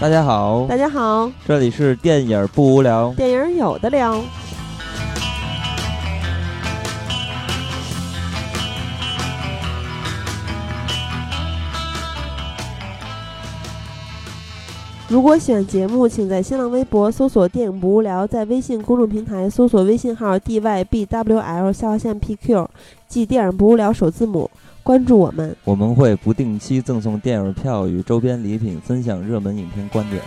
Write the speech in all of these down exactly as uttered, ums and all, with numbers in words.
大家好， 大家好， 这里是电影不无聊， 电影有的聊。如果喜欢节目，请在新浪微博搜索电影不无聊，在微信公众平台搜索微信号 D Y B W L 下划线 P Q， 即电影不无聊首字母，关注我们。 我们会不定期赠送电影票与周边礼品，分享热门影片观点。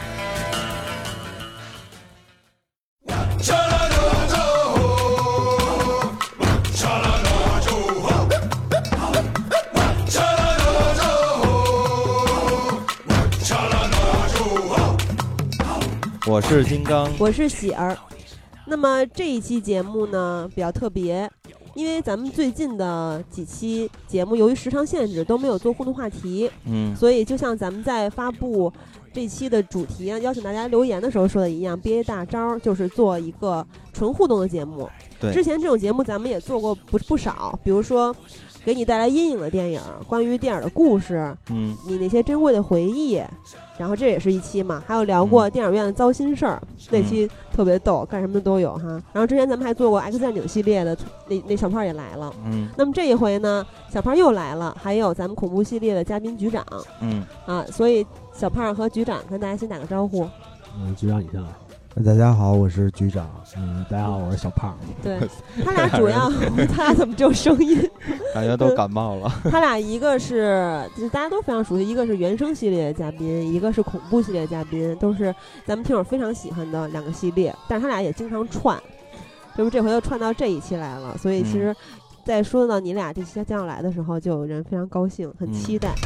我是金刚， 我是喜儿。那么这一期节目呢比较特别，因为咱们最近的几期节目由于时长限制都没有做互动话题， 嗯， 所以就像咱们在发布这期的主题邀请大家留言的时候说的一样，憋大招就是做一个纯互动的节目。 对， 之前这种节目咱们也做过不不少，比如说给你带来阴影的电影，关于电影的故事， 嗯， 你那些珍贵的回忆，然后这也是一期嘛，还有聊过电影院的糟心事儿，嗯、那期特别逗，干什么都有哈。然后之前咱们还做过 X 战警系列的，那那小胖也来了， 嗯。 那么这一回呢，小胖又来了，还有咱们恐怖系列的嘉宾局长， 嗯啊，所以小胖和局长跟大家先打个招呼。 嗯，局长你先来。大家好，我是局长。嗯，大家好，我是小胖。 对他俩主要，他俩怎么只有声音？ 感觉都感冒了。 他俩一个是大家都非常熟悉，一个是原声系列的嘉宾，一个是恐怖系列的嘉宾，都是咱们听友非常喜欢的两个系列。但是他俩也经常串，就是这回又串到这一期来了。所以其实，在说到你俩这期将要来的时候，就有人非常高兴，很期待。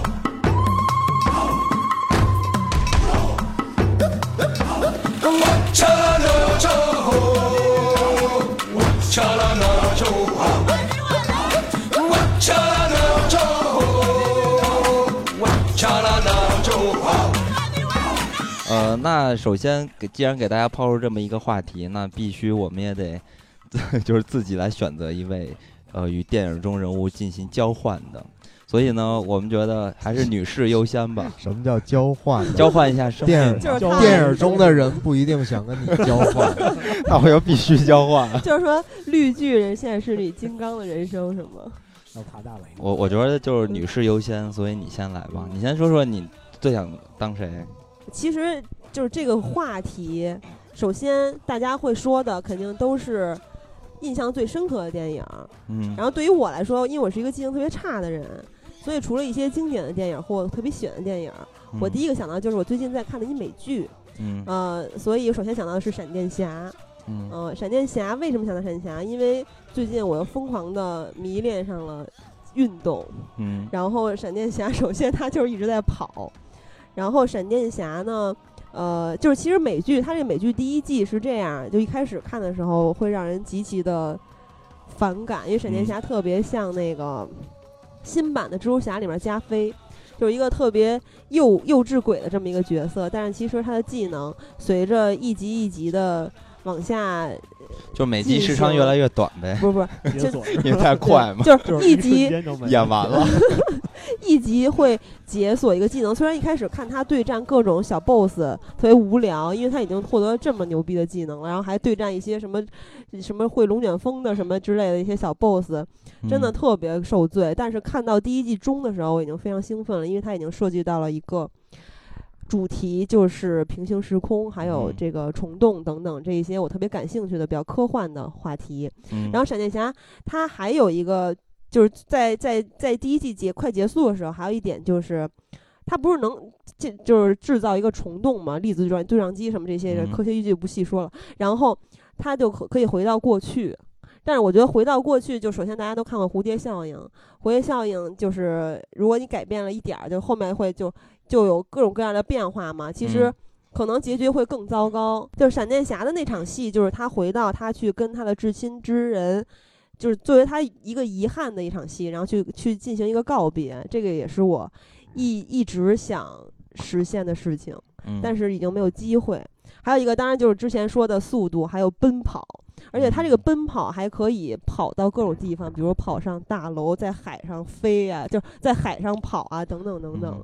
呃，那首先给既然给大家抛出这么一个话题，那必须我们也得就是自己来选择一位呃与电影中人物进行交换的。所以呢，我们觉得还是女士优先吧。 什么叫交换？ 交换一下生命。 电影电影中的人不一定想跟你交换， 那我又必须交换。 就是说，绿巨人现实里金刚的人生什么？ 要爬大了。 我我觉得就是女士优先，所以你先来吧。你先说说你最想当谁？ 其实就是这个话题，首先大家会说的肯定都是印象最深刻的电影。 嗯。 然后对于我来说，因为我是一个记性特别差的人。所以除了一些经典的电影或我特别喜欢的电影、嗯、我第一个想到就是我最近在看的一美剧， 嗯， 呃，所以首先想到的是闪电侠， 嗯， 呃，闪电侠为什么想到闪电侠？因为最近我又疯狂的迷恋上了运动， 嗯， 然后闪电侠首先他就是一直在跑，然后闪电侠呢，呃，就是其实美剧它这个美剧第一季是这样，就一开始看的时候会让人极其的反感，因为闪电侠特别像那个。新版的蜘蛛侠里面加菲就是一个特别幼幼稚鬼的这么一个角色，但是其实他的技能随着一集一集的往下， 就每集时长越来越短呗。 不是不是，就因为太快嘛， 就是一集演完了， 一集会解锁一个技能。虽然一开始看他对战各种小 boss 特别无聊，因为他已经获得了这么牛逼的技能了，然后还对战一些什么什么会龙卷风的什么之类的一些小 boss。真的特别受罪、嗯、但是看到第一季中的时候我已经非常兴奋了，因为它已经涉及到了一个主题，就是平行时空还有这个虫洞等等这一些我特别感兴趣的比较科幻的话题、嗯、然后闪电侠它还有一个就是在在在第一季结快结束的时候还有一点就是它不是能就是制造一个虫洞嘛，粒子对撞机什么这些科学依据不细说了、嗯、然后它就可以回到过去。但是我觉得回到过去，就首先大家都看过蝴蝶效应，蝴蝶效应就是如果你改变了一点儿，就后面会就就有各种各样的变化嘛。其实可能结局会更糟糕。嗯、就是闪电侠的那场戏，就是他回到他去跟他的至亲之人，就是作为他一个遗憾的一场戏，然后去去进行一个告别。这个也是我一一直想实现的事情，但是已经没有机会。还有一个当然就是之前说的速度，还有奔跑。而且他这个奔跑还可以跑到各种地方，比如跑上大楼，在海上飞啊，就在海上跑啊，等等等等。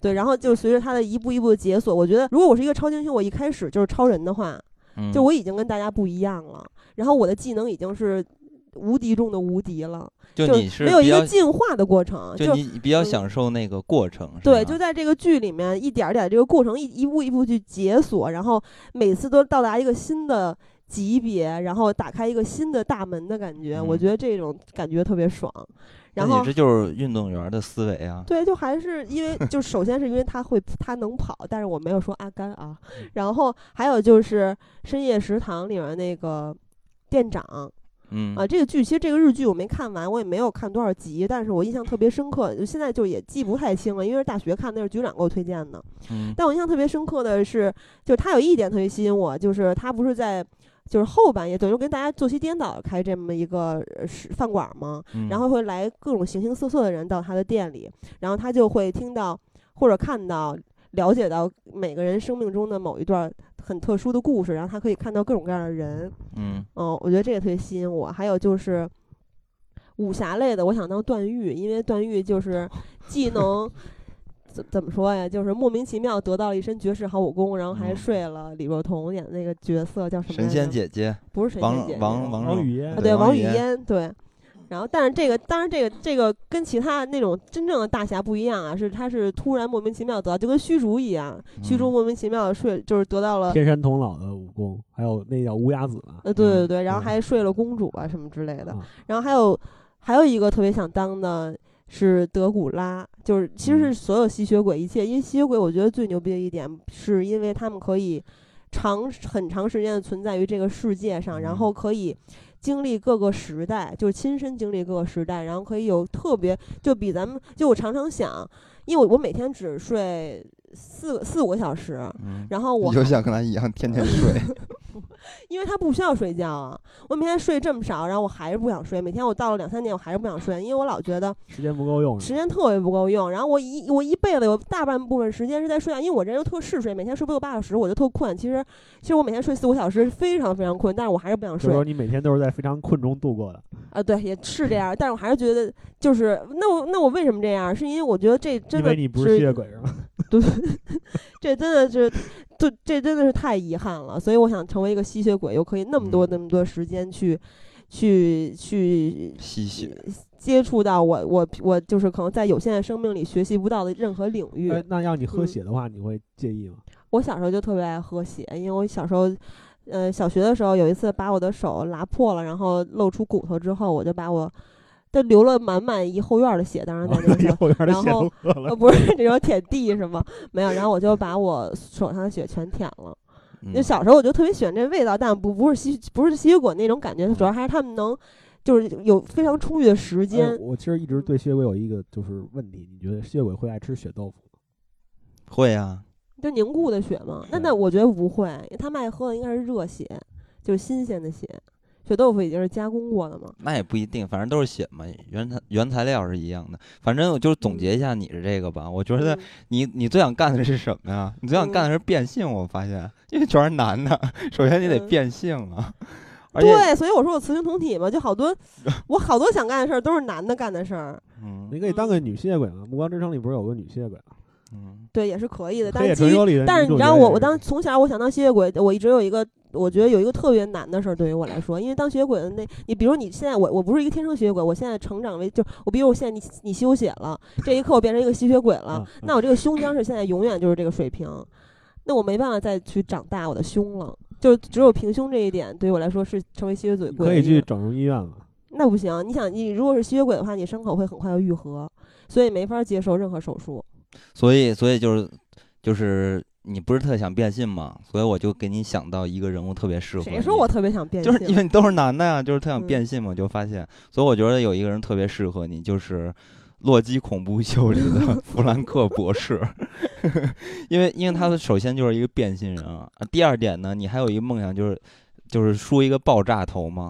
对，然后就随着他的一步一步的解锁，我觉得如果我是一个超级英雄，我一开始就是超人的话， 嗯、 就我已经跟大家不一样了，然后我的技能已经是无敌中的无敌了， 就你是没有一个进化的过程， 就你比较享受那个过程。 嗯、对，就在这个剧里面一点点这个过程一一步一步去解锁，然后每次都到达一个新的级别，然后打开一个新的大门的感觉，嗯、我觉得这种感觉特别爽。然后你这就是运动员的思维啊。 对，就还是因为就首先是因为他会他能跑，但是我没有说阿甘啊。然后还有就是深夜食堂里面那个店长。 嗯啊，这个剧其实这个日剧我没看完，我也没有看多少集，但是我印象特别深刻，就现在就也记不太清了，因为是大学看，那是局长给我推荐的。 嗯， 但我印象特别深刻的是，就是他有一点特别吸引我，就是他不是在就是后半夜等于跟大家作息颠倒开这么一个饭馆嘛， 嗯、 然后会来各种形形色色的人到他的店里，然后他就会听到或者看到了解到每个人生命中的某一段很特殊的故事，然后他可以看到各种各样的人。 嗯， 哦，我觉得这个特别吸引我。还有就是武侠类的，我想当段誉，因为段誉就是既能怎怎么说呀，就是莫名其妙得到了一身绝世好武功，然后还睡了李若彤演的那个角色叫什么来着？ 神仙姐姐， 不是神仙姐姐， 王王王语嫣啊，对，王语嫣，对。然后，但是这个，当然这个这个跟其他那种真正的大侠不一样啊，是他是突然莫名其妙得到，就跟虚竹一样，虚竹莫名其妙的睡，就是得到了天山童姥的武功，还有那叫乌鸦子嘛， 呃，对对对，然后还睡了公主啊什么之类的， 嗯、 然后还有还有一个特别想当的是德古拉，就是其实是所有吸血鬼一切，因为吸血鬼我觉得最牛逼的一点是因为他们可以长很长时间的存在于这个世界上，然后可以经历各个时代，就是亲身经历各个时代，然后可以有特别就比咱们就我常常想，因为我我每天只睡四四五个小时， 嗯、 然后我就像跟他一样天天睡， 因为他不需要睡觉啊，我每天睡这么少，然后我还是不想睡，每天我到了两三点我还是不想睡，因为我老觉得时间不够用， 时间特别不够用，然后我一我一辈子有大半部分时间是在睡觉，因为我这人又特嗜睡，每天睡不够八小时我就特困，其实其实我每天睡四五小时非常非常困，但是我还是不想睡。 就是说你每天都是在非常困中度过的啊，对，也是这样，但是我还是觉得就是那我那我为什么这样？是因为我觉得这真的因为你不是吸血鬼是吗？ 对，这真的是，对，这真的是太遗憾了。所以我想成为一个吸血鬼，又可以那么多、嗯、那么多时间去，去去吸血， 接触到我我我就是可能在有限的生命里学习不到的任何领域。 哎、那要你喝血的话、嗯，你会介意吗？ 我小时候就特别爱喝血，因为我小时候，呃，小学的时候有一次把我的手拉破了，然后露出骨头之后，我就把我。就流了满满一后院的血，当然在那个后院的血都喝了，不是这种舔地是吗？没有，然后我就把我手上的血全舔了。 嗯、 就小时候我就特别喜欢这味道，但不不是吸不是吸血鬼那种感觉，主要还是他们能就是有非常充裕的时间。 呃、我其实一直对吸血鬼有一个就是问题，你觉得吸血鬼会爱吃血豆腐？ 会啊， 就凝固的血吗？那那我觉得不会，他们爱喝的应该是热血，就是新鲜的血。血豆腐已经是加工过的嘛？ 那也不一定，反正都是血嘛，原材原材料是一样的。反正我就总结一下你是这个吧，嗯、我觉得你你最想干的是什么呀？你最想干的是变性，我发现，因为全是男的，首先你得变性啊。 嗯、对，所以我说我雌雄同体嘛，就好多我好多想干的事儿都是男的干的事儿。 嗯， 你可以当个女吸血鬼吗？暮光之城里不是有个女吸血鬼吗？ 嗯，对，也是可以的。但是基于，但是你知道我，我当从小我想当吸血鬼，我一直有一个，我觉得有一个特别难的事儿，对于我来说，因为当吸血鬼的那，你比如你现在我我不是一个天生吸血鬼，我现在成长为就我，比如我现在你你吸我血了，这一刻我变成一个吸血鬼了， 嗯、 那我这个胸腔是现在永远就是这个水平，那我没办法再去长大我的胸了，就只有平胸这一点对于我来说是成为吸血鬼可以去整容医院了。 那不行，你想你如果是吸血鬼的话，你伤口会很快的愈合，所以没法接受任何手术。 所以，所以就是，就是你不是特想变性嘛？所以我就给你想到一个人物特别适合你。 谁说我特别想变性？ 就是因为你都是男的呀，就是特想变性嘛，嗯、就发现。所以我觉得有一个人特别适合你，就是《洛基恐怖秀》里的弗兰克博士。因为，因为他首先就是一个变性人啊。第二点呢，你还有一个梦想，就是就是梳一个爆炸头嘛。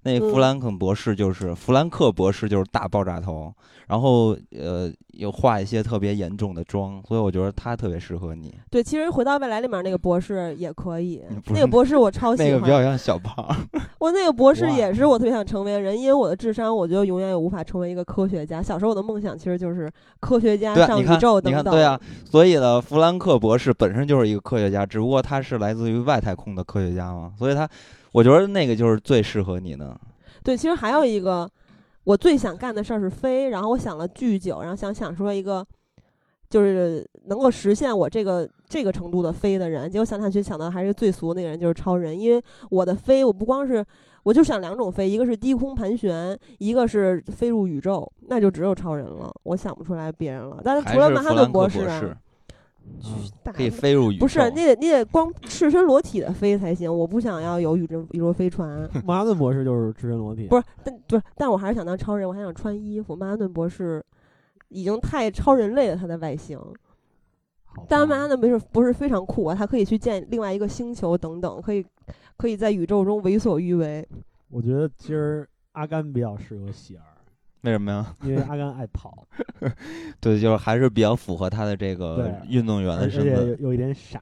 那弗兰肯博士就是、嗯、弗兰克博士就是大爆炸头，然后呃又化一些特别严重的妆，所以我觉得他特别适合你。 对，其实回到未来里面那个博士也可以，那个博士我超喜欢， 那个比较像小胖。 我那个博士也是我特别想成为的人，因为我的智商我觉得永远也无法成为一个科学家。小时候我的梦想其实就是科学家上宇宙等等。 你看，你看，对啊，所以呢，弗兰克博士本身就是一个科学家，只不过他是来自于外太空的科学家嘛，所以他，我觉得那个就是最适合你的。 对，其实还有一个我最想干的事儿是飞，然后我想了巨久，然后想想说一个就是能够实现我这个这个程度的飞的人，结果想想去想到还是最俗的那个人，就是超人。因为我的飞我不光是我就想两种飞，一个是低空盘旋，一个是飞入宇宙，那就只有超人了，我想不出来别人了。但是除了曼哈顿博士啊， 嗯、可以飞入宇宙。 不是，你得你得光赤身裸体的飞才行。我不想要有宇宙宇宙飞船。 曼哈顿博士就是赤身裸体。 不是，但不是，但我还是想当超人，我还想穿衣服。曼哈顿博士已经太超人类了，他的外形。当然，曼哈顿博士不是非常酷啊，他可以去见另外一个星球等等，可以可以在宇宙中为所欲为。 我觉得其实阿甘比较适合喜儿。 为什么呀？ 因为阿甘爱跑。 对，就是还是比较符合他的这个运动员的身份， 而且 有, 有一点傻。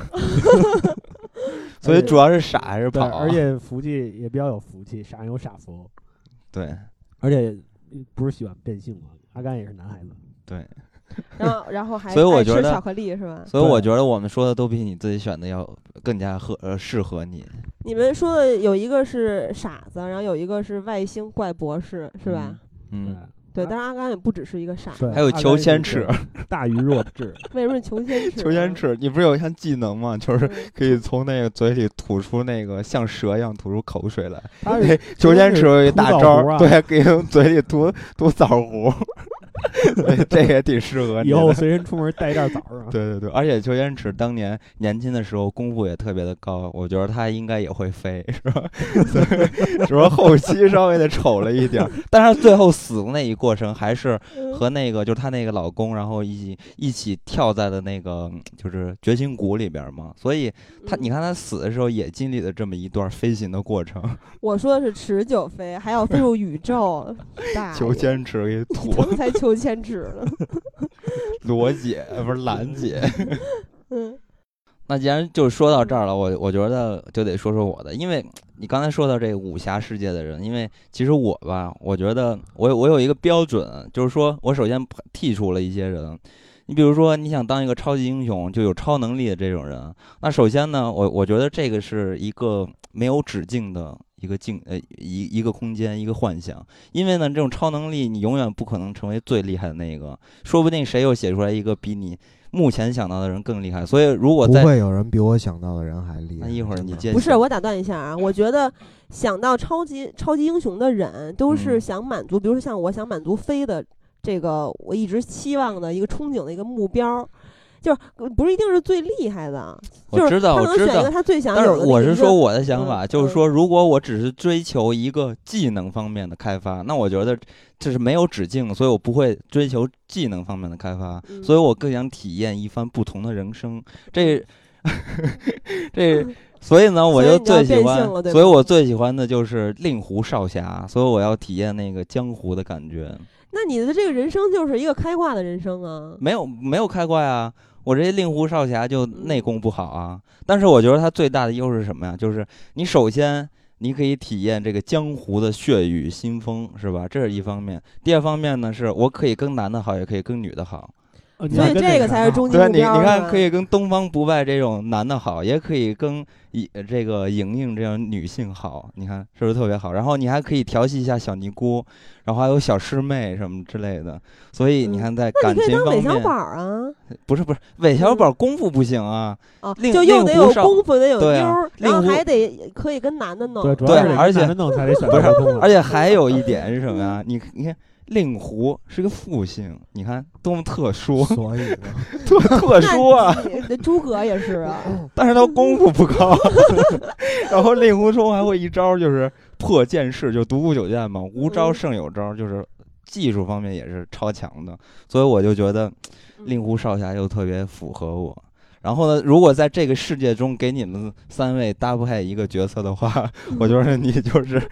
所以主要是傻还是跑、啊？ 而且福气也比较有福气，傻人有傻福。 对， 而且不是喜欢变性嘛，阿甘也是男孩子。 对。 然后，然后还所以我觉得爱吃巧克力是吧？ 所以我觉得我们说的都比你自己选的要更加合呃适合你。 你们说的有一个是傻子，然后有一个是外星怪博士，是吧？ 嗯。嗯对，但是阿甘也不只是一个傻子， 还有求千尺， 大于弱智。 为什么是求千尺？ 求千尺，你不是有一项技能吗？就是可以从那个嘴里吐出那个像蛇一样吐出口水来。 他求千尺有一大招，啊、对，可以从嘴里吐吐枣核。对，这也挺适合你。 以后随身出门带一袋枣啊。 对对对，而且裘千尺当年年轻的时候功夫也特别的高，我觉得他应该也会飞，是吧？只不过后期稍微的丑了一点，但是最后死的那一过程还是和那个就是他那个老公，然后一起一起跳在了那个就是绝情谷里边嘛，所以他你看他死的时候也经历了这么一段飞行的过程。 我说的是持久飞，还要飞入宇宙。 裘千尺给吐。 才裘千尺了。 罗姐不是兰姐。嗯，那既然就说到这儿了，我我觉得就得说说我的，因为你刚才说到这个武侠世界的人，因为其实我吧，我觉得我我有一个标准，就是说我首先剔除了一些人。你比如说，你想当一个超级英雄，就有超能力的这种人，那首先呢，我我觉得这个是一个没有止境的一个境呃一一个空间，一个幻想。因为呢，这种超能力你永远不可能成为最厉害的那个，说不定谁又写出来一个比你目前想到的人更厉害。所以如果在不会有人比我想到的人还厉害。 那一会儿你接不是我打断一下啊，我觉得想到超级超级英雄的人都是想满足，嗯、比如说像我想满足飞的。这个我一直期望的一个憧憬的一个目标，就是不是一定是最厉害的， 我知道， 就是他能选一个他最想有的。 但是我是说我的想法， 嗯、 就是说，如果我只是追求一个技能方面的开发，那我觉得这是没有止境，所以我不会追求技能方面的开发， 嗯、 所以我更想体验一番不同的人生。这这。所以呢，我就最喜欢，所以, 所以我最喜欢的就是令狐少侠，所以我要体验那个江湖的感觉。 那你的这个人生就是一个开挂的人生啊？ 没有没有开挂啊，我这令狐少侠就内功不好啊。但是我觉得他最大的优势是什么呀？就是你首先你可以体验这个江湖的血雨腥风，是吧？这是一方面。第二方面呢，是我可以跟男的好，也可以跟女的好。 所以这个才是终极目标。 对，你你看，可以跟东方不败这种男的好，也可以跟以这个莹莹这样女性好，你看是不是特别好？然后你还可以调戏一下小尼姑，然后还有小师妹什么之类的。所以你看，在感情方面， 嗯、那你可以当韦小宝啊？ 不是不是，韦小宝功夫不行啊。 哦、嗯，就又得有功夫，得有妞、 啊， 然后还得可以跟男的弄。 对， 对，而且弄才得选不是，而且还有一点是什么呀？你你看。令狐是个复姓，你看多么特殊， 所以特特殊啊！ 诸葛也是啊， 但是他功夫不高。然后令狐冲还会一招就是破剑式，就独孤九剑嘛，无招胜有招，就是技术方面也是超强的。所以我就觉得令狐少侠又特别符合我。然后呢，如果在这个世界中给你们三位搭配一个角色的话，我觉得你就是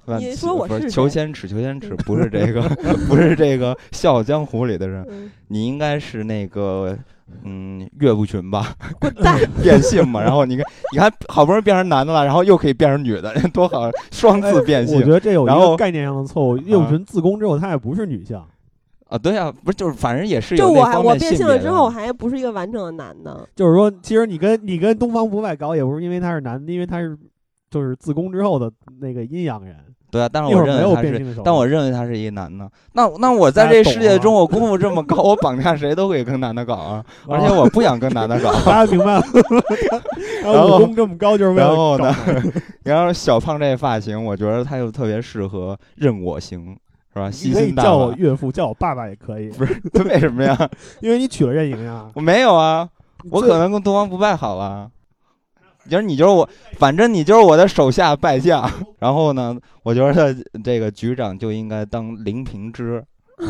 你说我是裘千尺，裘千尺不是这个，不是这个《笑傲江湖》里的人， 嗯、 你应该是那个。嗯，岳不群吧， 滚蛋！ 变性嘛，然后你看，你看，好不容易变成男的了，然后又可以变成女的，多好，双次变性。 哎、我觉得这有一个概念上的错误。岳不群自宫之后，他也不是女性啊，对啊，不是，就是反正也是有就我还我变性了之后，我还不是一个完整的男的。 就是说，其实你跟你跟东方不败搞，也不是因为他是男的，因为他是就是自宫之后的那个阴阳人。 对啊，但是我认为他是，但我认为他是一个男的。那那我在这世界中，我功夫这么高，我绑架谁都可以跟男的搞啊，而且我不想跟男的搞。 大家明白了。然后武功这么高，就是为了然后呢，然后小胖这发型，我觉得他又特别适合任我行，是吧？ 你可以叫我岳父，叫我爸爸也可以。 不是，为什么呀？ 因为你娶了任盈呀。 我没有啊，我可能跟东方不败好啊。就是你就是我，反正你就是我的手下败将。然后呢，我觉得这个局长就应该当林平之。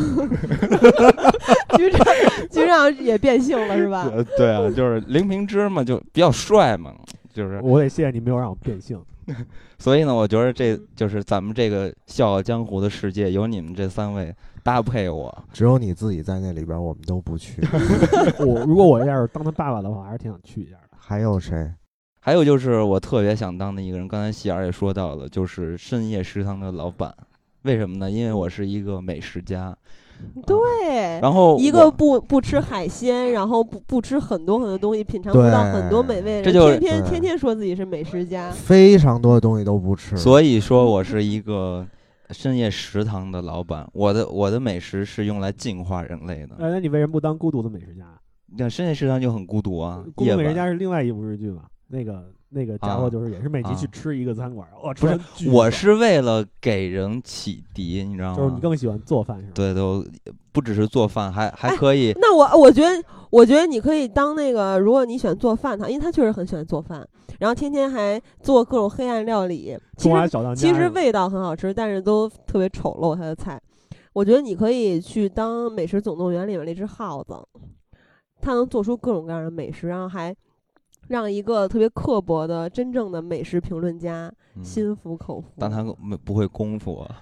局长，局长也变性了是吧？ 对, 对啊，就是林平之嘛，就比较帅嘛，就是我得谢谢你没有让我变性。 所以呢，我觉得这就是咱们这个笑傲江湖的世界，有你们这三位搭配我， 只有你自己在那里边，我们都不去。 我如果我要是当他爸爸的话，还是挺想去一下的。 还有谁？ 还有就是我特别想当的一个人，刚才喜儿也说到了，就是深夜食堂的老板。为什么呢？因为我是一个美食家。 对、 啊，然后一个不不吃海鲜，然后不不吃很多很多东西，品尝不到很多美味的人， 这就天天天天说自己是美食家， 非常多的东西都不吃。 所以说我是一个深夜食堂的老板，我的我的美食是用来净化人类的。 哎，那你为什么不当孤独的美食家？ 那深夜食堂就很孤独啊。 孤独美食家是另外一部日剧嘛？那个那个家伙就是也是每集去吃一个餐馆，哦、啊， 不是，我是为了给人启迪，你知道吗？ 就是你更喜欢做饭是吧？ 对，都不只是做饭，还还可以。 哎、那我我觉得，我觉得你可以当那个，如果你喜欢做饭的，因为他确实很喜欢做饭，然后天天还做各种黑暗料理，其实其实味道很好吃，但是都特别丑陋他的菜。我觉得你可以去当《美食总动员》里面那只耗子，他能做出各种各样的美食，然后还让一个特别刻薄的真正的美食评论家心服口服。 嗯、但他不会功夫啊。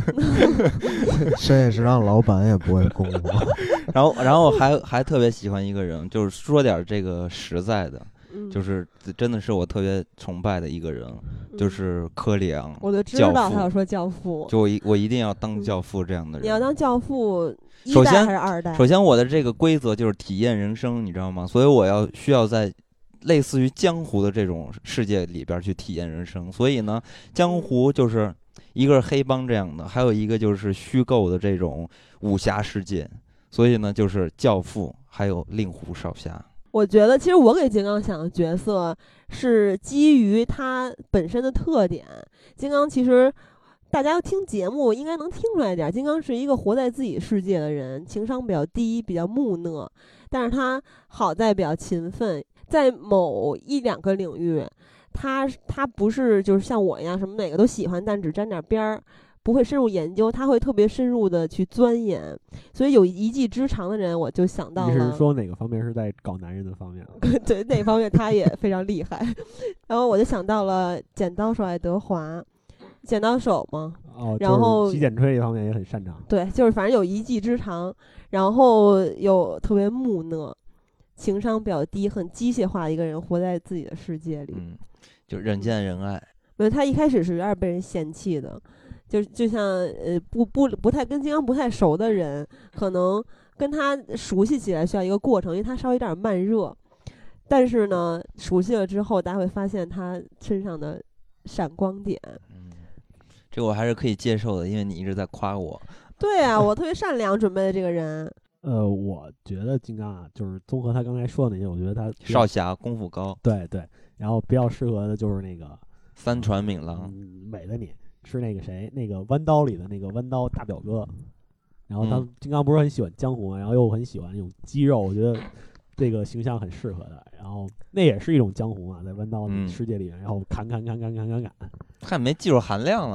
深夜食堂老板也不会功夫。 然后，然后还还特别喜欢一个人，就是说点这个实在的。 嗯、 就是真的是我特别崇拜的一个人， 嗯、 就是柯里昂。 我就知道他要说教父， 就我一我一定要当教父这样的人。 嗯、你要当教父，一代还是二代？ 首先，我的这个规则就是体验人生，你知道吗？所以我要需要在类似于江湖的这种世界里边去体验人生。所以呢，江湖就是一个是黑帮这样的，还有一个就是虚构的这种武侠世界。所以呢，就是教父，还有令狐少侠。 我觉得其实我给金刚想的角色是基于他本身的特点。金刚其实大家听节目应该能听出来点，金刚是一个活在自己世界的人，情商比较低，比较木讷，但是他好在比较勤奋，在某一两个领域，他他不是就是像我一样什么哪个都喜欢，但只沾点边儿。不会深入研究，他会特别深入的去钻研，所以有一技之长的人，我就想到了。 你是说哪个方面是在搞男人的方面？ 对，哪方面他也非常厉害。然后我就想到了剪刀手爱德华，剪刀手嘛， 哦， 然后洗剪吹这方面也很擅长。 对，就是反正有一技之长，然后又特别木讷，情商比较低，很机械化的一个人，活在自己的世界里， 嗯，就人见人爱。 因为他一开始是有点被人嫌弃的。就就像呃不不不太跟金刚不太熟的人，可能跟他熟悉起来需要一个过程，因为他稍微有点慢热。但是呢，熟悉了之后，大家会发现他身上的闪光点。 嗯，这个我还是可以接受的，因为你一直在夸我。 对啊，我特别善良准备的这个人。 呃，我觉得金刚啊，就是综合他刚才说的那些，我觉得他少侠功夫高。 对对，然后比较适合的就是那个三船敏郎， 嗯、美的你。是那个谁，那个弯刀里的那个弯刀大表哥，然后他金刚不是很喜欢江湖嘛，然后又很喜欢那种肌肉，我觉得这个形象很适合的。然后那也是一种江湖嘛，在弯刀的世界里面，嗯、然后砍砍砍砍砍砍砍， 看没技术含量了。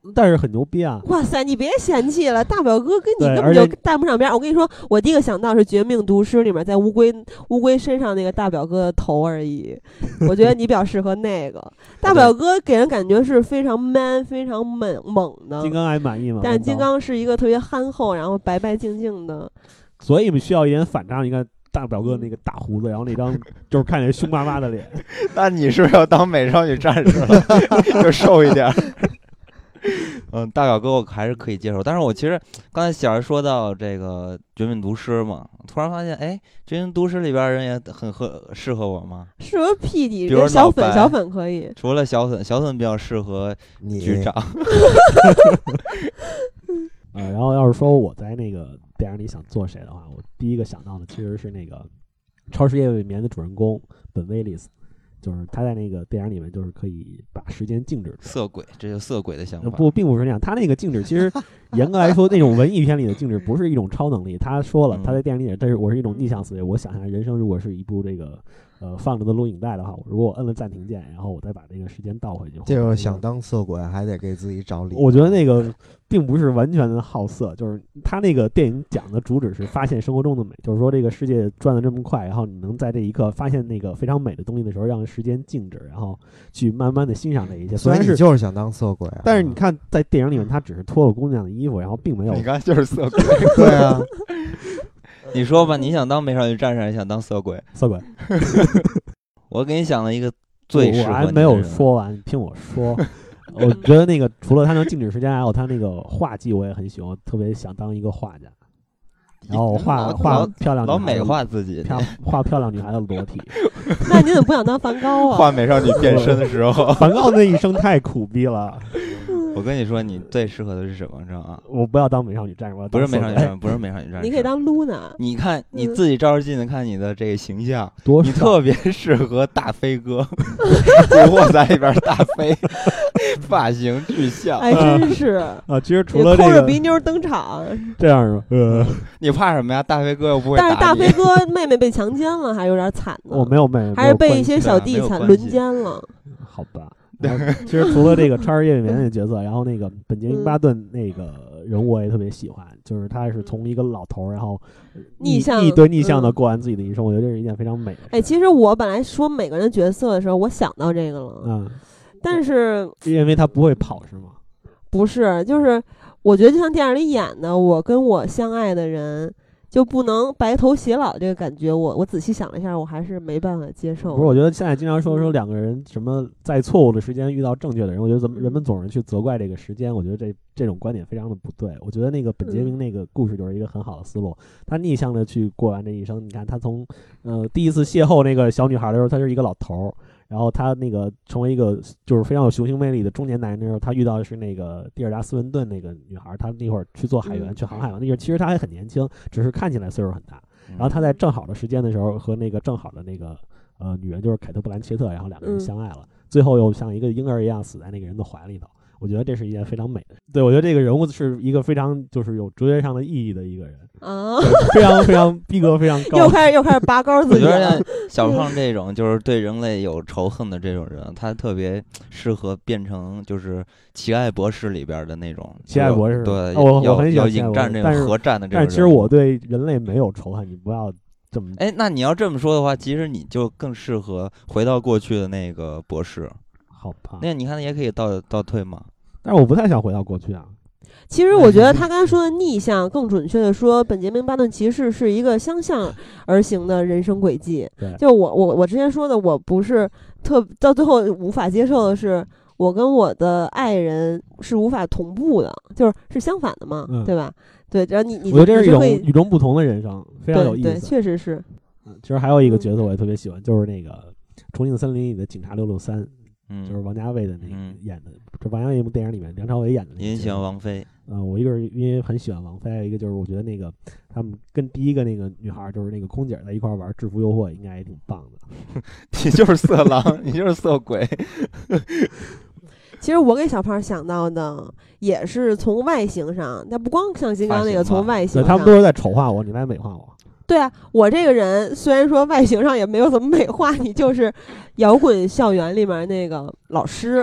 但是很牛逼啊！ 哇塞，你别嫌弃了，大表哥跟你对根本就而且带不上边儿。我跟你说，我第一个想到是《绝命毒师》里面在乌龟乌龟身上那个大表哥的头而已。我觉得你比较适合那个大表哥，给人感觉是非常 man、非常猛猛的。 金刚还满意吗？ 但是金刚是一个特别憨厚，然后白白净净的。 所以你们需要一点反差。你看大表哥那个大胡子，然后那张就是看起来凶巴巴的脸。 那你是不是要当美少女战士了？就瘦一点。嗯，大表哥我还是可以接受，但是我其实刚才小孩说到这个《绝命毒师》嘛，突然发现，哎，《绝命毒师》里边人也很合适合我吗？ 适合屁你， 比如小粉老白小粉可以。 除了小粉，小粉比较适合你局长。 呃，然后要是说我在那个电影里想做谁的话，我第一个想到的其实是那个《超世界未眠》的主人公本威利斯。就是他在那个电影里面，就是可以把时间静止。 色鬼，这就色鬼的想法。 不，并不是那样。他那个静止，其实严格来说，那种文艺片里的静止不是一种超能力。他说了，他在电影里，但是我是一种逆向思维。我想象人生如果是一部这个呃放着的录影带的话，如果我摁了暂停键，然后我再把这个时间倒回去， 这个想当色鬼还得给自己找理由。 我觉得那个并不是完全的好色，就是他那个电影讲的主旨是发现生活中的美，就是说这个世界转得这么快，然后你能在这一刻发现那个非常美的东西的时候，让时间静止，然后去慢慢的欣赏这一切。虽所以然是你就是想当色鬼啊。 但是你看在电影里面，他只是脱了姑娘的衣服，然后并没有。 你看就是色鬼。 对啊。 你说吧，你想当美少女战士还是想当色鬼？ 色鬼。 我给你想了一个最适合你的人。 我还没有说完，你听我说。我觉得那个除了他能静止时间，还有他那个画技我也很喜欢，特别想当一个画家。然后画画漂亮女孩， 老美化自己， 漂画漂亮女孩的裸体。 那你怎么不想当梵高啊？ 画美少女变身的时候， 梵高那一生太苦逼了。 我跟你说，你最适合的是什么？知道吗？ 我不要当美少女战士，我要当不是美少女战士，不是美少女战士。 你可以当 Luna。 你看你自己照着镜子看你的这个形象， 多你特别适合大飞哥，古惑仔里边大飞，发型巨像。 哎，真是啊！其实除了这个， 抠着鼻妞登场， 这样是吧？呃， 你怕什么呀？大飞哥又不会打你。 但是大飞哥妹妹被强奸了，还有点惨呢。 我没有妹妹， 还是被一些小弟惨轮奸了。 好吧。其实除了这个《超世界未眠》那个角色，然后那个本杰明·巴顿那个人物我也特别喜欢，就是他是从一个老头，然后逆向逆对逆向的过完自己的一生，我觉得这是一件非常美的事。 哎，其实我本来说每个人角色的时候，我想到这个了， 嗯， 但是因为他不会跑是吗？ 不是，就是我觉得就像电影里演的，我跟我相爱的人。就不能白头偕老这个感觉，我我仔细想了一下，我还是没办法接受。 不是，我觉得现在经常说说两个人什么在错误的时间遇到正确的人，我觉得怎么人们总是去责怪这个时间，我觉得这这种观点非常的不对。我觉得那个本杰明那个故事就是一个很好的思路，他逆向的去过完这一生。你看他从呃第一次邂逅那个小女孩的时候，他是一个老头。然后他那个成为一个就是非常有雄性魅力的中年男人的时候，他遇到的是那个蒂尔达·斯文顿那个女孩，他那会儿去做海员、嗯、去航海嘛，那会儿其实他还很年轻，只是看起来岁数很大。然后他在正好的时间的时候和那个正好的那个呃女人就是凯特·布兰切特，然后两个人相爱了，嗯、最后又像一个婴儿一样死在那个人的怀里头。我觉得这是一件非常美的，对，我觉得这个人物是一个非常就是有哲学上的意义的一个人啊， 非常非常逼格非常高。 又开始又开始拔高自己了。 我觉得像小胖这种就是对人类有仇恨的这种人，他特别适合变成就是《奇爱博士》里边的那种。 奇爱博士对， 我我很喜欢引战这种核战的这种。 但其实我对人类没有仇恨，你不要这么。 哎，那你要这么说的话，其实你就更适合回到过去的那个博士。 好吧？ 那你看也可以倒倒退嘛。 但是我不太想回到过去啊。 其实我觉得他刚才说的逆向，更准确的说，本杰明·巴顿骑士是一个相向而行的人生轨迹。就我我我之前说的，我不是特到最后无法接受的是，我跟我的爱人是无法同步的，就是是相反的嘛， 嗯、 对吧？对，然后你你我觉得这是一种与众不同的人生，非常有意思。 对，对确实是。 嗯，其实还有一个角色我也特别喜欢，就是那个《重庆森林》里的警察六六三。 嗯， 就是王家卫的那个嗯、 演的，这王家卫一部电影里面，梁朝伟演的那个。 您喜欢王菲？ 呃，我一个是因为很喜欢王菲，还有一个就是我觉得那个他们跟第一个那个女孩，就是那个空姐在一块玩《制服诱惑》，应该也挺棒的。 你就是色狼，你就是色鬼。 其实我给小胖想到的也是从外形上，那不光像金刚那个从外形上， 对，他们都是在丑化我，你来美化我。 对啊，我这个人虽然说外形上也没有怎么美化你，就是摇滚校园里面那个老师，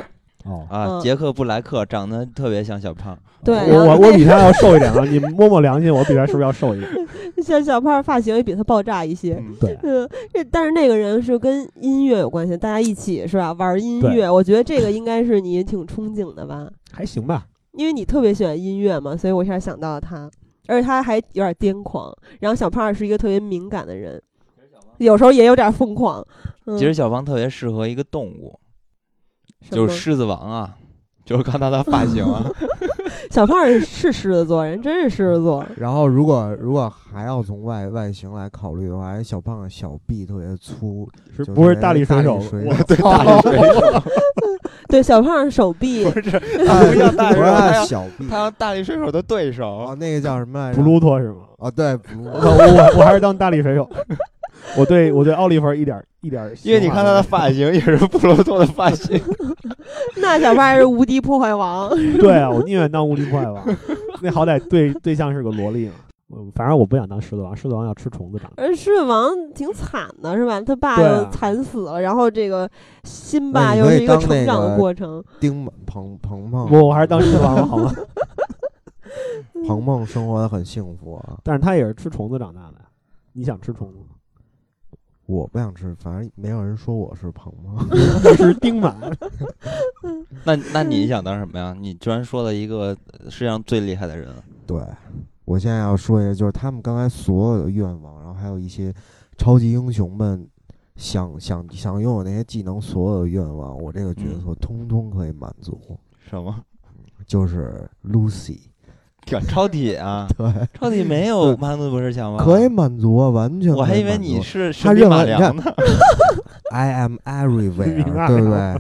哦啊， 嗯杰克布莱克长得特别像小胖。 对， 我我然后那我比他要瘦一点啊！你摸摸良心，我比他是不是要瘦一点？ 像小胖发型也比他爆炸一些。 嗯对， 嗯，这但是那个人是跟音乐有关系，大家一起是吧？玩音对乐，我觉得这个应该是你挺憧憬的吧， 还行吧。 因为你特别喜欢音乐嘛，所以我一下想到了他，而且他还有点癫狂。然后小胖是一个特别敏感的人，有时候也有点疯狂。嗯、 其实小胖特别适合一个动物， 什么就是狮子王啊，就是看他的发型啊。 小胖是是狮子座人，真是狮子座。 然后如果如果还要从外外形来考虑的话，小胖的小臂特别粗，就是是不是大力水手？ 水我对，大力水手对，小胖手臂不是，他不像大力水手， 不是他他要小臂他要大力水手的对手。 哦，那个叫什么来着？ 布鲁托是吗？ 哦，对，布鲁我我我还是当大力水手。我对我对奥利弗一点一点， 因为你看他的发型也是布罗托的发型。 那小胖是无敌破坏王。 对啊，我宁愿当无敌破坏王，那好歹对对象是个萝莉嘛。我反正我不想当狮子王，狮子王要吃虫子长大。 而狮子王挺惨的，是吧？他爸对啊又惨死了，然后这个辛巴那你又是一个可以当那成长的个过程。 丁鹏鹏鹏我我还是当狮子王好吗？ 鹏鹏生活的很幸福啊。 但是他也是吃虫子长大的。你想吃虫子吗？ 我不想吃，反正没有人说我是鹏鹏。 那是丁满。 那那你想当什么呀？你居然说了一个世界上最厉害的人。 对，我现在要说一个，就是他们刚才所有的愿望，然后还有一些超级英雄们想想想拥有那些技能，所有的愿望，我这个角色通通可以满足。 什么？ 就是 Lucy。 屌超体啊！ 对， 超体没有曼努博士强吗？ 可以满足啊，完全可以满足。 我还以为你是他神笔马认为你看良呢。 I am everywhere，对不对？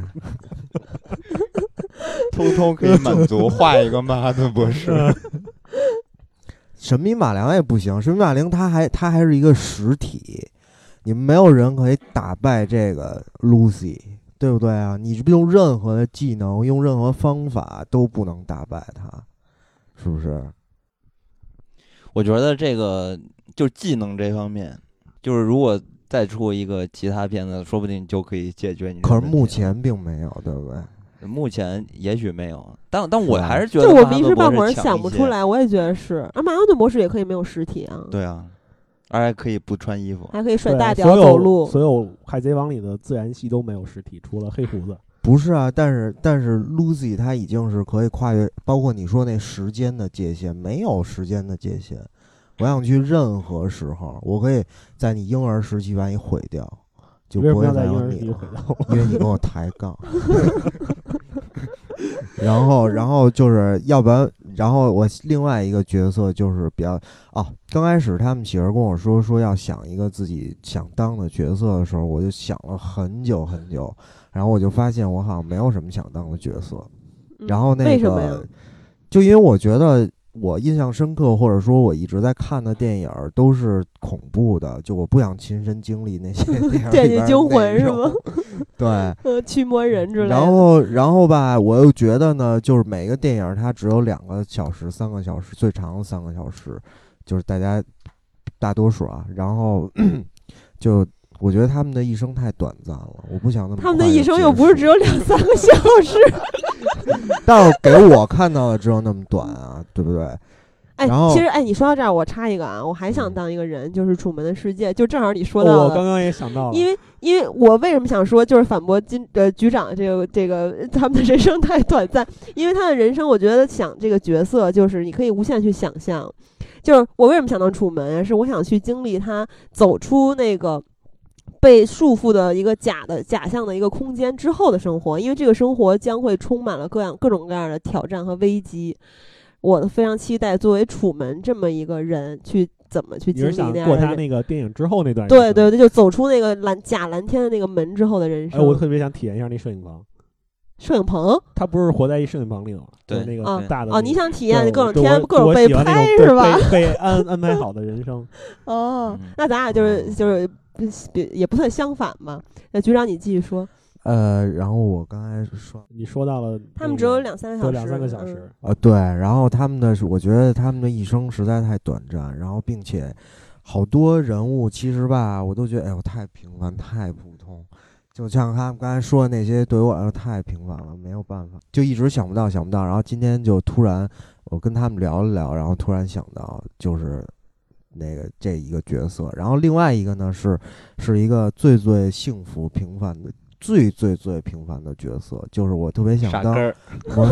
通通可以满足，画一个曼努博士。 神笔马良也不行，神笔马良他还他还是一个实体，你们没有人可以打败这个 Lucy， 对不对啊？你用任何的技能，用任何方法都不能打败他。是不是？ 我觉得这个就技能这方面，就是如果再出一个其他片子，说不定就可以解决你。 可是目前并没有，对不对？ 目前也许没有，但但我还是觉得， 就我们一时半会儿想不出来，我也觉得是。啊，马奥顿博士也可以没有实体啊。 对啊，而且可以不穿衣服， 还可以甩大脚走路。 所有海贼王里的自然系都没有实体，除了黑胡子。 不是啊，但是但是 Lucy 她已经是可以跨越，包括你说那时间的界限，没有时间的界限。我想去任何时候，我可以在你婴儿时期把你毁掉，就不会再有你了，因为你跟我抬杠。然后然后就是要不然，然后我另外一个角色就是比较哦，刚开始他们几人跟我说说要想一个自己想当的角色的时候，我就想了很久很久。然后我就发现我好像没有什么想当的角色，然后那个，就因为我觉得我印象深刻，或者说我一直在看的电影都是恐怖的，就我不想亲身经历那些电锯惊魂是吗？ 对， 呃，驱魔人之类的。 然后，然后吧，我又觉得呢，就是每个电影它只有两个小时、三个小时，最长的三个小时，就是大家大多数啊，然后就。我觉得他们的一生太短暂了，我不想那么。 他们的一生又不是只有两三个小时， 但是给我看到的只有那么短啊，对不对？ 哎， 然后其实哎，你说到这儿，我插一个啊，我还想当一个人，就是《楚门的世界》，就正好你说到了。 哦、我刚刚也想到了， 因为因为我为什么想说，就是反驳金呃局长这个这个他们的人生太短暂，因为他的人生，我觉得想这个角色，就是你可以无限去想象。就是我为什么想当楚门啊？是我想去经历他走出那个。被束缚的一个假的假象的一个空间之后的生活，因为这个生活将会充满了各样各种各样的挑战和危机。我非常期待作为楚门这么一个人去怎么去经历那样的人。 过他那个电影之后那段人生。 对对对，就走出那个蓝假蓝天的那个门之后的人生。 哎，我特别想体验一下那摄影棚。 摄影棚？ 他不是活在一摄影棚里吗？ 对， 那个大的、那个。哦，你想体验各种天各种被拍是吧？ 被安安排好的人生。 哦，那咱俩就是就是。也不算相反吧。那局长你继续说。 呃，然后我刚才说， 你说到了， 他们只有两三个小时， 两三个小时。 嗯、呃，对，然后他们的，我觉得他们的一生实在太短暂，然后并且好多人物其实吧，我都觉得，哎呦，太平凡，太普通。 就像他们刚才说的那些，对于我来说太平凡了，没有办法，就一直想不到想不到，然后今天就突然我跟他们聊了聊，然后突然想到就是那个这一个角色，然后另外一个呢是是一个最最幸福平凡的最最最平凡的角色，就是我特别想当我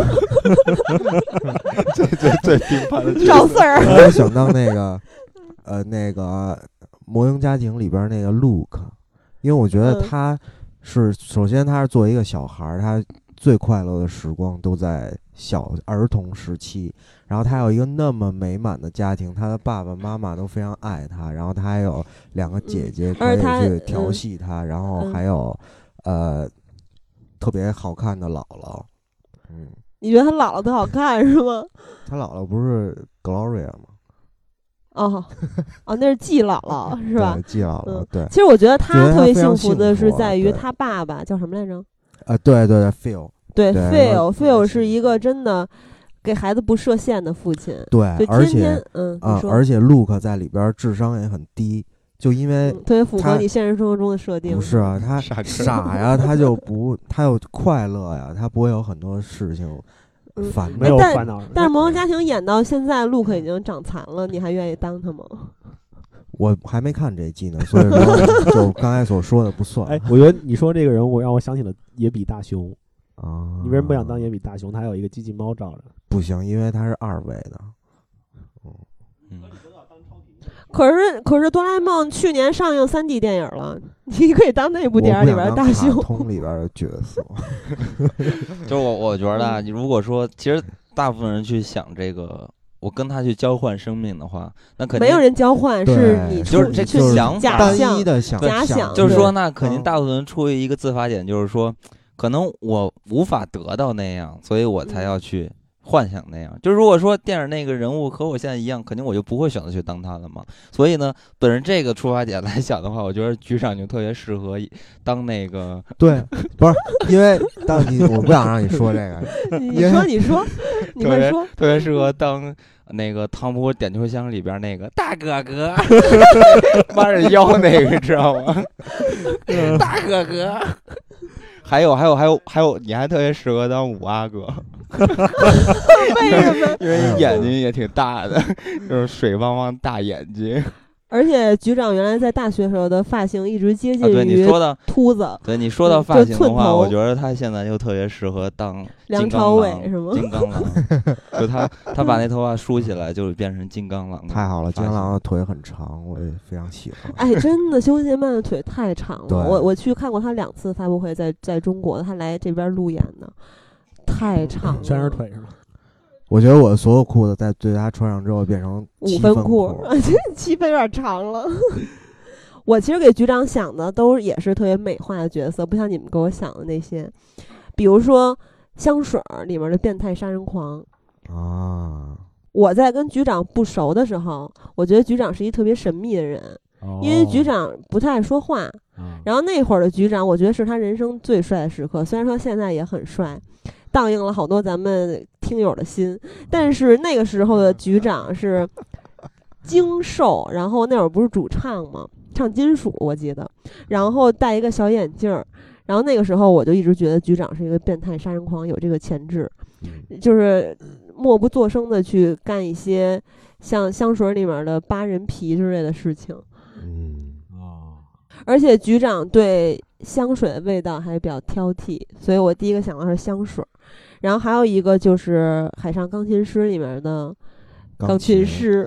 最最最平凡的角色赵四儿， 我想当那个呃那个魔婴家庭里边那个 Luke， 因为我觉得他是首先他是作为一个小孩，他最快乐的时光都在小儿童时期，然后他有一个那么美满的家庭，他的爸爸妈妈都非常爱他，然后他还有两个姐姐可以去调戏他，嗯、然后还有、嗯、呃特别好看的姥姥。嗯， 你觉得他姥姥特好看是吗？ 他姥姥不是 Gloria 吗？ 哦哦，那是季姥姥是吧？ 对，季姥姥、嗯。对， 其实我觉得他特别幸福的是福在于他爸爸叫什么来着？ 啊，对对对 ，Phil。 对 ，Phil，Phil 是一个真的给孩子不设限的父亲。 对， 就天天嗯啊，而且 Luke 在里边智商也很低，就因为、 嗯、特别符合你现实生活中的设定。 不是啊，他傻呀，他就不，他有快乐呀，他不会有很多事情。 嗯、 烦没有烦恼， 但是《魔王家庭》演到现在，陆克已经长残了，你还愿意当他吗？ 我还没看这一季呢，所以说就刚才所说的不算。 哎，我觉得你说这个人物让我想起了野比大雄啊！ 你为什么不想当野比大雄？他还有一个机器猫罩着。 不行，因为他是二维的。嗯嗯。 可是可是，哆啦 A 梦去年上映三 D 电影了，你可以当那部电影里边的大雄。 卡通里边的角色。 就是我我觉得，如果说其实大部分人去想这个，我跟他去交换生命的话，那肯定没有人交换，是你就是这个想法单一的想假想， 就是说，那肯定大部分人出于一个自发点，就是说，可能我无法得到那样，所以我才要去。幻想那样，就如果说电影那个人物和我现在一样，肯定我就不会选择去当他了嘛。所以呢，本着这个出发点来想的话，我觉得局长就特别适合当那个。 对，不是因为当你我不想让你说这个， 你说你说，你快说， 特别适合当那个汤姆点秋香里边那个大哥哥，弯着腰那个，知道吗？大哥哥。还有还有还有还有，你还特别适合当五阿哥。 为什么？ 因为你眼睛也挺大的，就是水汪汪大眼睛。 而且局长原来在大学时候的发型一直接近于秃子。 对你说到发型的话，我觉得他现在就特别适合当梁朝伟是吗？ 金刚狼，就他他把那头发梳起来，就变成金刚狼。 太好了，金刚狼的腿很长，我也非常喜欢。 哎，真的，修杰曼的腿太长了。我我去看过他两次发布会，在在中国，他来这边路演的，太长了， 全是腿是吗？ 我觉得我的所有裤子在对他穿上之后变成五分裤，七分有点长了。我其实给局长想的都也是特别美化的角色，不像你们给我想的那些，比如说香水里面的变态杀人狂啊。 我在跟局长不熟的时候，我觉得局长是一特别神秘的人， 哦、 因为局长不太爱说话。 嗯、 然后那会儿的局长，我觉得是他人生最帅的时刻，虽然说现在也很帅。荡映了好多咱们听友的心，但是那个时候的局长是精瘦，然后那会儿不是主唱吗？唱金属我记得，然后戴一个小眼镜儿，然后那个时候我就一直觉得局长是一个变态杀人狂，有这个潜质，就是默不作声的去干一些像香水里面的扒人皮之类的事情。 嗯啊， 而且局长对香水的味道还比较挑剔，所以我第一个想到是香水。然后还有一个就是《海上钢琴师》里面的钢琴师，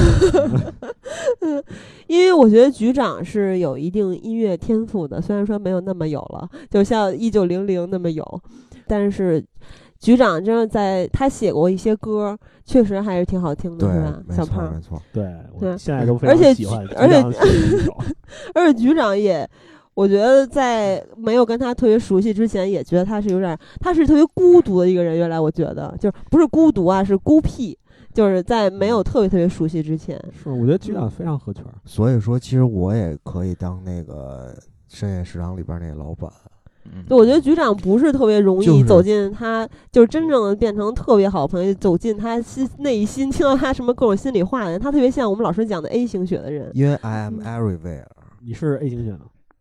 因为我觉得局长是有一定音乐天赋的，虽然说没有那么有了，就像一九零零那么有，但是局长真的在他写过一些歌，确实还是挺好听的，是吧？小胖， 没错， 对，我现在都非常喜欢， 而且而且局长也。我觉得在没有跟他特别熟悉之前，也觉得他是有点，他是特别孤独的一个人。原来我觉得，就是不是孤独啊，是孤僻。就是在没有特别特别熟悉之前， 是我觉得局长非常合群。 所以说，其实我也可以当那个深夜食堂里边那个老板。 嗯， 我觉得局长不是特别容就是易走进他，就是真正的变成特别好朋友，走进他心内心，听到他什么各种心里话的人。他特别像我们老师讲的 A 型血的人。 因为 I am everywhere。 你是 A 型血吗？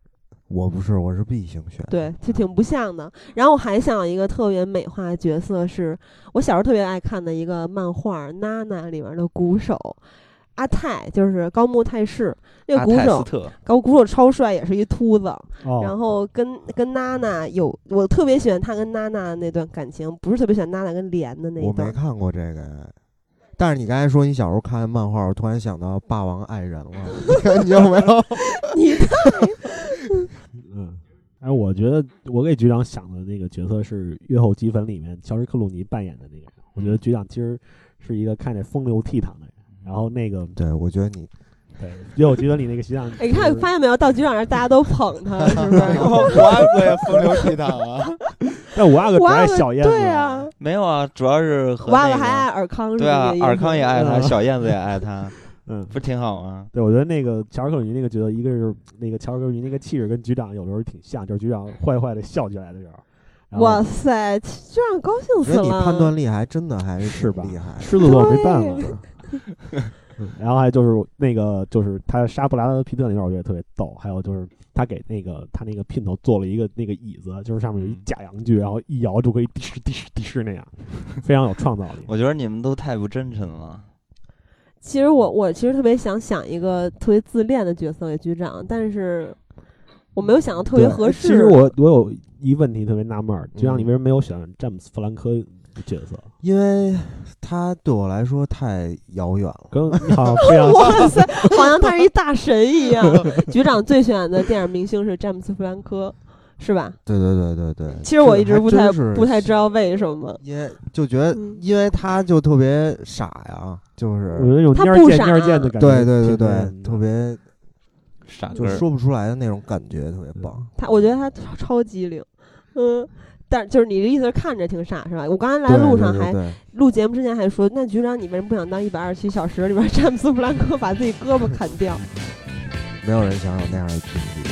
我不是，我是 B 型血。 对，就挺不像的。然后我还想一个特别美化的角色，是我小时候特别爱看的一个漫画《娜娜》里面的鼓手阿泰，就是高木泰士那个鼓手，高鼓手超帅，也是一秃子。 哦、 然后跟跟娜娜有，我特别喜欢他跟娜娜那段感情，不是特别喜欢娜娜跟莲的那一段。 我没看过这个。但是你刚才说你小时候看漫画，我突然想到《霸王爱人》了，你有没有？ 你太嗯，哎，我觉得我给局长想的那个角色是《月后积分》里面乔治克鲁尼扮演的那个人。我觉得局长其实是一个看着风流倜傥的人。然后那个， 对，我觉得你对《月后积分》里那个形象， 哎，你看发现没有？到局长这大家都捧他，是不是？ 五阿哥也风流倜傥啊。 但五阿哥只爱小燕子。 对啊， 没有啊，主要是和、那个、 五阿哥还爱尔康， 对啊，尔康也爱他， 嗯、 小燕子也爱他， 嗯， 不挺好吗？ 对，我觉得那个乔治克鲁尼那个角色，一个是那个乔治克鲁尼那个气质跟局长有时候挺像，就是局长坏坏的笑起来的时候， 哇塞，局长高兴死了。 你判断力还真的还是厉害， 狮子座没办法。嗯、然后还就是那个就是他杀布拉德皮特那段我觉得特别逗，还有就是他给那个他那个姘头做了一个那个椅子，就是上面有一假阳具，然后一摇就可以滴湿滴湿滴湿那样，非常有创造力。 我觉得你们都太不真诚了。 其实我我其实特别想想一个特别自恋的角色给局长，但是我没有想到特别合适。 其实我我有一问题特别纳闷，局长你为什么没有选詹姆斯弗兰科角色？ 因为他对我来说太遥远了， 跟你好像非常哇塞，好像他是一大神一样。局长最选的电影明星是詹姆斯弗兰科，是吧？ 对对对对对。 其实我一直不太不太知道为什么， 因为就觉得，因为他就特别傻呀，就是我觉得有蔫儿贱蔫儿贱的感觉， 对对对对，特别傻， 就说不出来的那种感觉，特别棒。 他我觉得他超超机灵，嗯。但就是你的意思是看着挺傻是吧？我刚才来路上还录节目之前还说，那局长你为什么不想当一百二十七小时里边詹姆斯弗兰科把自己胳膊砍掉？ 没有人想有那样的经历。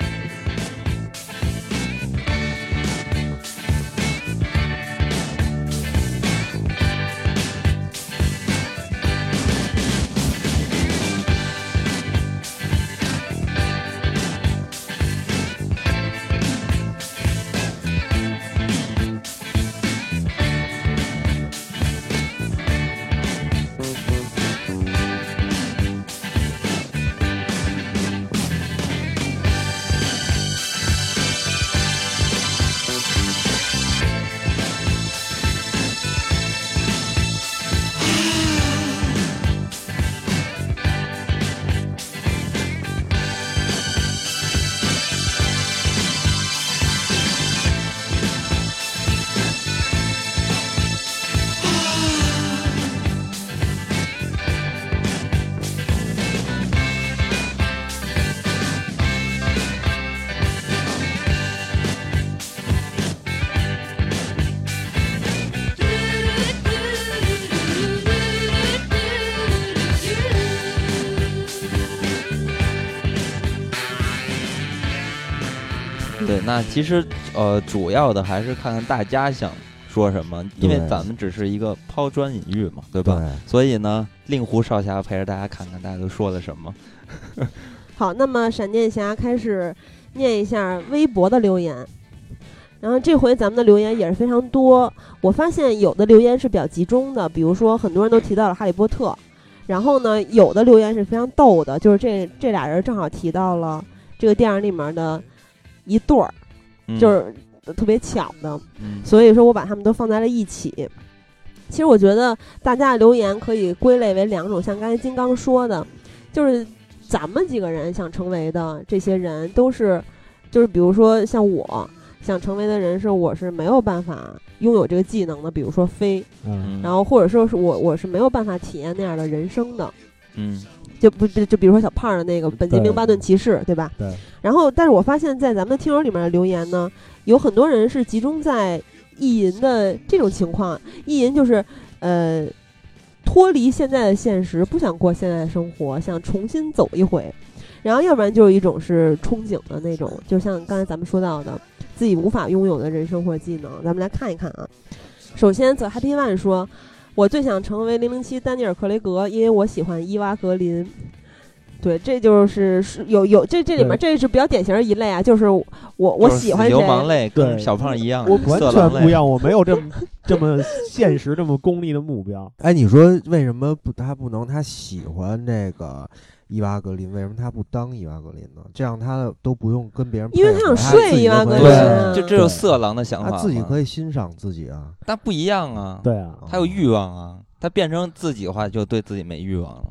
对，那其实呃，主要的还是看看大家想说什么，因为咱们只是一个抛砖引玉嘛，对吧？ 对， 所以呢，令狐少侠陪着大家看看大家都说了什么。 好，那么闪电侠开始念一下微博的留言，然后这回咱们的留言也是非常多。我发现有的留言是比较集中的，比如说很多人都提到了哈利波特，然后呢，有的留言是非常逗的，就是这这俩人正好提到了这个电影里面的一对儿， 嗯、 就是特别巧的、 嗯， 所以说我把他们都放在了一起。其实我觉得大家的留言可以归类为两种，像刚才金刚说的，就是咱们几个人想成为的这些人都是，就是比如说像我想成为的人是我是没有办法拥有这个技能的，比如说飞， 嗯， 然后或者说是我我是没有办法体验那样的人生的， 嗯， 就不就比如说小胖的那个本杰明巴顿骑士，对吧？ 对。 然后，但是我发现，在咱们的听友里面的留言呢，有很多人是集中在意淫的这种情况，意淫就是呃脱离现在的现实，不想过现在的生活，想重新走一回。然后，要不然就是一种是憧憬的那种，就像刚才咱们说到的，自己无法拥有的人生或技能。咱们来看一看啊。首先 ，The Happy One 说。我最想成为零零七丹尼尔·克雷格，因为我喜欢伊娃·格林。 对，这就是是有有这这里面这是比较典型的一类啊，就是我我喜欢谁， 流氓类跟对小胖一样， 我完色狼类全不一样，我没有这么这么现实、这么功利的目标。 哎，你说为什么不他不能他喜欢这个伊娃格林，为什么他不当伊娃格林呢？这样他都不用跟别人配合， 因为他想睡伊娃格林对啊， 就这就是色狼的想法嘛， 他自己可以欣赏自己啊。 但不一样啊， 对啊， 他有欲望啊，他变成自己的话就对自己没欲望了。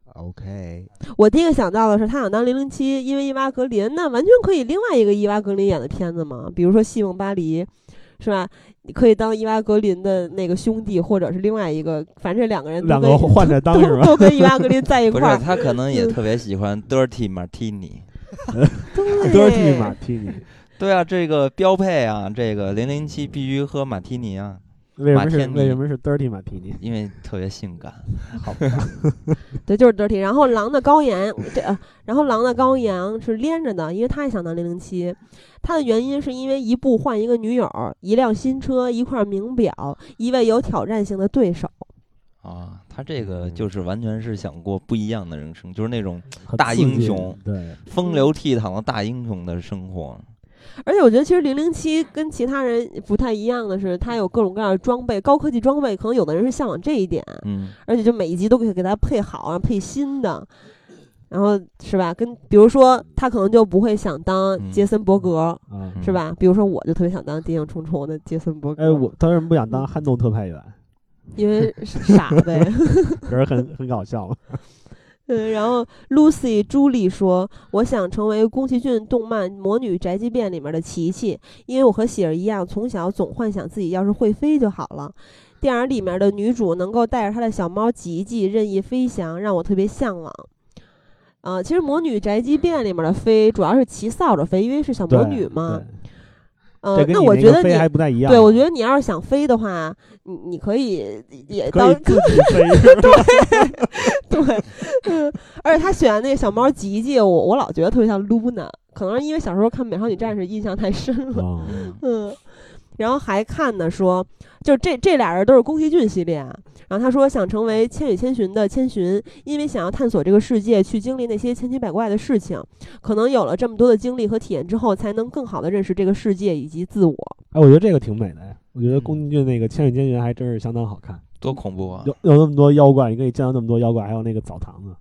OK， 我第一个想到的是他想当零零七，因为伊娃格林，那完全可以另外一个伊娃格林演的片子嘛，比如说《戏梦巴黎》，是吧？你可以当伊娃格林的那个兄弟，或者是另外一个，反正这两个人都两个换着当是吧？ 都跟伊娃格林在一块儿。 不是，他可能也特别喜欢 Dirty Martini。 对 Dirty Martini。 对啊，这个标配啊，这个零零七必须喝马提尼啊。 为什么是马天尼为什么是 Dirty Martini？ 因为特别性感。 好吧， 对，就是 dirty。然后狼的羔羊，这呃，然后狼的羔羊是连着的，因为他也想当零零七。他的原因是因为一部换一个女友，一辆新车，一块名表，一位有挑战性的对手。 啊，他这个就是完全是想过不一样的人生，就是那种大很刺激英雄， 对， 风流倜傥的大英雄的生活。 而且我觉得其实零零七跟其他人不太一样的是，他有各种各样的装备，高科技装备，可能有的人是向往这一点， 嗯， 而且就每一集都给给他配好，然后配新的，然后是吧？跟比如说他可能就不会想当杰森伯格， 啊， 嗯是吧？比如说我就特别想当谍影重重的杰森伯格， 哎，我他为什么不想当憨豆特派员？ 因为傻呗。 可是很很搞笑嘛。 嗯，然后 Lucy 朱莉说：“我想成为宫崎骏动漫《魔女宅急便》里面的琪琪，因为我和喜儿一样，从小总幻想自己要是会飞就好了。电影里面的女主能够带着她的小猫吉吉任意飞翔，让我特别向往。呃，其实《魔女宅急便》里面的飞主要是骑扫帚飞，因为是小魔女嘛。呃， 那我觉得你还不太一样。 对，我觉得你要是想飞的话，你你可以也当可以自己飞， 对对，嗯，而且他选那个小猫吉吉，我我老觉得特别像 Luna， 可能是因为小时候看《美少女战士》印象太深了， 哦、 嗯，然后还看呢说，就这这俩人都是宫崎骏系列啊。然后他说想成为《千与千寻》的千寻，因为想要探索这个世界，去经历那些千奇百怪的事情。可能有了这么多的经历和体验之后，才能更好的认识这个世界以及自我。 哎，我觉得这个挺美的呀。我觉得宫崎骏那个《千与千寻》还真是相当好看。 多恐怖啊！ 有有那么多妖怪，你可以见到那么多妖怪，还有那个澡堂子。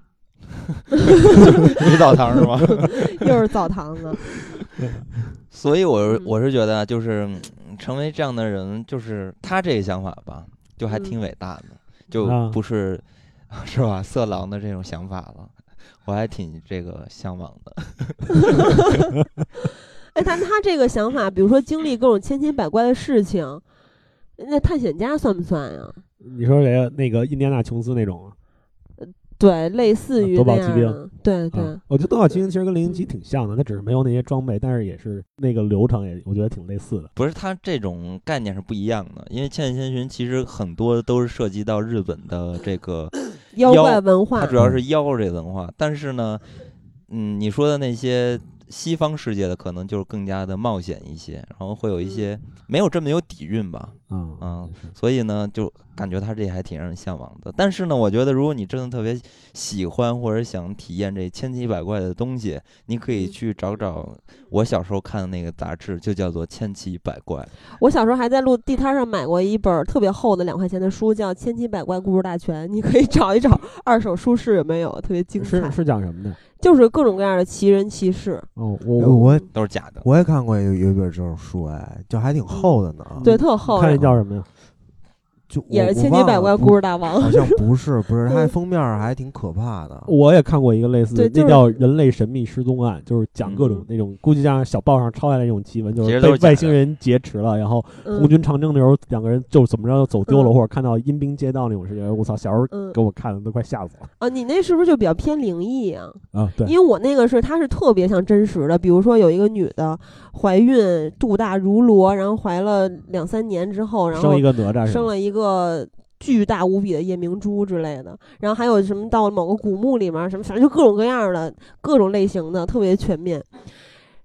女澡堂是吗？ 又是澡堂子。 所以我是我是觉得，就是成为这样的人，就是他这个想法吧。就还挺伟大的，嗯、就不是、啊、是吧？色狼的这种想法了，我还挺这个向往的。 哎，但他这个想法，比如说经历各种千奇百怪的事情，那探险家算不算呀？ 你说谁？那个印第安纳琼斯那种？ 对，类似于夺宝奇兵。 对对、 嗯，我觉得夺宝奇兵其实跟零零七挺像的，它只是没有那些装备，但是也是那个流程也我觉得挺类似的。 不是，它这种概念是不一样的，因为《千与千寻》其实很多都是涉及到日本的这个妖怪文化， 它主要是妖这文化。但是呢，嗯，你说的那些西方世界的可能就是更加的冒险一些，然后会有一些没有这么有底蕴吧。 嗯嗯，所以呢，就感觉他这还挺让人向往的。但是呢，我觉得如果你真的特别喜欢或者想体验这千奇百怪的东西，你可以去找找我小时候看的那个杂志，就叫做《千奇百怪》。 我小时候还在路地摊上买过一本特别厚的两块钱的书，叫《千奇百怪故事大全》，你可以找一找二手书市有没有，特别精彩。 是是讲什么的？ 就是各种各样的奇人奇事。 哦，我我都是假的。 我也看过有有一本这种书，哎，就还挺厚的呢。 对，特厚。 看这叫什么呀？ 就也是千奇百怪故事大王， 好像不是，不是，它封面还挺可怕的。 我也看过一个类似的， 就是、 那叫《人类神秘失踪案》，就是讲各种那种，估计像小报上抄下来那种奇闻，就是被外星人劫持了，然后红军长征的时候，两个人就怎么着走丢了， 嗯、 或者看到阴兵街道那种事情。我操，小时候给我看的都快吓死了。 啊，你那是不是就比较偏灵异啊？ 啊，对， 因为我那个是它是特别像真实的，比如说有一个女的怀孕，肚大如箩，然后怀了两三年之后，然后生一个哪吒， 生了一个。巨大无比的夜明珠之类的，然后还有什么到某个古墓里面什么，反正就各种各样的各种类型的，特别全面。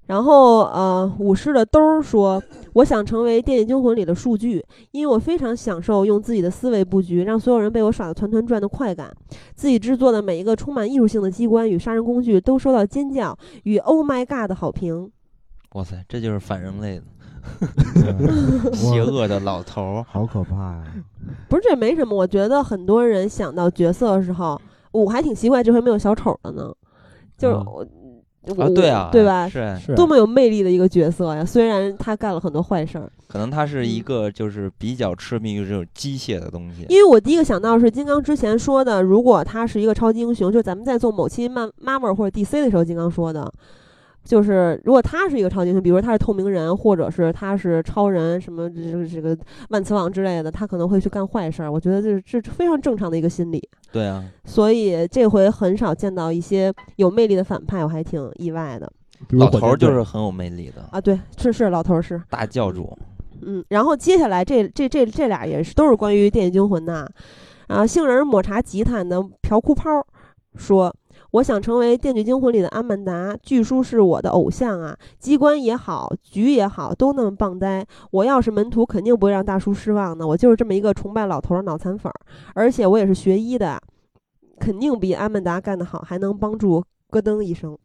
然后呃，武士的兜儿说，我想成为《电锯惊魂》里的数据，因为我非常享受用自己的思维布局，让所有人被我耍得团团转的快感。自己制作的每一个充满艺术性的机关与杀人工具都收到尖叫与 Oh my God 的好评。 哇塞，这就是反人类的邪恶的老头儿， 好可怕呀！ 不是，这没什么。我觉得很多人想到角色的时候，我还挺奇怪这回没有小丑的呢，就是我。 啊，对啊， 对吧？ 是是多么有魅力的一个角色呀！虽然他干了很多坏事儿， 可能他是一个就是比较痴迷于这种机械的东西。 因为我第一个想到是金刚之前说的，如果他是一个超级英雄，就咱们在做某期漫 Marvel 或者 D C 的时候，金刚说的，就是如果他是一个超级英雄，比如说他是透明人，或者是他是超人，什么这个这个万磁王之类的，他可能会去干坏事儿。我觉得这是非常正常的一个心理。 对啊， 所以这回很少见到一些有魅力的反派，我还挺意外的。 老头就是很有魅力的啊，对，是是老头是大教主。 嗯，然后接下来这这这这俩也是都是关于《电锯惊魂》的。啊，杏仁抹茶吉他的瓢哭泡说，我想成为《电锯惊魂》里的阿曼达，巨叔是我的偶像啊，机关也好，局也好，都那么棒呆。我要是门徒，肯定不会让大叔失望的。我就是这么一个崇拜老头的脑残粉儿，而且我也是学医的，肯定比阿曼达干得好，还能帮助咯噔一声。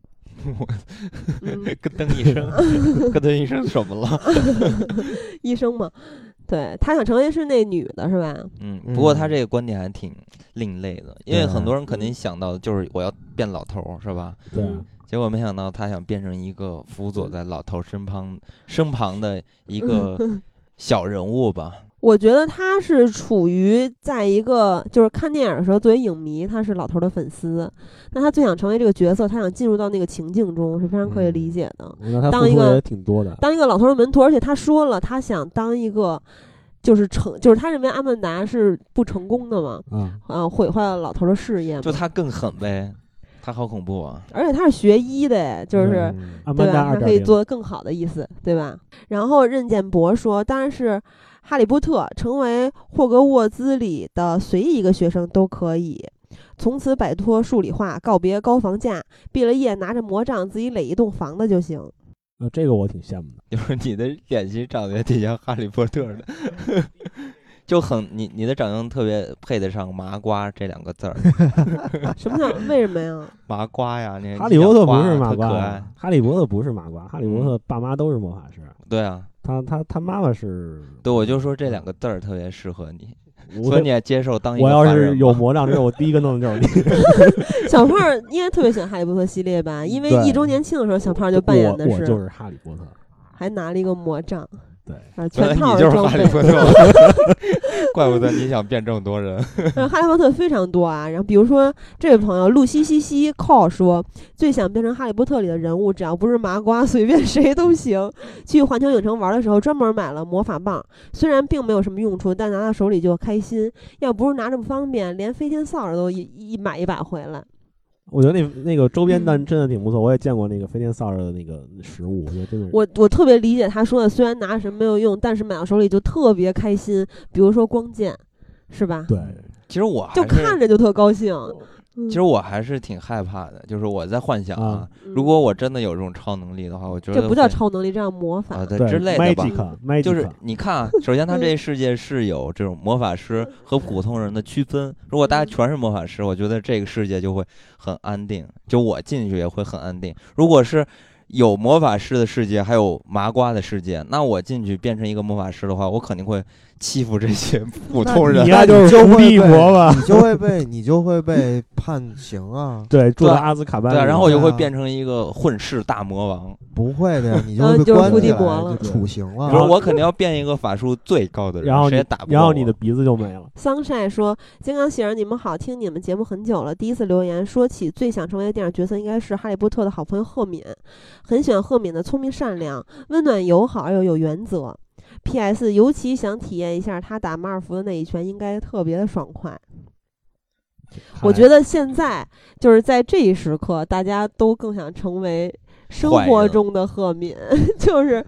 嗯、咯噔一声，咯噔一声什么了？ 医生嘛，对，他想成为是那女的是吧？ 嗯，不过他这个观点还挺另类的，因为很多人肯定想到就是我要变老头，是吧？ 对。 结果没想到他想变成一个辅佐在老头身旁身旁的一个小人物吧。 我觉得他是处于在一个就是看电影的时候，作为影迷，他是老头的粉丝，那他最想成为这个角色，他想进入到那个情境中，是非常可以理解的。 嗯、那他付出也挺多的， 当一个老头的门徒，而且他说了，他想当一个就是成，就是他认为阿曼达是不成功的嘛， 嗯， 啊，毁坏了老头的事业嘛， 就他更狠呗。他好恐怖啊！ 而且他是学医的，就是、 嗯、 对吧？他可以做得更好的意思，对吧？然后任建博说，当然是哈利波特，成为霍格沃兹里的随意一个学生都可以，从此摆脱数理化，告别高房价，毕了业拿着魔杖自己垒一栋房子就行。 呃，这个我挺羡慕的， 就是你的脸型长得也挺像哈利波特的。就很你你的长相特别配得上麻瓜这两个字儿。 什么叫为什么呀？ 麻瓜呀，那哈利波特不是麻瓜，哈利波特不是麻瓜，哈利波特爸妈都是魔法师。 嗯、对啊， 他他他妈妈是。 对，我就说这两个字儿特别适合你，所以你也接受当一个我要是有魔杖之后，我第一个弄的就是你。小胖应该特别喜欢哈利波特系列吧？因为一周年庆的时候，小胖就扮演的是我, 我就是哈利波特， 还拿了一个魔杖。 对， 啊，全套你就是哈利波特，怪不得你想变这么多人。 哈利波特非常多啊，然后比如说这位朋友露西西西 call 说，最想变成哈利波特里的人物，只要不是麻瓜，随便谁都行。去环球影城玩的时候，专门买了魔法棒，虽然并没有什么用处，但拿到手里就开心。要不是拿着不方便，连飞天扫帚都一一买一把回来。 我觉得那那个周边单真的挺不错，我也见过那个飞天扫帚的那个实物，我觉得真的。 我我特别理解他说的，虽然拿什么没有用，但是买到手里就特别开心。比如说光剑，是吧？ 对， 其实我还就看着就特高兴。 其实我还是挺害怕的，就是我在幻想啊， 嗯、 如果我真的有这种超能力的话，我觉得这不叫超能力，这叫魔法啊，对之类的吧。 Magic, 就是你看啊，首先它这世界是有这种魔法师和普通人的区分。如果大家全是魔法师，我觉得这个世界就会很安定，就我进去也会很安定。如果是有魔法师的世界，还有麻瓜的世界，那我进去变成一个魔法师的话，我肯定会欺负这些普通人。 你那就是伏地魔吧？ 你就会被你就会被判刑啊！ 对，住在阿兹卡班。 对，然后我就会变成一个混世大魔王。 不会的呀，你就会被关起来，就处刑了。 不是，我肯定要变一个法术最高的人， 然后谁也打不过我。 然后你的鼻子就没了。 桑晒说：“金刚喜儿，你们好，听你们节目很久了，第一次留言。说起最想成为的电影角色，应该是哈利波特的好朋友赫敏，很喜欢赫敏的聪明善良、温暖友好而又有原则。P S 尤其想体验一下他打马尔福的那一拳，应该特别的爽快。”我觉得现在就是在这一时刻，大家都更想成为生活中的赫敏，就是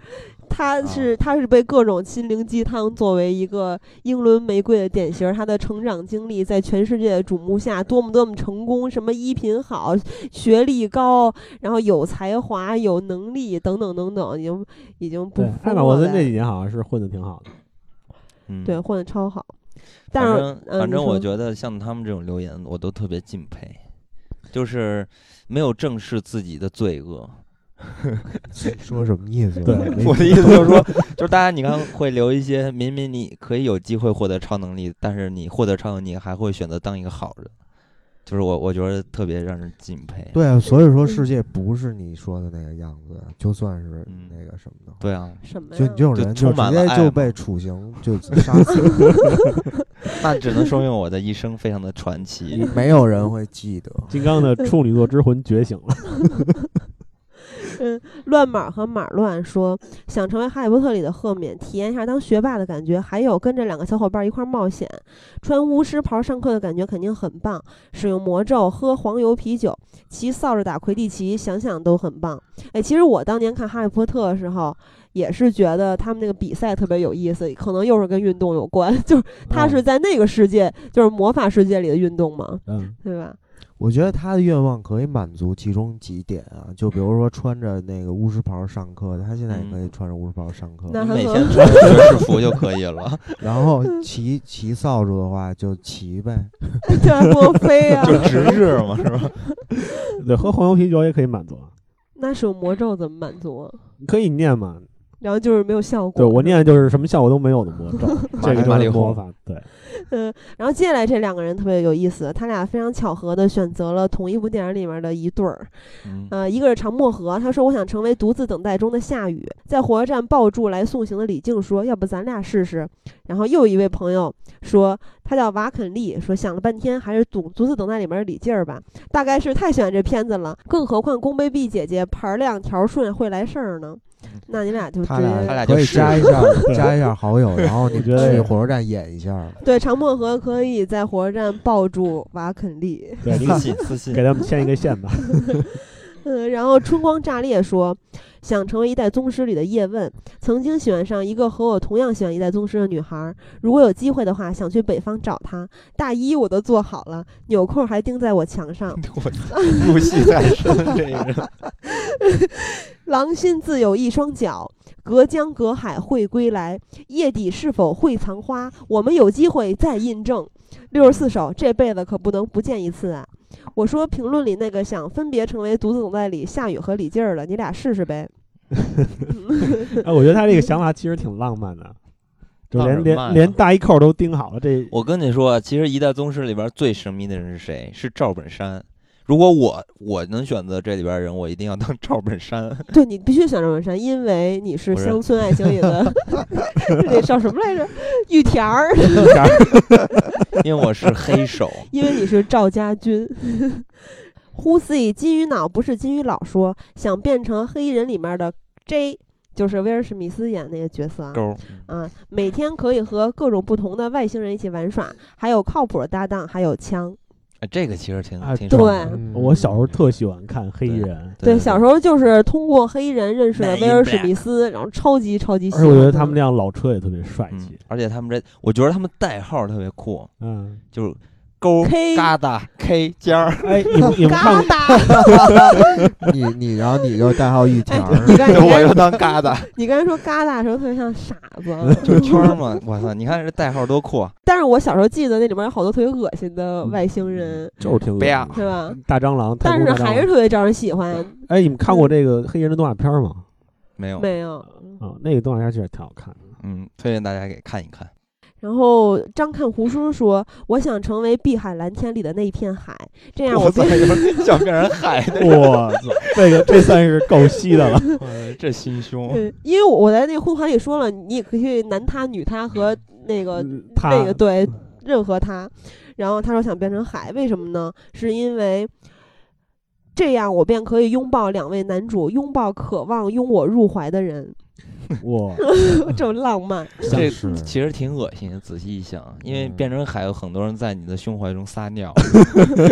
他是他是被各种心灵鸡汤作为一个英伦玫瑰的典型，他的成长经历在全世界的瞩目下多么多么成功，什么衣品好，学历高，然后有才华、有能力等等等等，已经已经不。 对，艾玛沃森这几年好像是混得挺好的， 嗯， 对，混得超好。但是反正、 嗯、 反正我觉得像他们这种留言，我都特别敬佩，就是没有正视自己的罪恶。 说什么意思？ 对， 我的意思就是说，就是大家你看会留一些，明明你可以有机会获得超能力，但是你获得超能力还会选择当一个好人，就是我我觉得特别让人敬佩。 对啊，所以说世界不是你说的那个样子，就算是那个什么的。 对啊， 什么呀？ 就你这种人就直接就被处刑就杀死了。 那只能说明我的一生非常的传奇， 没有人会记得。 金刚的处女座之魂觉醒了。 嗯，乱马和马乱说想成为哈利波特里的赫敏，体验一下当学霸的感觉，还有跟着两个小伙伴一块冒险，穿巫师袍上课的感觉肯定很棒，使用魔咒，喝黄油啤酒，骑扫帚打魁地奇，想想都很棒。哎，其实我当年看哈利波特的时候也是觉得他们那个比赛特别有意思，可能又是跟运动有关，就是他是在那个世界，就是魔法世界里的运动嘛， 嗯， 对吧？ 我觉得他的愿望可以满足其中几点啊，就比如说穿着那个巫师袍上课，他现在也可以穿着巫师袍上课， 嗯、 每天穿着爵士服就可以了。 然后骑骑扫帚的话就骑呗， 对，多飞啊， 就直视嘛，是吧？ 对，喝黄油啤酒也可以满足。 那使用魔咒怎么满足？ 可以念嘛？ 然后就是没有效果。 对，我念的就是什么效果都没有的魔咒，这个就是魔法。对， 嗯，然后接下来这两个人特别有意思，他俩非常巧合的选择了同一部电影里面的一对儿。 嗯、 呃，一个是常墨河，他说我想成为独自等待中的夏雨，在火车站抱住来送行的李靖说，要不咱俩试试。然后又一位朋友说他叫瓦肯利，说想了半天还是独独自等待里面的李劲儿吧，大概是太喜欢这片子了，更何况宫杯碧姐姐盘亮条顺会来事儿呢。那你俩就直接他俩他俩可以加一下加一下好友，然后你觉得去火车站演一下。 对，常墨河可以在火车站抱住瓦肯利， 对， 私信私信给他们牵一个线吧。 嗯，然后春光炸裂说想成为一代宗师里的叶问，曾经喜欢上一个和我同样喜欢一代宗师的女孩，如果有机会的话想去北方找她，大衣我都做好了，纽扣还钉在我墙上。 我入戏太深，这个人狼心自有一双脚，隔江隔海会归来，夜底是否会藏花，我们有机会再印证。六十四首，这辈子可不能不见一次啊！我说评论里那个想分别成为独自等待里夏雨和李劲儿的，你俩试试呗。 哎，我觉得他这个想法其实挺浪漫的，就连连连大衣扣都钉好了。这我跟你说，其实一代宗师里边最神秘的人是谁？是赵本山。如果我我能选择这里边人，我一定要当赵本山。 对，你必须选赵本山，因为你是乡村爱情里的那叫什么来着？玉田儿。 因为我是黑手。 因为你是赵家军。呼 C 金鱼脑不是金鱼佬说想变成黑衣人里面的 J， 就是威尔史密斯演那个角色啊。 勾啊，每天可以和各种不同的外星人一起玩耍，还有靠谱的搭档，还有枪。 这个其实挺挺对， 我小时候特喜欢看黑衣人。 对，对小时候就是通过黑衣人认识了威尔史密斯，然后超级超级喜欢。 而且我觉得他们辆老车也特别帅气、 嗯，而且他们这，我觉得他们代号特别酷， 嗯， 就是。勾嘎达 K 尖儿， 哎，你们你们看你你然后你就代号玉田儿， 我就当嘎达。 你刚才说嘎达的时候特别像傻子， 就是圈嘛，我操！你看这代号多酷。 但是我小时候记得那里面有好多特别恶心的外星人， 就是挺恶心， 是吧？ 大蟑螂， 但是还是特别招人喜欢。 哎，你们看过这个黑衣人的动画片吗？ 没有， 没有。 啊，那个动画片其实挺好看的， 嗯，推荐大家给看一看。 然后张看胡叔说我想成为碧海蓝天里的那一片海，这样我变想变成海的。 我操，这个这算是够稀的了。 这心胸。 嗯，因为我在那个婚团里说了，你也可以男他女他和那个、嗯、那个对任何他。然后他说想变成海，为什么呢？是因为这样我便可以拥抱两位男主，拥抱渴望拥我入怀的人。 哇， 这么浪漫， 这其实挺恶心的。仔细一想，因为变成海有很多人在你的胸怀中撒尿，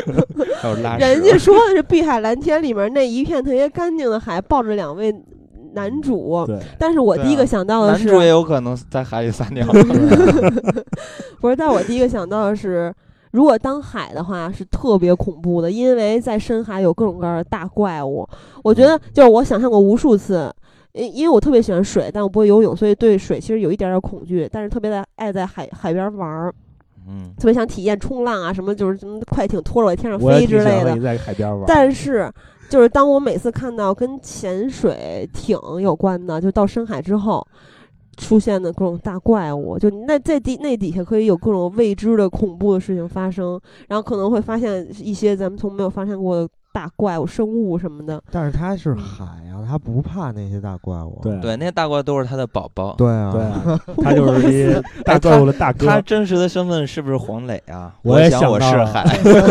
还有拉屎。 人家说的是碧海蓝天里面那一片特别干净的海，抱着两位男主， 对， 但是我第一个想到的是， 男主也有可能在海里撒尿。 不是，但我第一个想到的是，如果当海的话是特别恐怖的，因为在深海有各种各样的大怪物。我觉得就是我想象过无数次，因因为我特别喜欢水，但我不会游泳，所以对水其实有一点点恐惧，但是特别的爱在海海边玩儿。 嗯， 特别想体验冲浪啊，什么就是什么快艇拖着我在天上我也飞之类的。 在海边玩， 但是就是当我每次看到跟潜水艇有关的，就到深海之后出现的各种大怪物，就那在底那底下可以有各种未知的恐怖的事情发生，然后可能会发现一些咱们从没有发现过的大怪物、生物什么的。 但是它是海啊，它不怕那些大怪物。 对对，那些大怪都是他的宝宝。 对啊， 对啊，他就是这些大怪物的大哥。 他真实的身份是不是黄磊啊？ 我也想我是海。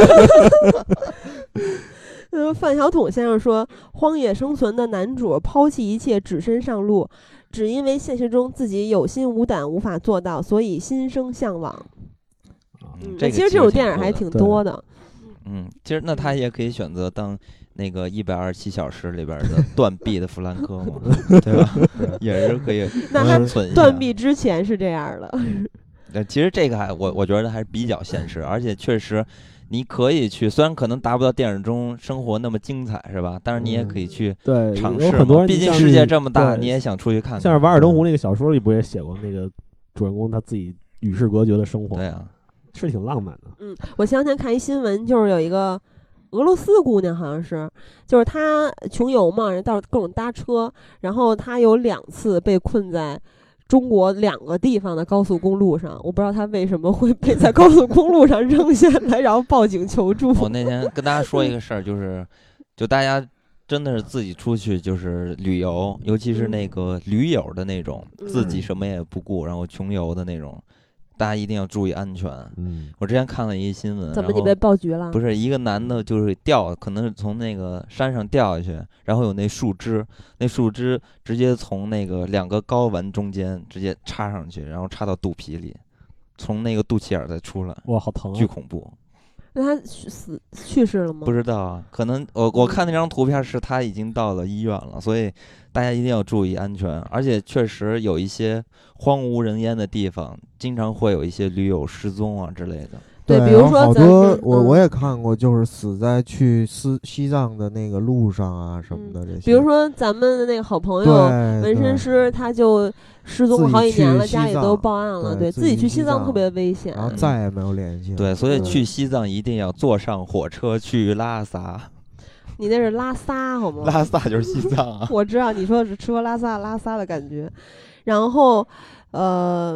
嗯，范小统先生说，荒野生存的男主抛弃一切，只身上路，只因为现实中自己有心无胆，无法做到，所以心生向往。嗯， 这个其实这种电影还挺多的。 嗯，其实那他也可以选择当那个一百二十七小时里边的断臂的弗兰科嘛，对吧？也是可以生存一下。 断臂之前是这样的。 呃，其实这个还我我觉得还是比较现实，而且确实你可以去，虽然可能达不到电影中生活那么精彩，是吧？但是你也可以去对尝试。 有很多人， 毕竟世界这么大，你也想出去看看。 像是《瓦尔登湖》那个小说里不也写过那个主人公他自己与世隔绝的生活？ 对啊， 是挺浪漫的。 嗯，我前两天看一新闻，就是有一个俄罗斯姑娘，好像是，就是她穷游嘛，人到各种搭车，然后她有两次被困在中国两个地方的高速公路上，我不知道她为什么会被在高速公路上扔下来，然后报警求助。 我那天跟大家说一个事儿，就是就大家真的是自己出去就是旅游，尤其是那个驴友的那种， 嗯、 自己什么也不顾，然后穷游的那种。大家一定要注意安全。 嗯， 我之前看了一新闻， 怎么你被爆菊了？ 不是，一个男的，就是掉，可能是从那个山上掉下去，然后有那树枝，那树枝直接从那个两个睾丸中间直接插上去，然后插到肚皮里，从那个肚脐眼再出来， 哇，好疼、啊， 巨恐怖。 那他死去世了吗？ 不知道啊，可能我我看那张图片是他已经到了医院了，所以大家一定要注意安全。而且确实有一些荒无人烟的地方，经常会有一些驴友失踪啊之类的。 对，比如说好多我嗯、 我也看过，就是死在去西西藏的那个路上啊什么的这些。 嗯、比如说咱们的那个好朋友纹身师，他就失踪了好几年了，家里都报案了，对自己去西藏特别危险， 然后再也没有联系。 对，所以去西藏一定要坐上火车去拉萨。 你那是拉萨好吗？ 拉萨就是西藏啊。 我知道你说是吃喝拉撒拉撒的感觉，然后呃。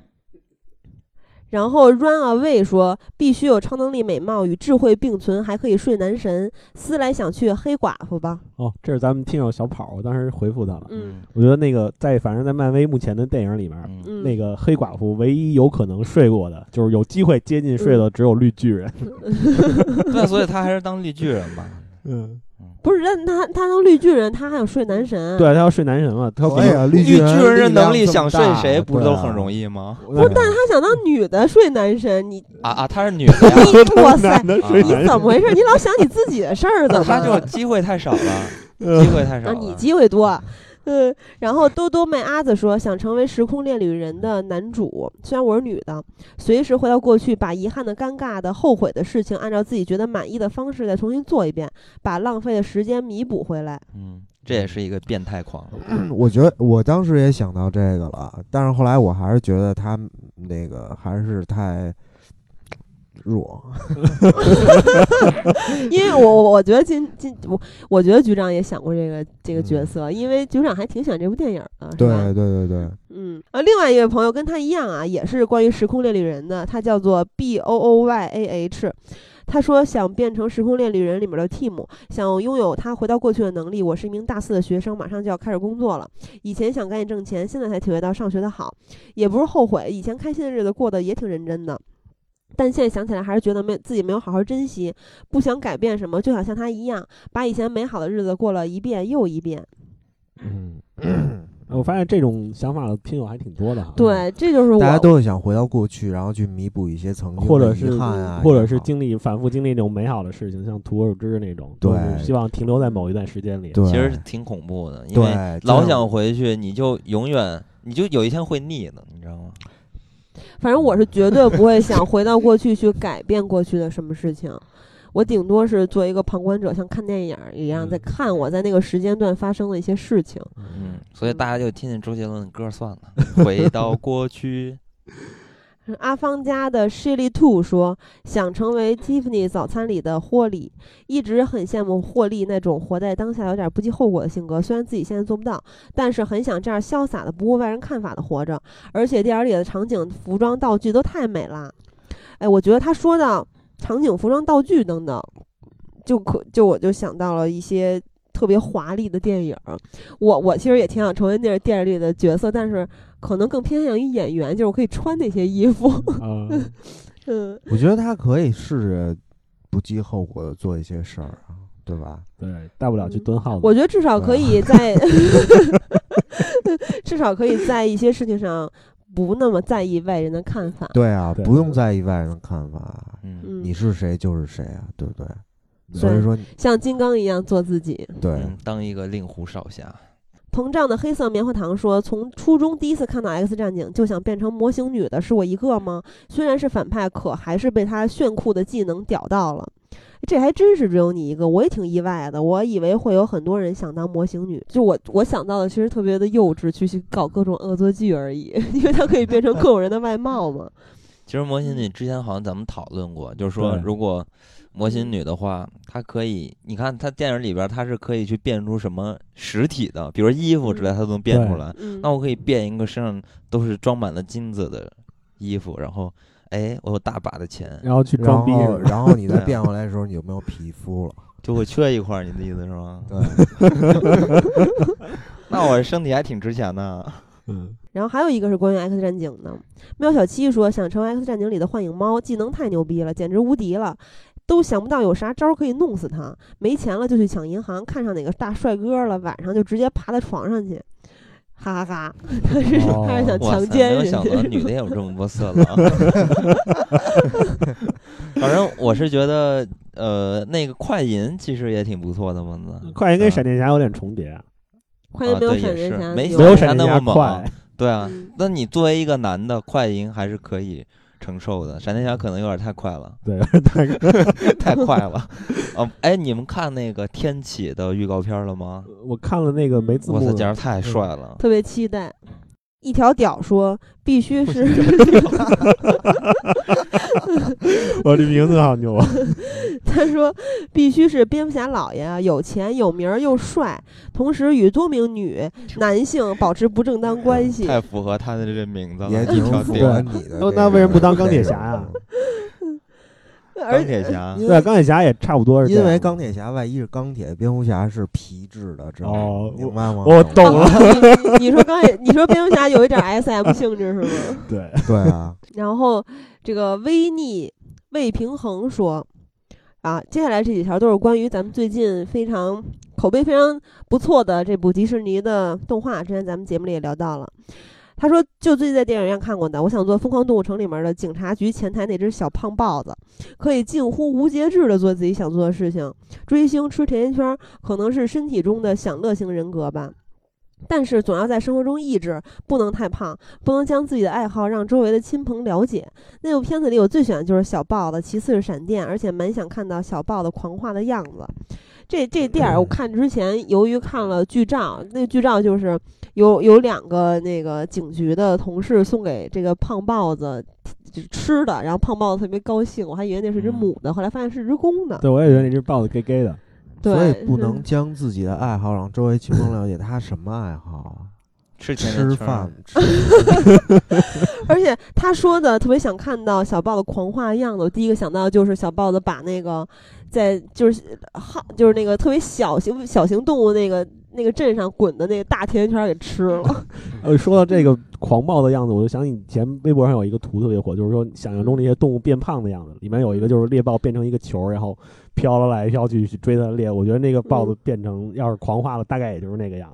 然后 Run Away 说必须有超能力、美貌与智慧并存，还可以睡男神。思来想去，黑寡妇吧。 哦，这是咱们听友小跑，我当时回复他了。 嗯， 我觉得那个在反正在漫威目前的电影里面， 嗯、 那个黑寡妇唯一有可能睡过的，就是有机会接近睡的只有绿巨人。 嗯、对，所以他还是当绿巨人吧。 嗯。 不是，但他他当绿巨人，他还想睡男神。 对，他要睡男神嘛。他哎呀，绿巨人的能力想睡谁，不是都很容易吗？ 不是，但是他想当女的睡男神，你啊啊，他是女的呀！ 哇塞，你怎么回事？你老想你自己的事儿的。 他就机会太少了，机会太少了。 啊，你机会多。嗯，然后兜兜妹阿子说想成为时空恋旅人的男主，虽然我是女的，随时回到过去，把遗憾的、尴尬的、后悔的事情，按照自己觉得满意的方式再重新做一遍，把浪费的时间弥补回来。 嗯，这也是一个变态狂。 我觉得我当时也想到这个了，但是后来我还是觉得他那个还是太弱。 因为我我觉得今今我我觉得局长也想过这个这个角色，嗯、因为局长还挺喜欢这部电影的， 对对对对， 嗯啊，另外一位朋友跟他一样啊，也是关于时空恋旅人的，他叫做 B O O Y A H。他说想变成时空恋旅人里面的 Tim， 想拥有他回到过去的能力。我是一名大四的学生，马上就要开始工作了。以前想赶紧挣钱，现在才体会到上学的好，也不是后悔，以前开心的日子过得也挺认真的。但现在想起来还是觉得没自己没有好好珍惜，不想改变什么，就想像他一样，把以前美好的日子过了一遍又一遍。 嗯， 我发现这种想法的听友还挺多的哈。 对，这就是我大家都是想回到过去，然后去弥补一些曾经的或者是遗憾啊， 或者是经历反复经历那种美好的事情，像徒儿之那种， 对， 都是希望停留在某一段时间里。 对， 其实挺恐怖的，因为老想回去，你就永远你就有一天会腻的，你知道吗？ 反正我是绝对不会想回到过去去改变过去的什么事情。我顶多是做一个旁观者，像看电影一样，在看我在那个时间段发生的一些事情。 嗯，所以大家就听听周杰伦的歌算了。回到过去。 阿方家的 Shirley Two 说，想成为 Tiffany 早餐里的霍利，一直很羡慕霍利那种活在当下有点不计后果的性格，虽然自己现在做不到，但是很想这样潇洒的不顾外人看法的活着。而且电影里的场景、服装、道具都太美了。哎，我觉得他说到场景、服装、道具等等，就可就我就想到了一些特别华丽的电影。我我其实也挺想成为那电影里的角色，但是可能更偏向于演员，就是我可以穿那些衣服。 嗯， 嗯， 我觉得他可以试着不计后果的做一些事儿啊，对吧？ 对，大不了去蹲号子。 我觉得至少可以在，至少可以在一些事情上不那么在意外人的看法。 对啊， 对不用在意外人的看法。 嗯， 你是谁就是谁啊，对不对？ 对， 所以说， 像金刚一样做自己。 对， 嗯，当一个令狐少侠。 膨胀的黑色棉花糖说，从初中第一次看到 X 战警就想变成模型女的是我一个吗？虽然是反派，可还是被他炫酷的技能屌到了。这还真是只有你一个，我也挺意外的。我以为会有很多人想当模型女，就我我想到的其实特别的幼稚，去去搞各种恶作剧而已，因为它可以变成各种人的外貌嘛。 其实模型女之前好像咱们讨论过，就是说如果模型女的话，她可以，你看她电影里边她是可以去变出什么实体的，比如衣服之类，她都能变出来。 嗯、 那我可以变一个身上都是装满了金子的衣服，然后哎，我有大把的钱， 然后去装逼， 然后, 然后你再变回来的时候，你有没有皮肤了？ 就会缺一块，你的意思是吗？ 对。 那我身体还挺值钱的。 嗯。 然后还有一个是关于 X 战警的，喵小七说想成为 X 战警里的幻影猫，技能太牛逼了，简直无敌了，都想不到有啥招可以弄死他。没钱了就去抢银行，看上哪个大帅哥了，晚上就直接爬在床上去，哈哈哈！他是、哦、他是想强奸人家。 没有想到女的也有这么多色狼。反正我是觉得，呃，那个快银其实也挺不错的嘛。 快银跟闪电侠有点重叠。 快银没有闪电侠， 啊、没有闪电侠那么快。对啊， 嗯、 那你作为一个男的，快银还是可以承受的。闪电侠可能有点太快了， 对，太太快了。哦，哎，你们看那个天启的预告片了吗？ 我看了那个没字幕。 我操，简直太帅了， 特别期待。一条屌说必须是我这名字好牛啊！ 他说必须是蝙蝠侠老爷啊，有钱有名又帅，同时与多名女男性保持不正当关系， 太符合他的这个名字了， 也挺符合你的。 那为什么不当钢铁侠呀？ 钢铁侠， 对，钢铁侠也差不多是。 因为钢铁侠外衣是钢铁，蝙蝠侠是皮质的，知道吗？ 哦， 明白吗？ 我懂了。 哦、你, 你说钢铁，你说蝙蝠侠有一点 S M 性质是吗？ 对对啊。 然后这个微逆未平衡说，啊，接下来这几条都是关于咱们最近非常口碑非常不错的这部迪士尼的动画，之前咱们节目里也聊到了。他说就最近在电影院看过的，我想做疯狂动物城里面的警察局前台那只小胖豹子，可以近乎无节制的做自己想做的事情，追星吃甜甜圈可能是身体中的享乐型人格吧，但是总要在生活中抑制，不能太胖，不能将自己的爱好让周围的亲朋了解。那部片子里我最喜欢的就是小豹子，其次是闪电，而且蛮想看到小豹子狂化的样子。这这电影我看之前，由于看了剧照，那剧照就是有有两个那个警局的同事送给这个胖豹子吃的，然后胖豹子特别高兴，我还以为那是只母的，后来发现是只公的。 对，我也觉得那只豹子 gay gay 的。 对， 所以不能将自己的爱好让周围亲朋了解。他什么爱好啊？ 吃吃饭吃。 而且他说的特别想看到小豹子狂化的样子，我第一个想到就是小豹子把那个在就是好就是那个特别小型小型动物那个那个镇上滚的那个大甜甜圈给吃了。 呃，说到这个狂暴的样子，我就想起以前微博上有一个图特别火，就是说想象中那些动物变胖的样子，里面有一个就是猎豹变成一个球，然后飘来飘去去追它的猎。我觉得那个豹子变成、嗯、要是狂化了，大概也就是那个样子。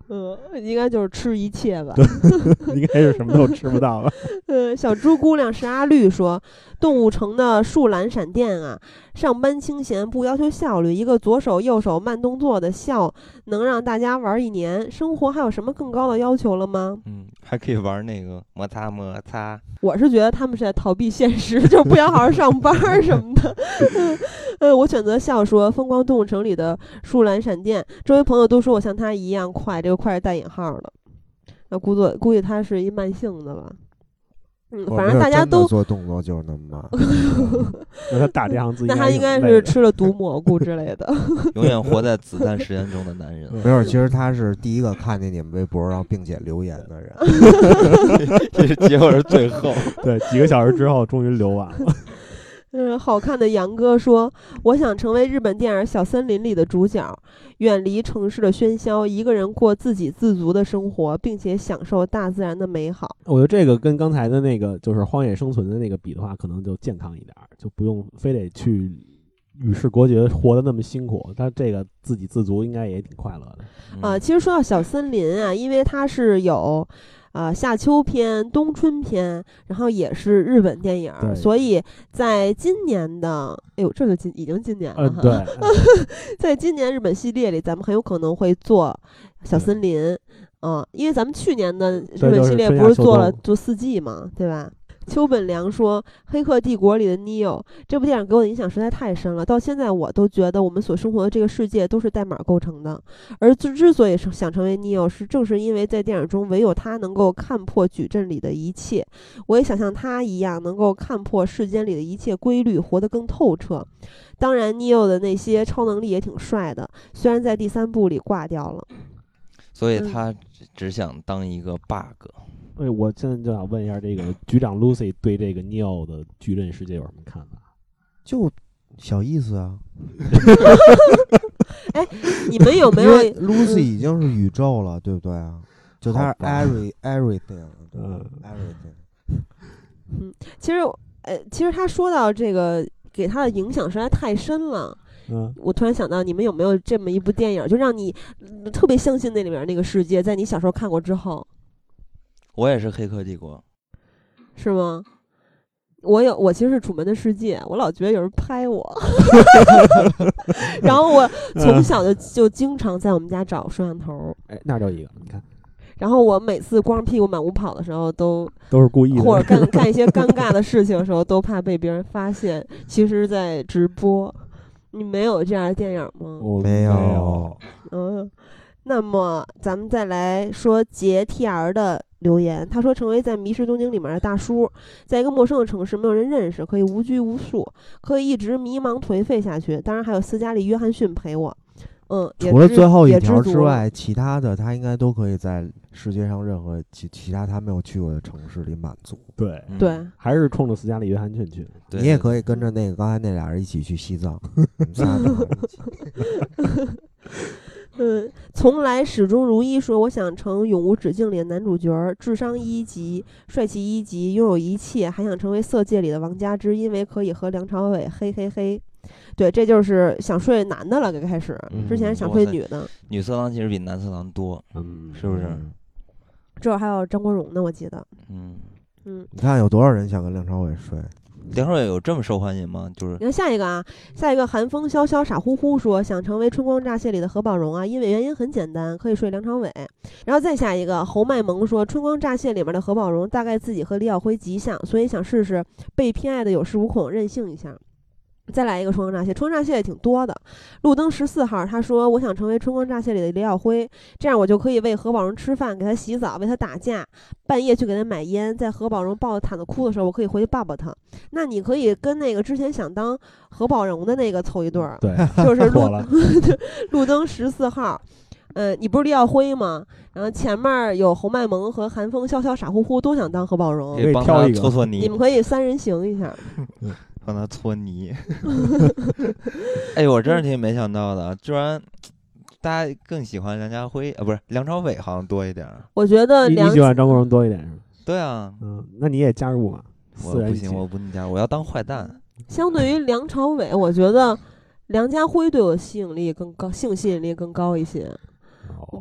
嗯，应该就是吃一切吧。 应该是什么都吃不到了。 呃，小猪姑娘是阿绿说，动物城的树懒闪电啊，上班清闲不要求效率，一个左手右手慢动作的笑能让大家玩一年，生活还有什么更高的要求了吗？ 嗯，还可以玩那个摩擦摩擦。 我是觉得他们是在逃避现实，就不想好好上班什么的。呃，我选择笑说，疯狂动物城里的树懒闪电，周围朋友都说我像他一样快，这个快是带引号的。那估计估计他是一慢性的吧。嗯，反正大家都做动作就是那么慢。 那他打这行字， 那他应该是吃了毒蘑菇之类的。 永远活在子弹实验中的男人。 没有，其实他是第一个看见你们微博然后并且留言的人。 这是结果是最后。 对，几个小时之后终于留完了。 嗯，好看的杨哥说，我想成为日本电影《小森林》里的主角，远离城市的喧嚣，一个人过自给自足的生活，并且享受大自然的美好。 我觉得这个跟刚才的那个就是荒野生存的那个比的话，可能就健康一点，就不用非得去与世隔绝，活得那么辛苦。他这个自给自足应该也挺快乐的。 啊、呃，其实说到小森林啊，因为它是有。啊、呃，夏秋篇、冬春篇，然后也是日本电影，所以在今年的，哎呦，这就今已经今年了， 呃、对， 在今年日本系列里，咱们很有可能会做小森林，嗯、呃，因为咱们去年的日本系列不是做了做四季嘛，对吧？邱本良说，《黑客帝国》里的 Neo 这部电影给我的影响实在太深了，到现在我都觉得我们所生活的这个世界都是代码构成的。而之之所以想成为 Neo， 是正是因为在电影中唯有他能够看破矩阵里的一切。我也想像他一样，能够看破世间里的一切规律，活得更透彻。当然 Neo 的那些超能力也挺帅的，虽然在第三部里挂掉了。 所以他只想当一个 bug。 哎，我现在就想问一下，这个局长 Lucy 对这个 Neo 的矩阵世界有什么看法？ 就小意思啊。 哎，你们有没有 Lucy 已经是宇宙了，对不对啊？就它是 every everything， 嗯 everything。 嗯，其实呃，其实他说到这个，给他的影响实在太深了。 嗯， 我突然想到，你们有没有这么一部电影，就让你、嗯、特别相信那里面那个世界，在你小时候看过之后？ 我也是黑客帝国， 是吗？我有，我其实是楚门的世界，我老觉得有人拍我，然后我从小就就经常在我们家找摄像头。 哎，那儿就一个，你看。 然后我每次光着屁股满屋跑的时候都， 都是故意的， 或者干干一些尴尬的事情的时候，都怕被别人发现，其实在直播。你没有这样的电影吗？ 我没有。 嗯，那么咱们再来说杰 T R 的留言，他说成为在迷失东京里面的大叔，在一个陌生的城市没有人认识，可以无拘无束，可以一直迷茫颓废下去。当然还有斯嘉丽约翰逊陪我。嗯， 除了最后一条之外，其他的他应该都可以在世界上任何其其他他没有去过的城市里满足。 对对、 嗯，还是冲着斯嘉丽约翰逊去。 你也可以跟着那个刚才那俩人一起去西藏，你们仨正好一起。 嗯，从来始终如一说，我想成《永无止境》里的男主角，智商一级，帅气一级，拥有一切，还想成为《色戒》里的王佳芝，因为可以和梁朝伟嘿嘿嘿。对，这就是想睡男的了。刚开始， 嗯、 之前想睡女的。 女色狼其实比男色狼多， 嗯， 是不是？ 这会儿还有张国荣呢，我记得。 嗯嗯， 你看有多少人想跟梁朝伟睡？ 梁朝伟有这么受欢迎吗？就是你看下一个啊，下一个寒风萧萧傻乎乎说想成为《春光乍泄》里的何宝荣啊，因为原因很简单，可以睡梁朝伟。然后再下一个侯麦萌说，《春光乍泄》里面的何宝荣大概自己和李晓辉极像，所以想试试被偏爱的有恃无恐，任性一下。再来一个春光乍泄，春光乍泄也挺多的。路灯十四号他说，我想成为春光乍泄里的李晓辉，这样我就可以喂何宝荣吃饭，给他洗澡，为他打架，半夜去给他买烟，在何宝荣抱着毯子哭的时候，我可以回去抱抱他。那你可以跟那个之前想当何宝荣的那个凑一对儿， 对， 就是路路灯十四号。嗯、呃，你不是李晓辉吗？然后前面有侯麦萌和寒风萧萧傻乎乎都想当何宝荣， 可以帮他搓搓泥， 你们可以三人行一下。 帮他搓泥。哎，我真是挺没想到的，居然大家更喜欢梁家辉啊，不是梁朝伟好像多一点。 我觉得梁你喜欢张国荣多一点是吗？ 对啊， 嗯，那你也加入嘛？ 我不行，我不能加入，我要当坏蛋。 相对于梁朝伟，我觉得梁家辉对我吸引力更高，性吸引力更高一些。我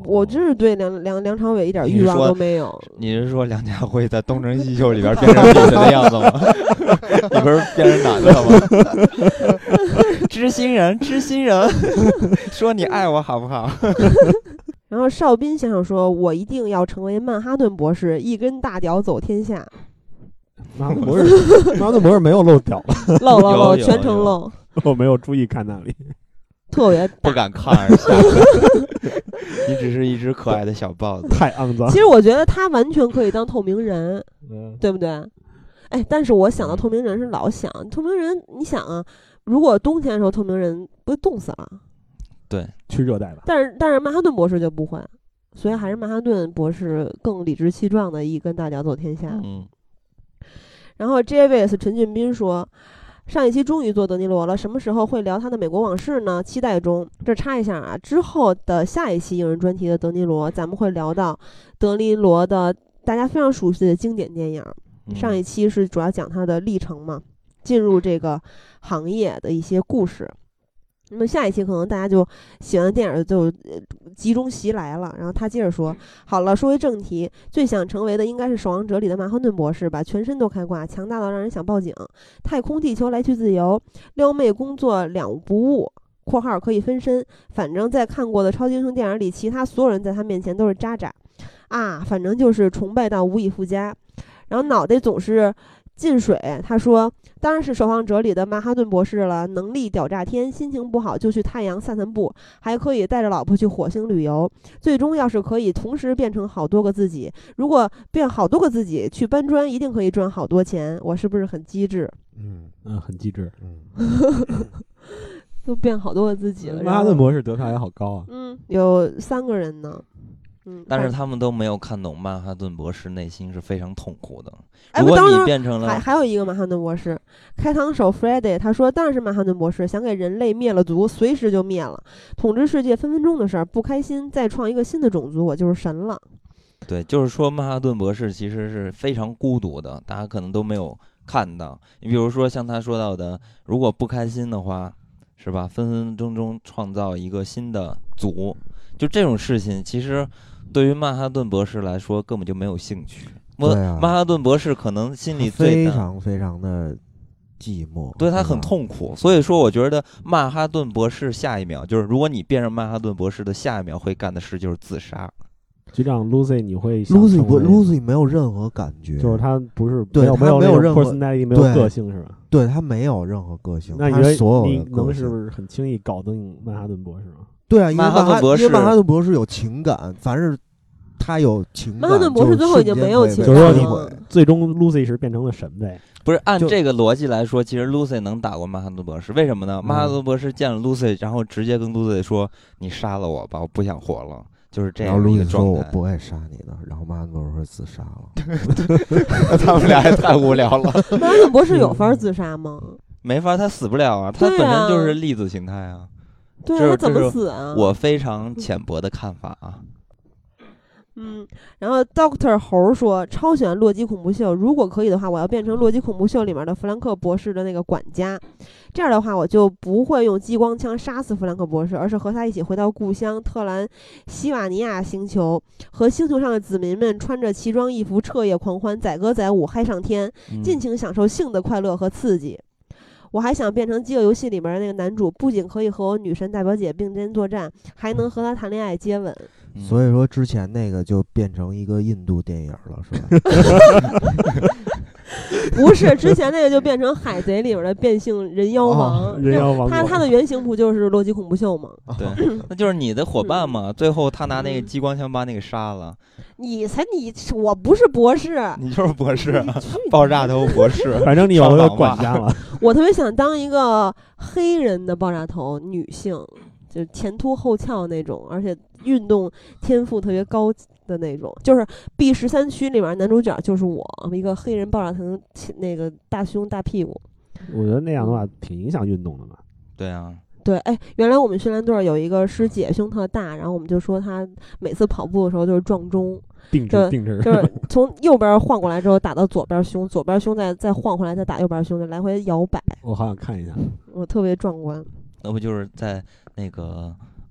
我真是对梁梁梁朝伟一点欲望都没有。 你是说梁家辉在《东成西就》里边变成女人的样子吗？你不是变成男的了吗？知心人，知心人，说你爱我好不好？ 然后邵斌先生说：“我一定要成为曼哈顿博士，一根大屌走天下。” 曼哈顿博士，曼哈顿博士没有露屌吧？ 露露露，全程露。 我没有注意看那里。 特别不敢看而下，你只是一只可爱的小豹子， 太肮脏。 其实我觉得他完全可以当透明人， 嗯、 对不对？哎，但是我想到透明人是老想透明人，你想啊，如果冬天的时候透明人不会冻死了？ 对， 去热带吧。 但是但是曼哈顿博士就不会，所以还是曼哈顿博士更理直气壮的一根大屌走天下。 嗯。 然后 J V S 陈俊斌说。上一期终于做德尼罗了，什么时候会聊他的美国往事呢？期待中。这插一下啊，之后的下一期影人专题的德尼罗，咱们会聊到德尼罗的大家非常熟悉的经典电影。上一期是主要讲他的历程嘛，进入这个行业的一些故事。那么下一期可能大家就喜欢的电影就集中袭来了。然后他接着说，好了，说回正题，最想成为的应该是《守望者》里的曼哈顿博士吧，全身都开挂，强大到让人想报警。太空地球来去自由，撩妹工作两不误（括号可以分身）。反正在看过的超级英雄电影里，其他所有人在他面前都是渣渣啊，反正就是崇拜到无以复加。然后脑袋总是进水，他说当然是守望者里的曼哈顿博士了，能力屌炸天，心情不好就去太阳散散步，还可以带着老婆去火星旅游。最终要是可以同时变成好多个自己，如果变好多个自己去搬砖，一定可以赚好多钱。我是不是很机智？ 嗯嗯，很机智。 嗯， 都变好多个自己了。 曼哈顿博士得票也好高啊。 嗯，有三个人呢。嗯， 但是他们都没有看懂曼哈顿博士内心是非常痛苦的。 哎、 如果你变成了， 还还有一个曼哈顿博士开膛手 Friday， 他说当然是曼哈顿博士，想给人类灭了族，随时就灭了，统治世界分分钟的事儿，不开心再创一个新的种族，我就是神了。 对，就是说曼哈顿博士其实是非常孤独的，大家可能都没有看到。你比如说像他说到的，如果不开心的话，是吧？分分钟钟创造一个新的族，就这种事情，其实对于曼哈顿博士来说根本就没有兴趣。 对啊， 曼哈顿博士可能心里最非常非常的寂寞， 对他很痛苦。所以说，我觉得曼哈顿博士下一秒就是，如果你变成曼哈顿博士的下一秒会干的事就是自杀。 局长 Lucy， 你会 Lucy 不 Lucy 没有任何感觉， 就是他不是对没有没有没有任何 personality， 没有个性是吧？ 对他没有任何个性。 那你觉得所有你的能是不是很轻易搞定曼哈顿博士吗？ 对啊，因为曼哈顿博士， 因为曼哈顿博士有情感，凡是他有情感， 曼哈顿博士最后已经没有情感了， 就是说你最终 Lucy 是变成了神呗？ 不是按这个逻辑来说，其实 Lucy 能打过曼哈顿博士，为什么呢？曼哈顿博士见了 Lucy， 然后直接跟 Lucy 说：“你杀了我吧，我不想活了。”就是这样一个状态。 我不会杀你的，然后曼哈顿博士自杀了。 他们俩也太无聊了。 曼哈顿博士有法自杀吗？ 没法，他死不了啊，他本身就是粒子形态啊。 对啊，他怎么死啊？ 我非常浅薄的看法啊。 嗯，然后 Doctor 猴说超喜欢洛基恐怖秀，如果可以的话，我要变成洛基恐怖秀里面的弗兰克博士的那个管家，这样的话我就不会用激光枪杀死弗兰克博士，而是和他一起回到故乡特兰西瓦尼亚星球，和星球上的子民们穿着奇装异服彻夜狂欢，载歌载舞嗨上天，尽情享受性的快乐和刺激。我还想变成饥饿游戏里面的那个男主，不仅可以和我女神大表姐并肩作战，还能和她谈恋爱接吻。 所以说之前那个就变成一个印度电影了，是吧？ 不是，之前那个就变成海贼里面的变性人妖王。 哦、人妖王， 他他的原型不就是洛基恐怖秀吗？ 对，那就是你的伙伴嘛。最后他拿那个激光枪把那个杀了。 你才你，我不是博士， 你就是博士，爆炸头博士。 反正你有个管家了。 我特别想当一个黑人的爆炸头女性，就前凸后翘那种，而且运动天赋特别高的那种。就是 B 十三区里面男主角就是我，一个黑人爆炸头，那个大胸大屁股。 我觉得那样的话挺影响运动的嘛。 对啊。 对，哎，原来我们训练队有一个师姐胸特大，然后我们就说她每次跑步的时候就是撞钟， 定制定制， 就是从右边晃过来之后打到左边胸，左边胸再再晃回来再打右边胸，就来回摇摆。 我好想看一下， 我特别壮观。 那不就是在那个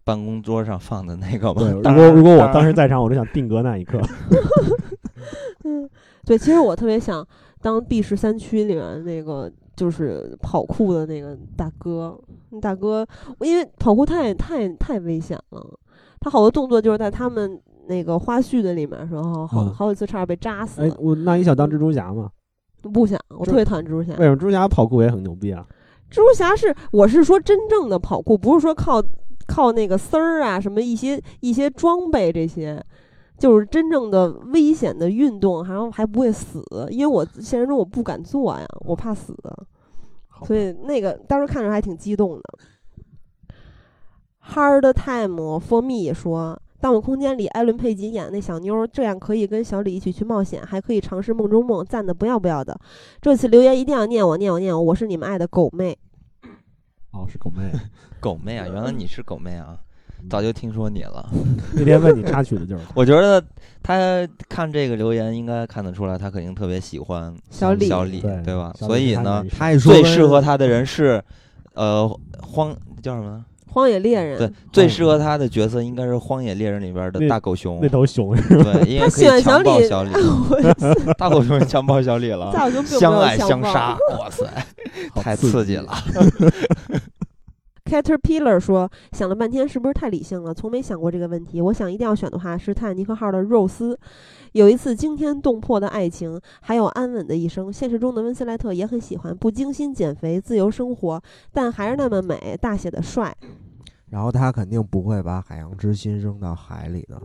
办公桌上放的那个吗？ 对，如当然果如果我当然时在场，我就想定格那一刻。 嗯，对，其实我特别想当 B 十三区里面那个就是跑酷的那个大哥，那大哥，因为跑酷太太太危险了，他好多动作就是在他们那个花絮的里面的时候，好、 嗯、 好几次差点被扎死哎了。， 我那你想当蜘蛛侠吗？ 不想，我特别讨厌蜘蛛侠。 为什么蜘蛛侠跑酷也很牛逼啊？ 蜘蛛侠是我是说真正的跑酷，不是说靠靠那个丝儿啊什么一些一些装备这些。就是真正的危险的运动，然后还不会死，因为我现实中我不敢做呀，我怕死，所以那个当时看着还挺激动的。Hard Time for Me 也说，《盗梦空间》里艾伦佩吉演的那小妞，这样可以跟小李一起去冒险，还可以尝试梦中梦，赞的不要不要的。这次留言一定要念我，念我，念我，我是你们爱的狗妹。 哦，是狗妹， 狗妹啊，原来你是狗妹啊。早就听说你了， 那天为你插曲的就是我觉得他看这个留言应该看得出来，他肯定特别喜欢小李， 小李， 对对吧？ 小李所以呢， 他一说最适合他的人是，呃，荒叫什么呢？ 荒野猎人。 对，最适合他的角色应该是《荒野猎人》里边的大狗熊， 那头熊是吧？ 对，因为可以强暴小李，大狗熊强暴小李了，相爱相杀，哇塞，太刺激了。 Caterpillar 说，想了半天是不是太理性了，从没想过这个问题。我想一定要选的话是泰坦尼克号的肉丝，有一次惊天动魄的爱情，还有安稳的一生。现实中的温斯莱特也很喜欢，不精心减肥，自由生活，但还是那么美，大写的帅。 然后他肯定不会把海洋之心扔到海里的。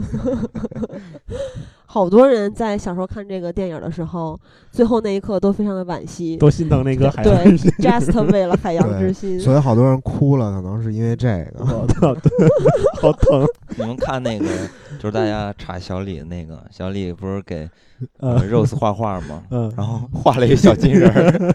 好多人在小时候看这个电影的时候，最后那一刻都非常的惋惜， 都心疼那个海洋之心。对，just 为了海洋之心， 所以好多人哭了，可能是因为这个。 我操，好疼！ 你们看那个，就是大家查小李那个，小李不是给、呃、Rose 画画吗？ 嗯， 然后画了一个小金人儿。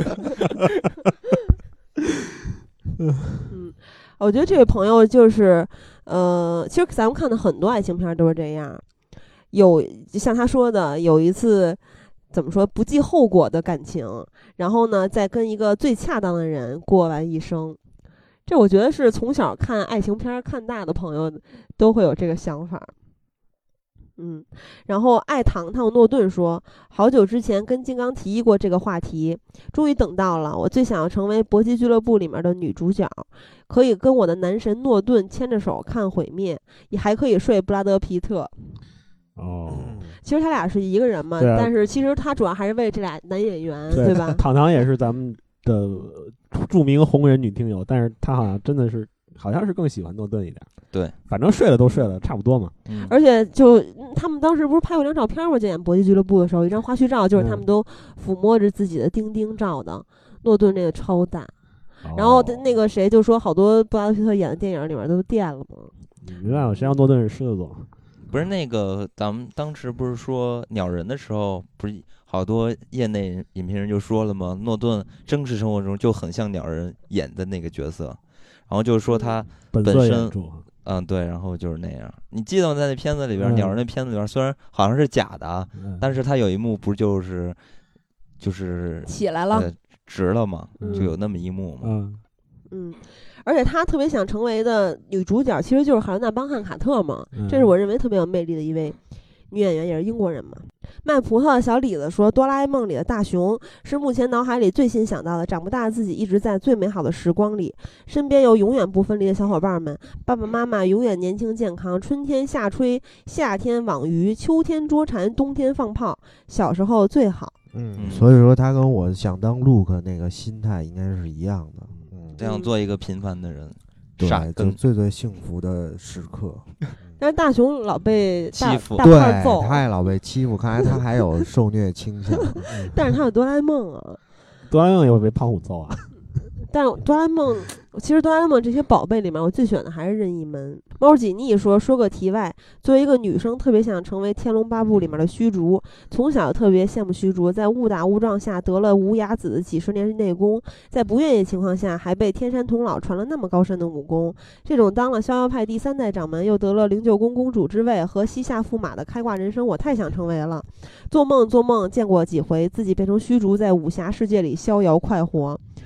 嗯，我觉得这位朋友就是，呃，其实咱们看的很多爱情片都是这样。有像他说的，有一次怎么说不计后果的感情，然后呢，再跟一个最恰当的人过完一生。这我觉得是从小看爱情片看大的朋友都会有这个想法。嗯，然后爱糖糖诺顿说，好久之前跟金刚提议过这个话题，终于等到了。我最想要成为搏击俱乐部里面的女主角，可以跟我的男神诺顿牵着手看毁灭，也还可以睡布拉德皮特。 哦， 其实他俩是一个人嘛， 啊、 但是其实他主要还是为这俩男演员， 对, 对吧？ 糖糖也是咱们的著名红人女听友，但是他好像真的是，好像是更喜欢诺顿一点。 对， 反正睡了都睡了，差不多嘛。 嗯、 而且就他们当时不是拍过一张照片吗？在演搏击俱乐部的时候，一张花絮照，就是他们都抚摸着自己的丁丁照的。诺顿那个超大， 哦、 然后那个谁就说，好多布拉德皮特演的电影里面都电了嘛。 明白了，谁让诺顿是狮子座？ 不是那个，咱们当时不是说鸟人的时候，不是好多业内影评人就说了吗？诺顿真实生活中就很像鸟人演的那个角色，然后就是说他本身，嗯，对，然后就是那样。你记得在那片子里边，嗯、鸟人那片子里边虽然好像是假的，嗯、但是他有一幕不就是就是起来了， 呃、直了嘛， 嗯、 就有那么一幕嘛。 嗯嗯，而且他特别想成为的女主角其实就是海伦娜·邦汉卡特嘛， 嗯、 这是我认为特别有魅力的一位女演员，也是英国人嘛。卖葡萄的小李子说，哆啦 A 梦里的大雄是目前脑海里最新想到的，长不大自己一直在最美好的时光里，身边有永远不分离的小伙伴们，爸爸妈妈永远年轻健康，春天夏吹，夏天网鱼，秋天捉蝉，冬天放炮，小时候最好。 嗯，所以说他跟我想当 Luke 那个心态应该是一样的。嗯， 这样做一个平凡的人， 对， 傻就最最幸福的时刻。 但是大雄老被欺负， 大胖揍， 他也老被欺负，看来他还有受虐倾向。 但是他有哆啦 A 梦啊， 哆啦 A 梦也会被胖虎揍啊。 但是哆啦 A 梦，其实哆啦 A 梦这些宝贝里面，我最喜欢的还是任意门。猫几逆说说个题外，作为一个女生，特别想成为《天龙八部》里面的虚竹，从小特别羡慕虚竹，在误打误撞下得了无崖子的几十年内功，在不愿意情况下还被天山童姥传了那么高深的武功。这种当了逍遥派第三代掌门，又得了灵鹫宫公主之位和西夏驸马的开挂人生，我太想成为了。做梦做梦见过几回自己变成虚竹，在武侠世界里逍遥快活。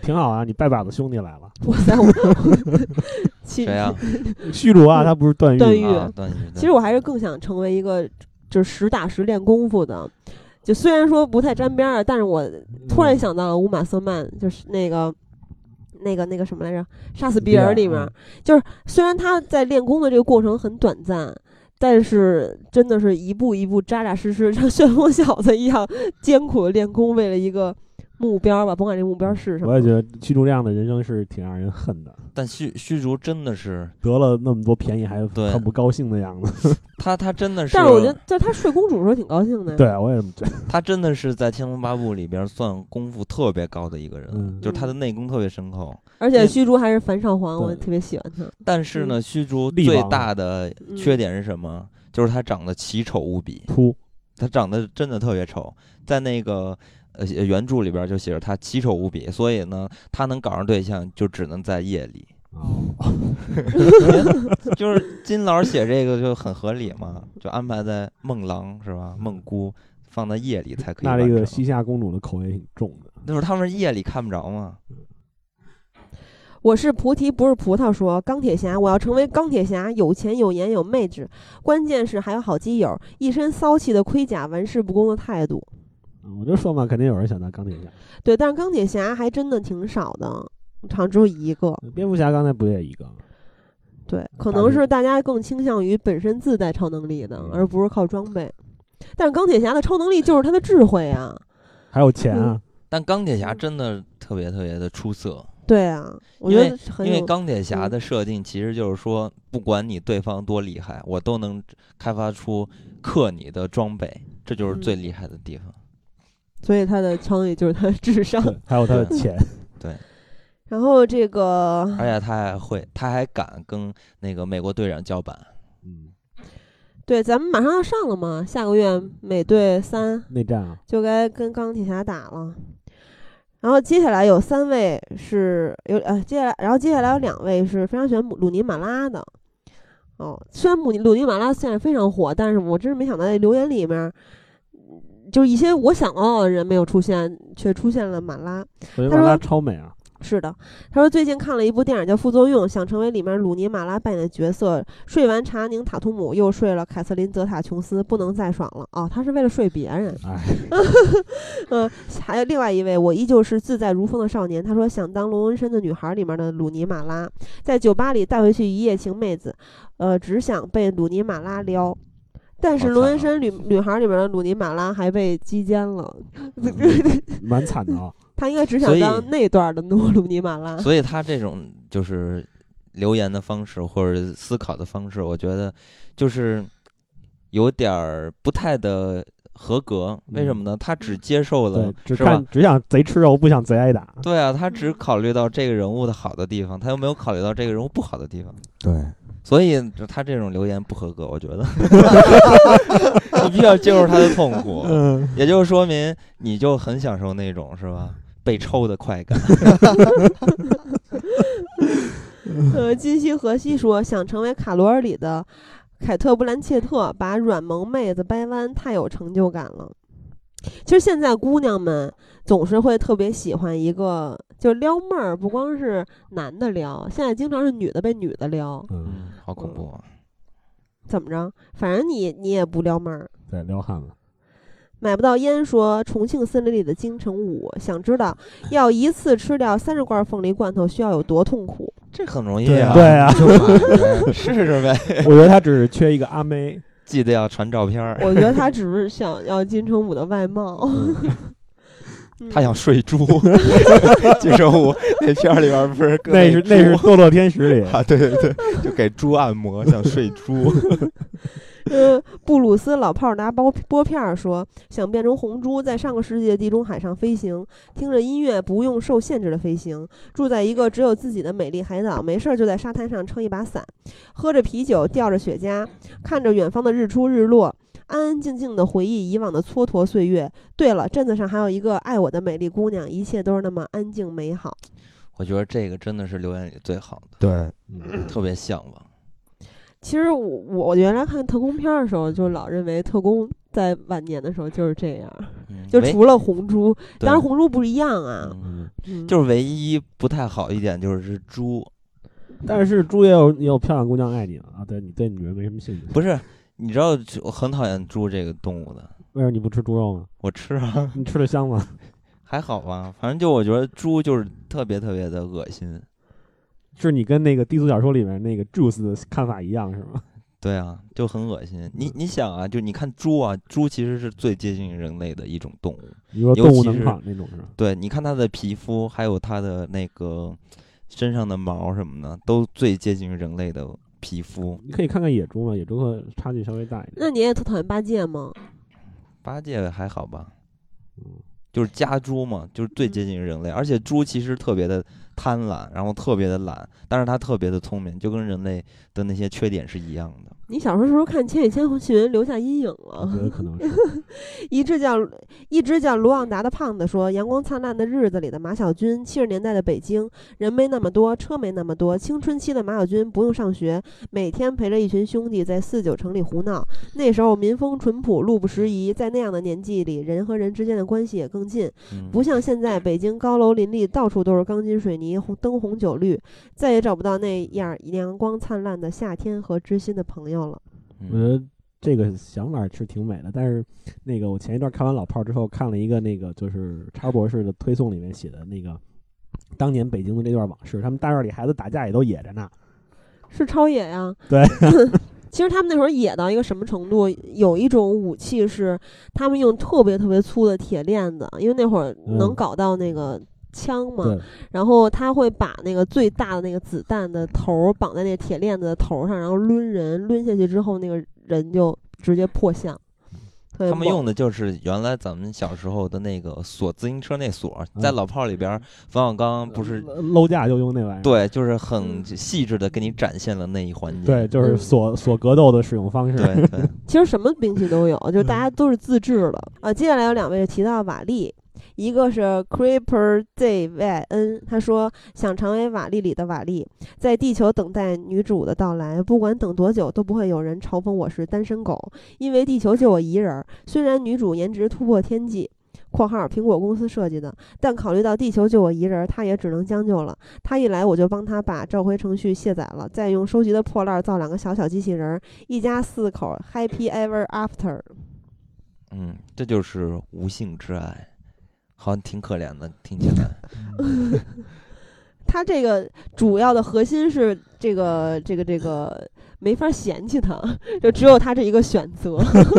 挺好啊，你拜把子兄弟来了。 哇塞，我谁呀？ 虚竹啊，他不是段誉。 段誉， 啊、段誉。 其实我还是更想成为一个就是实打实练功夫的。就虽然说不太沾边儿，但是我突然想到了乌玛瑟曼，就是那个。那个那个什么来着，杀死比尔里面，嗯、就是虽然他在练功的这个过程很短暂，但是真的是一步一步扎扎实实，像旋风小子一样艰苦的练功，为了一个目标吧，甭管这目标是什么。 我也觉得虚竹这样的人生是挺让人恨的。 但虚虚竹真的是得了那么多便宜，还很不高兴的样子。 他他真的是， 但是我觉得在他睡公主的时候挺高兴的。 对，我也这么觉得。 他真的是在《天龙八部》里边算功夫特别高的一个人， 嗯、 就是他的内功特别深厚。 而且虚竹还是樊少皇，我特别喜欢他。 但是呢，虚竹最大的缺点是什么？嗯、就是他长得奇丑无比， 秃。 他长得真的特别丑，在那个。呃，原著里边就写着他奇丑无比，所以呢，他能搞上对象就只能在夜里。哦，就是金老师写这个就很合理嘛，就安排在梦郎是吧？梦姑放在夜里才可以。 那这个西夏公主的口味挺重的， 就是他们夜里看不着嘛。 我是菩提不是葡萄说钢铁侠，我要成为钢铁侠，有钱有颜有妹纸，关键是还有好基友，一身骚气的盔甲，玩世不恭的态度。 我就说嘛，肯定有人想当钢铁侠。 对，但是钢铁侠还真的挺少的，好像只有一个。 蝙蝠侠刚才不也一个吗？ 对，可能是大家更倾向于本身自带超能力的，而不是靠装备。但是钢铁侠的超能力就是他的智慧啊， 还有钱啊。 嗯、 但钢铁侠真的特别特别的出色。 对啊，我觉得很因为钢铁侠的设定其实就是说，不管你对方多厉害，我都能开发出克你的装备，这就是最厉害的地方。 嗯所以他的超能力就是他的智商， 还有他的钱。 对， 然后这个， 而且他还会，他还敢跟那个美国队长叫板。 嗯， 对，咱们马上要上了嘛，下个月美队三内战啊， 就该跟钢铁侠打了。然后接下来有三位是有呃，接下来，然后接下来有两位是非常喜欢鲁尼马拉的。哦，虽然鲁尼鲁尼马拉现在非常火，但是我真是没想到在留言里面。就是一些我想到的人没有出现，却出现了马拉。 他说马拉超美啊！ 是的，他说最近看了一部电影叫《副作用》，想成为里面鲁尼马拉扮演的角色。睡完查宁塔图姆，又睡了凯瑟琳泽塔琼斯，不能再爽了哦！他是为了睡别人。 哎， 嗯，还有另外一位，我依旧是自在如风的少年。他说想当龙纹身的女孩里面的鲁尼马拉，在酒吧里带回去一夜情妹子，呃，只想被鲁尼马拉撩。但是龙纹身女女孩里面的鲁尼马拉还被击奸了， 蛮惨的啊！ 他应该只想当那段的鲁鲁尼马拉。 所以他这种就是留言的方式或者思考的方式，我觉得就是有点不太的合格。为什么呢？他只接受了， 只看只想贼吃肉，不想贼挨打。 对啊，他只考虑到这个人物的好的地方，他又没有考虑到这个人物不好的地方。 对。 所以他这种留言不合格，我觉得你必须要接受他的痛苦， 嗯， 也就说明你就很享受那种是吧被抽的快感。 呃，金希荷西说想成为卡罗尔里的凯特·布兰切特，把软萌妹子掰弯，太有成就感了。其实现在姑娘们总是会特别喜欢一个，就撩妹儿，不光是男的撩，现在经常是女的被女的撩。 嗯，好恐怖啊！ 怎么着？反正你你也不撩妹儿， 对，撩汉子。 买不到烟说重庆森林里的金城武，想知道要一次吃掉三十罐凤梨罐头需要有多痛苦？ 这很容易啊， 对啊， 试试呗。 我觉得他只是缺一个阿妹。 记得要传照片。 我觉得他只是想要金城武的外貌。嗯、 他想睡猪。金城武那片里边不是那是那是堕落天使里啊，对对对，就给猪按摩，想睡猪。 呃，布鲁斯老炮拿包拨片说想变成红猪，在上个世纪的地中海上飞行，听着音乐，不用受限制的飞行，住在一个只有自己的美丽海岛，没事就在沙滩上撑一把伞，喝着啤酒，吊着雪茄，看着远方的日出日落，安安静静的回忆以往的蹉跎岁月。对了，镇子上还有一个爱我的美丽姑娘，一切都是那么安静美好。 我觉得这个真的是留言里最好的， 对， 嗯、特别向往。 其实我我原来看特工片的时候，就老认为特工在晚年的时候就是这样， 嗯、 就除了红猪，当然红猪不一样啊， 嗯、 嗯就是唯一不太好一点就是是猪， 但是猪也有也有漂亮姑娘爱你了啊，对你对女人没什么兴趣。 不是？你知道我很讨厌猪这个动物的， 为什么你不吃猪肉吗？ 我吃啊， 你吃的香吗？ 还好吧，反正就我觉得猪就是特别特别的恶心。 是你跟那个低俗小说里面那个 Juice 的看法一样是吗？ 对啊，就很恶心。你你想啊，就你看猪啊，猪其实是最接近人类的一种动物。 你说动物能抗那种是吧？ 对，你看它的皮肤，还有它的那个身上的毛什么的，都最接近人类的皮肤。 你可以看看野猪嘛，野猪和差距稍微大一点。 那你也特讨厌八戒吗？ 八戒还好吧？ 嗯， 就是家猪嘛，就是最接近人类，而且猪其实特别的贪婪，然后特别的懒，但是它特别的聪明，就跟人类的那些缺点是一样的。 你小时候是不是看《千与千寻》留下阴影我觉了？ 得可能是。 一只叫一只叫卢旺达的胖子说：“阳光灿烂的日子里的马小军，七十年代的北京，人没那么多，车没那么多。青春期的马小军不用上学，每天陪着一群兄弟在四九城里胡闹。那时候民风淳朴，路不拾遗，在那样的年纪里，人和人之间的关系也更近。 嗯， 不像现在，北京高楼林立，到处都是钢筋水泥，红灯红酒绿，再也找不到那样阳光灿烂的夏天和知心的朋友了。” 我觉得这个想法是挺美的，但是那个我前一段看完老炮儿之后，看了一个那个就是叉博士的推送里面写的那个当年北京的这段往事，他们大院里孩子打架也都野着呢。 是超野呀。 对。 其实他们那会儿野到一个什么程度？有一种武器是他们用特别特别粗的铁链子，因为那会儿能搞到那个枪嘛， 对， 然后他会把那个最大的那个子弹的头绑在那个铁链子的头上，然后抡人，抡下去之后，那个人就直接破相。特别他们猛用的就是原来咱们小时候的那个锁自行车那锁， 嗯在老炮里边，冯小刚不是搂架就用那玩意儿。 对，就是很细致的给你展现了那一环节。 对，就是锁锁格斗的使用方式。 对对， 其实什么兵器都有，就大家都是自制的啊。接下来有两位提到瓦力。一个是 Creeper Z Y N， 他说想成为瓦力里的瓦力，在地球等待女主的到来，不管等多久都不会有人嘲讽我是单身狗，因为地球就我一人。虽然女主颜值突破天际（括号苹果公司设计的），但考虑到地球就我一人，她也只能将就了。她一来，我就帮她把召回程序卸载了，再用收集的破烂造两个小小机器人，一家四口 Happy Ever After。 嗯，这就是无性之爱。好像挺可怜的，听起来。 他这个主要的核心是这个这个这个没法嫌弃他，就只有他这一个选择。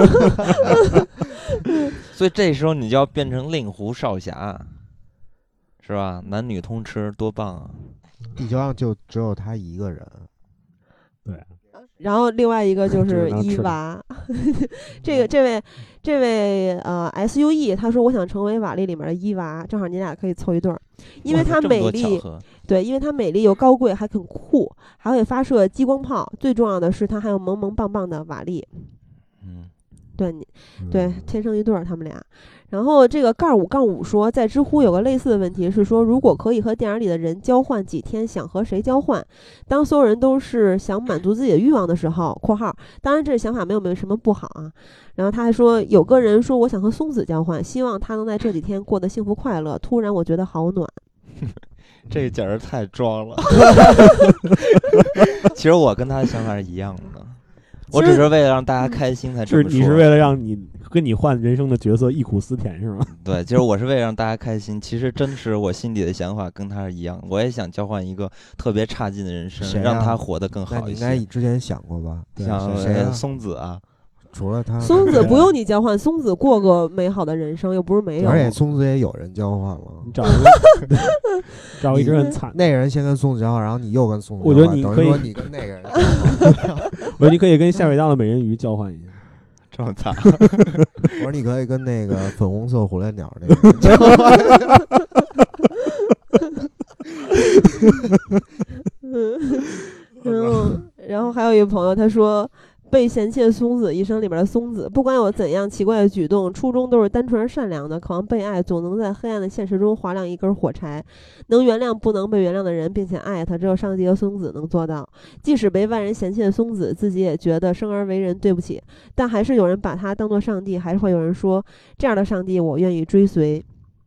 所以这时候你就要变成令狐少侠，是吧？男女通吃，多棒啊！ 地球上就只有他一个人。 对。 然后另外一个就就是是伊娃，这个这位这位呃 S U E 他说我想成为瓦力里面的伊娃，正好你俩可以凑一对儿，因为她美丽，对，因为她美丽又高贵，还很酷，还会发射激光炮，最重要的是她还有萌萌棒棒的瓦力。 嗯， 对你对天生一对儿他们俩。然后这个杠五杠五说，在知乎有个类似的问题是说，如果可以和电影里的人交换几天，想和谁交换？当所有人都是想满足自己的欲望的时候（括号当然这想法没有没有什么不好啊）。然后他还说，有个人说我想和松子交换，希望他能在这几天过得幸福快乐。突然我觉得好暖。 这个简直太装了。其实我跟他的想法是一样的。我只是为了让大家开心才这么说。 是你是为了让你跟你换人生的角色忆苦思甜是吗？ 对，其实我是为了让大家开心。其实真实我心底的想法跟他是一样，我也想交换一个特别差劲的人生， 啊、 让他活得更好一些。 应该之前想过吧？ 像谁啊？ 松子啊。 除了他， 松子不用你交换，松子过个美好的人生，又不是没有。 而且松子也有人交换了， 你找一个，找一个人惨， 那个人先跟松子交换，然后你又跟松子交换。我觉得你可以， 等于说你跟那个人交换。 我觉得你可以跟下水道的美人鱼交换一下， 这么惨。 我说你可以跟那个粉红色火烈鸟那个人交换。 然后，然后还有一个朋友他说。被嫌弃的松子一生里边的松子，不管有怎样奇怪的举动，初衷都是单纯而善良的，渴望被爱，总能在黑暗的现实中划亮一根火柴，能原谅不能被原谅的人，并且爱他，只有上帝和松子能做到。即使被万人嫌弃的松子自己也觉得生而为人对不起，但还是有人把他当作上帝，还是会有人说这样的上帝我愿意追随。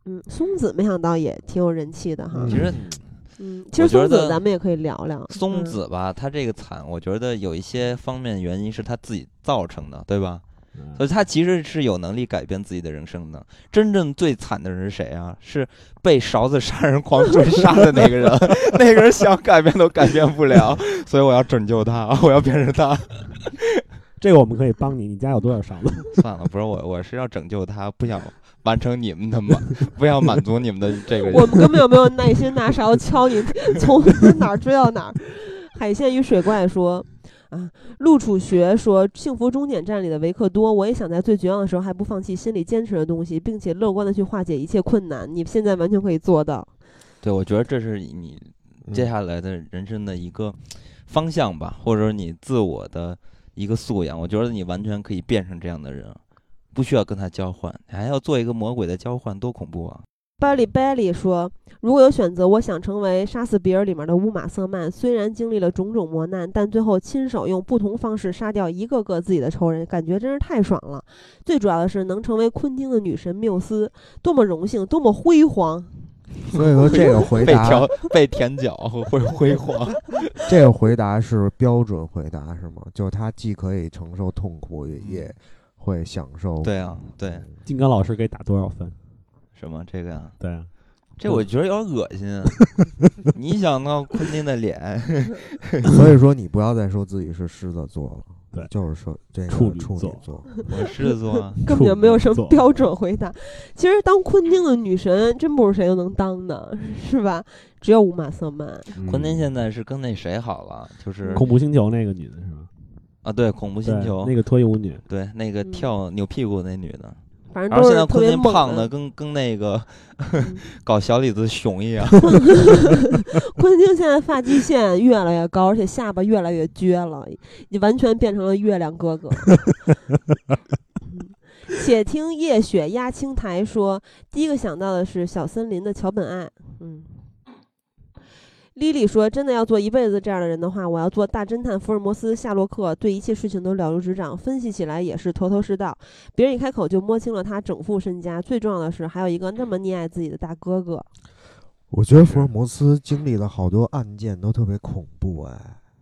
嗯，松子没想到也挺有人气的哈。 其实， 嗯，其实松子咱们也可以聊聊。 松子吧，他这个惨，我觉得有一些方面原因是他自己造成的，对吧？所以他其实是有能力改变自己的人生的。真正最惨的人是谁啊？是被勺子杀人狂追杀的那个人。那个人想改变都改变不了，所以我要拯救他，我要变成他。 这个我们可以帮你。你家有多少勺子？ 算了，不是我，我是要拯救他，不想完成你们的满，不要满足你们的这个人。 我们根本有没有耐心拿勺敲你，从哪儿追到哪儿？海鲜与水怪说。啊，陆楚学说，幸福终点站里的维克多，我也想在最绝望的时候还不放弃心里坚持的东西，并且乐观的去化解一切困难。你现在完全可以做到。 对，我觉得这是你接下来的人生的一个方向吧，或者说你自我的一个素养。我觉得你完全可以变成这样的人，不需要跟他交换，还要做一个魔鬼的交换，多恐怖啊！ 巴里贝里说，如果有选择，我想成为杀死比尔里面的乌玛瑟曼，虽然经历了种种磨难，但最后亲手用不同方式杀掉一个个自己的仇人，感觉真是太爽了。最主要的是能成为昆汀的女神缪斯，多么荣幸，多么辉煌。 所以说这个回答被调被舔脚会辉煌。 这个回答是标准回答是吗？就他既可以承受痛苦，也也会享受。 对啊，对。 金刚老师给打多少分？ 什么这个呀、啊？ 对啊， 这我觉得有点恶心啊！你想到昆汀的脸， 所以说你不要再说自己是狮子座了， 对， 就是说这个处女座， 座我狮子座、啊， 根本就没有什么标准回答。其实当昆汀的女神，真不是谁都能当的，是吧？只有乌玛瑟曼。 嗯、昆汀现在是跟那谁好了，就是恐怖星球那个女的是吧？ 啊，对，恐怖星球那个脱衣舞女， 对，那个跳扭屁股那女的。 嗯反正都是特别然后现在昆汀胖的跟跟那个、嗯、搞小李子熊一样。 昆汀现在发际线越来越高，而且下巴越来越撅了，你完全变成了月亮哥哥。嗯、且听夜雪压青苔说，第一个想到的是小森林的桥本爱。嗯。莉莉说，真的要做一辈子这样的人的话，我要做大侦探福尔摩斯夏洛克，对一切事情都了如指掌，分析起来也是头头是道，别人一开口就摸清了他整副身家，最重要的是还有一个那么溺爱自己的大哥哥。 我觉得福尔摩斯经历了好多案件都特别恐怖。哎，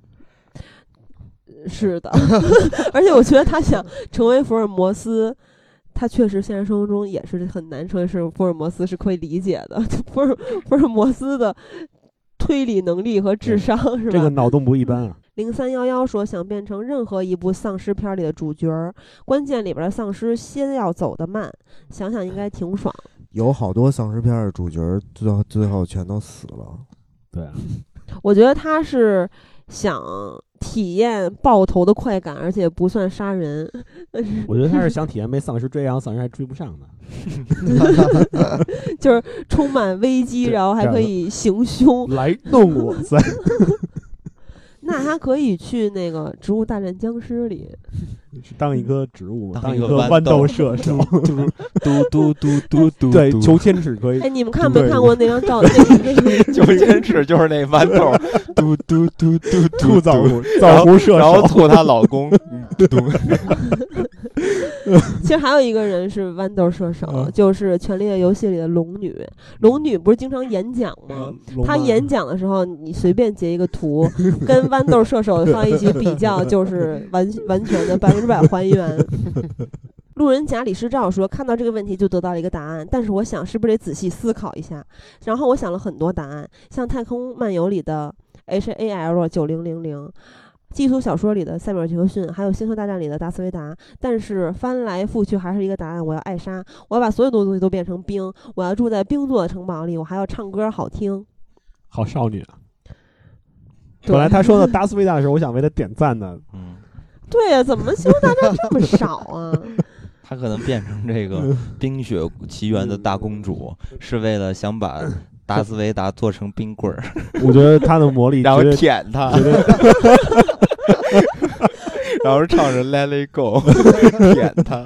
是的。而且我觉得他想成为福尔摩斯，他确实现实生活中也是很难成为是福尔摩斯，是可以理解的。福尔福尔摩斯的推理能力和智商是吧？ 这个脑洞不一般啊。 零三幺幺说想变成任何一部丧尸片里的主角，关键里边的丧尸先要走得慢，想想应该挺爽。 有好多丧尸片的主角最后最后全都死了。 对啊， 我觉得他是想体验爆头的快感，而且不算杀人。 我觉得他是想体验被丧尸追，然后丧尸还追不上的。 就是充满危机，然后还可以行凶来弄我噻。 那他可以去那个《植物大战僵尸》里当一颗植物， 当一颗豌豆射手， 嘟嘟嘟嘟嘟， 对，求千尺可以。 哎，你们看没看过那张照片？那个求千尺就是那豌豆，嘟嘟嘟嘟吐枣核，枣核射手， 然后吐她老公。 其实还有一个人是豌豆射手，嗯、就是《权力的游戏》里的龙女。龙女不是经常演讲吗？她演讲的时候，你随便截一个图，跟豌豆射手放一起比较，就是完完全的百分之百还原。路人甲李世照说，看到这个问题就得到了一个答案，但是我想是不是得仔细思考一下。然后我想了很多答案，像《太空漫游》里的 H A L 九零零零。寄宿小说里的塞缪尔·杰克逊，还有星球大战里的达斯维达，但是翻来覆去还是一个答案，我要艾莎，我要把所有的东西都变成冰，我要住在冰做的城堡里，我还要唱歌好听。 好少女啊！本来他说的达斯维达的时候，我想为他点赞呢。 嗯， 对呀、啊，怎么星球大战这么少啊？ 他可能变成这个《冰雪奇缘》的大公主，是为了想把达斯维达做成冰棍儿。 我觉得他的魔力， 然后舔他，然后唱着 Let It Go， 舔他。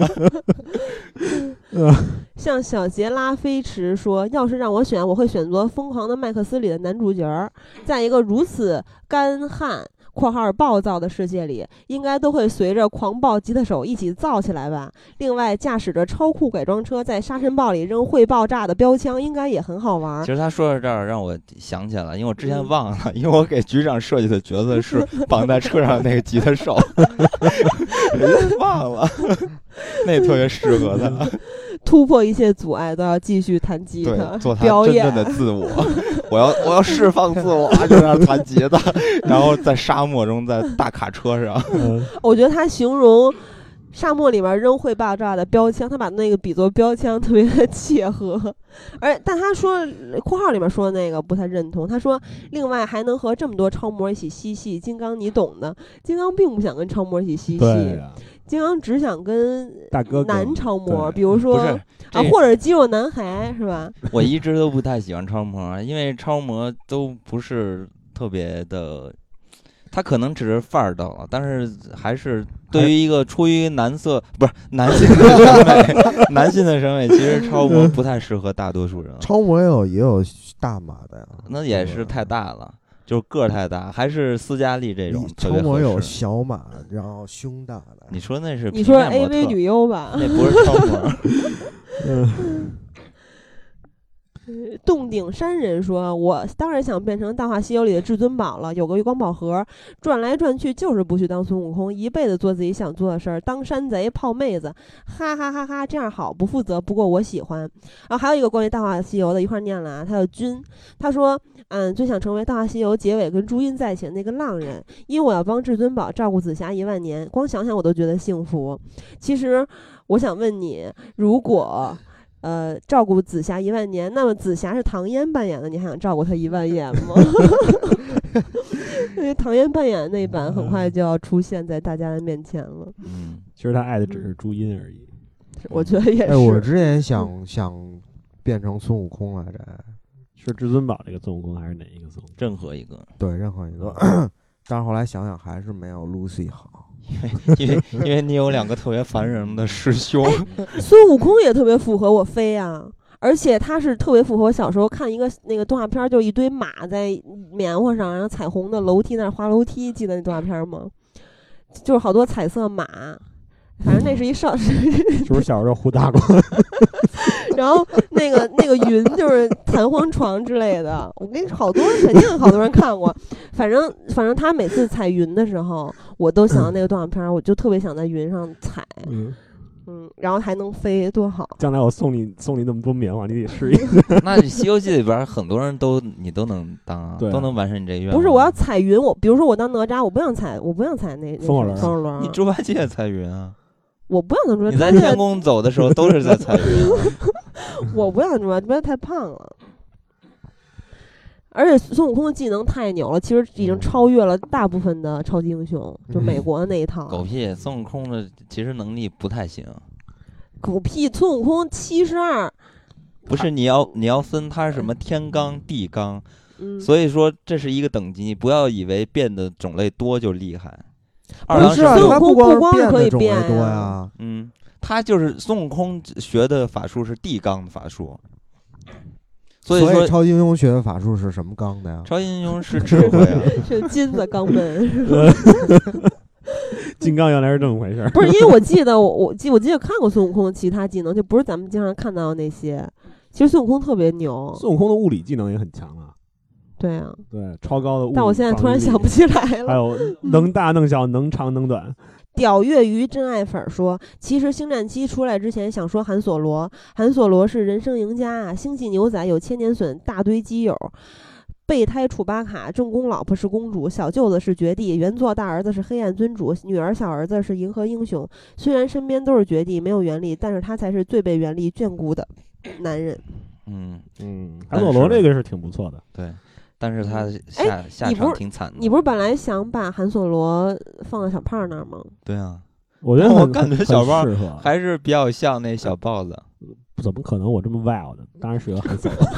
像小杰拉菲驰说，要是让我选，我会选择《疯狂的麦克斯》里的男主角，在一个如此干旱、 括号暴躁的世界里，应该都会随着狂暴吉他手一起燥起来吧。另外，驾驶着超酷改装车在沙尘暴里扔会爆炸的标枪，应该也很好玩。 其实他说到这儿，让我想起来了，因为我之前忘了，因为我给局长设计的角色是绑在车上那个吉他手，忘了，那特别适合他。 突破一切阻碍，都要继续弹吉他， 对，做他表演真正的自我。我要我要释放自我，就那弹吉他，然后在沙漠中，在大卡车上。 我觉得他形容沙漠里面扔会爆炸的标枪，他把那个比作标枪，特别的切合。而但他说括号里面说的那个不太认同，他说另外还能和这么多超模一起嬉戏，金刚你懂的。金刚并不想跟超模一起嬉戏。金刚只想跟大哥男超模，比如说啊， 或者肌肉男孩，是吧？ 我一直都不太喜欢超模，因为超模都不是特别的，他可能只是范儿到了，但是还是对于一个出于男色不是男性的审美，男性的审美，其实超模不太适合大多数人。 超模也有也有大码的呀， 那也是太大了。就是个儿太大，还是斯嘉丽这种特别合适。 超模有小码，然后胸大的。 你说那是你说 A V 女优吧？ 那不是超模。 嗯。 洞顶山人说：“我当然想变成《大话西游》里的至尊宝了，有个月光宝盒，转来转去就是不去当孙悟空，一辈子做自己想做的事儿，当山贼泡妹子，哈哈哈哈，这样好不负责。不过我喜欢。”然后还有一个关于《大话西游》的，一块念了啊，他叫君，他说：“嗯，最想成为《大话西游》结尾跟朱茵在一起的那个浪人，因为我要帮至尊宝照顾紫霞一万年，光想想我都觉得幸福。其實我想问你，如果……”呃，照顾紫霞一万年，那么紫霞是唐嫣扮演的，你还想照顾她一万年吗？因为唐嫣扮演的那版很快就要出现在大家的面前了。 嗯， 其实他爱的只是朱茵而已。 我觉得也是。 哎，我之前想想变成孙悟空来着， 是至尊宝这个孙悟空还是哪一个孙悟空？ 任何一个。 对，任何一个。但是后来想想还是没有 Lucy 好。 因为因为你有两个特别烦人的师兄， 孙悟空也特别符合我飞啊，而且他是特别符合我小时候看一个那个动画片，就一堆马在棉花上，然后彩虹的楼梯那儿滑楼梯，记得那动画片吗？就是好多彩色马，反正那是一少，是不是小时候胡大过？ 然后那个那个云就是弹簧床之类的，我跟你说，好多肯定好多人看过。反正反正他每次踩云的时候，我都想到那个动画片，我就特别想在云上踩，嗯嗯，然后还能飞，多好！ 将来我送你送你那么多棉花，你得试一试。 那《西游记》里边很多人都你都能当啊，都能完成你这愿望。 不是，我要踩云，我比如说我当哪吒，我不想踩，我不想踩那风火轮， 风火轮。 你猪八戒踩云啊？ 我不想那么说。 你在天宫走的时候都是在踩云啊。 我不想这么，不要太胖了。而且孙悟空的技能太牛了，其实已经超越了大部分的超级英雄，嗯、就美国的那一套。 狗屁，孙悟空的其实能力不太行。 狗屁，孙悟空七十二。 不是你要你要分他是什么天罡地罡， 嗯、 所以说这是一个等级，你不要以为变的种类多就厉害。 二郎神孙悟空不光可以变多呀， 嗯，他就是孙悟空学的法术是地罡的法术。所以说， 所以超级英雄学的法术是什么罡的呀？ 超级英雄是智慧啊， 是金子罡门。 金刚原来是这么回事， 不是因为我记得我我记我记得看过孙悟空的其他技能，就不是咱们经常看到的那些。其实孙悟空特别牛， 孙悟空的物理技能也很强啊。 对啊， 对，超高的物理。 但我现在突然想不起来了。 还有能大能小，能长能短。 屌月鱼真爱粉说，其实星战七出来之前想说韩索罗，韩索罗是人生赢家啊，星际牛仔有千年隼，大堆基友，备胎楚巴卡，正宫老婆是公主，小舅子是绝地，原作大儿子是黑暗尊主，女儿小儿子是银河英雄。虽然身边都是绝地，没有原力，但是他才是最被原力眷顾的男人。 嗯嗯，韩索罗这个是挺不错的， 对。但是他下下场挺惨的。 你不是本来想把韩索罗放到小胖那儿吗？ 对啊， 我觉得我感觉小胖还是比较像那小豹子。 怎么可能我这么 wild？ 当然是有韩索罗。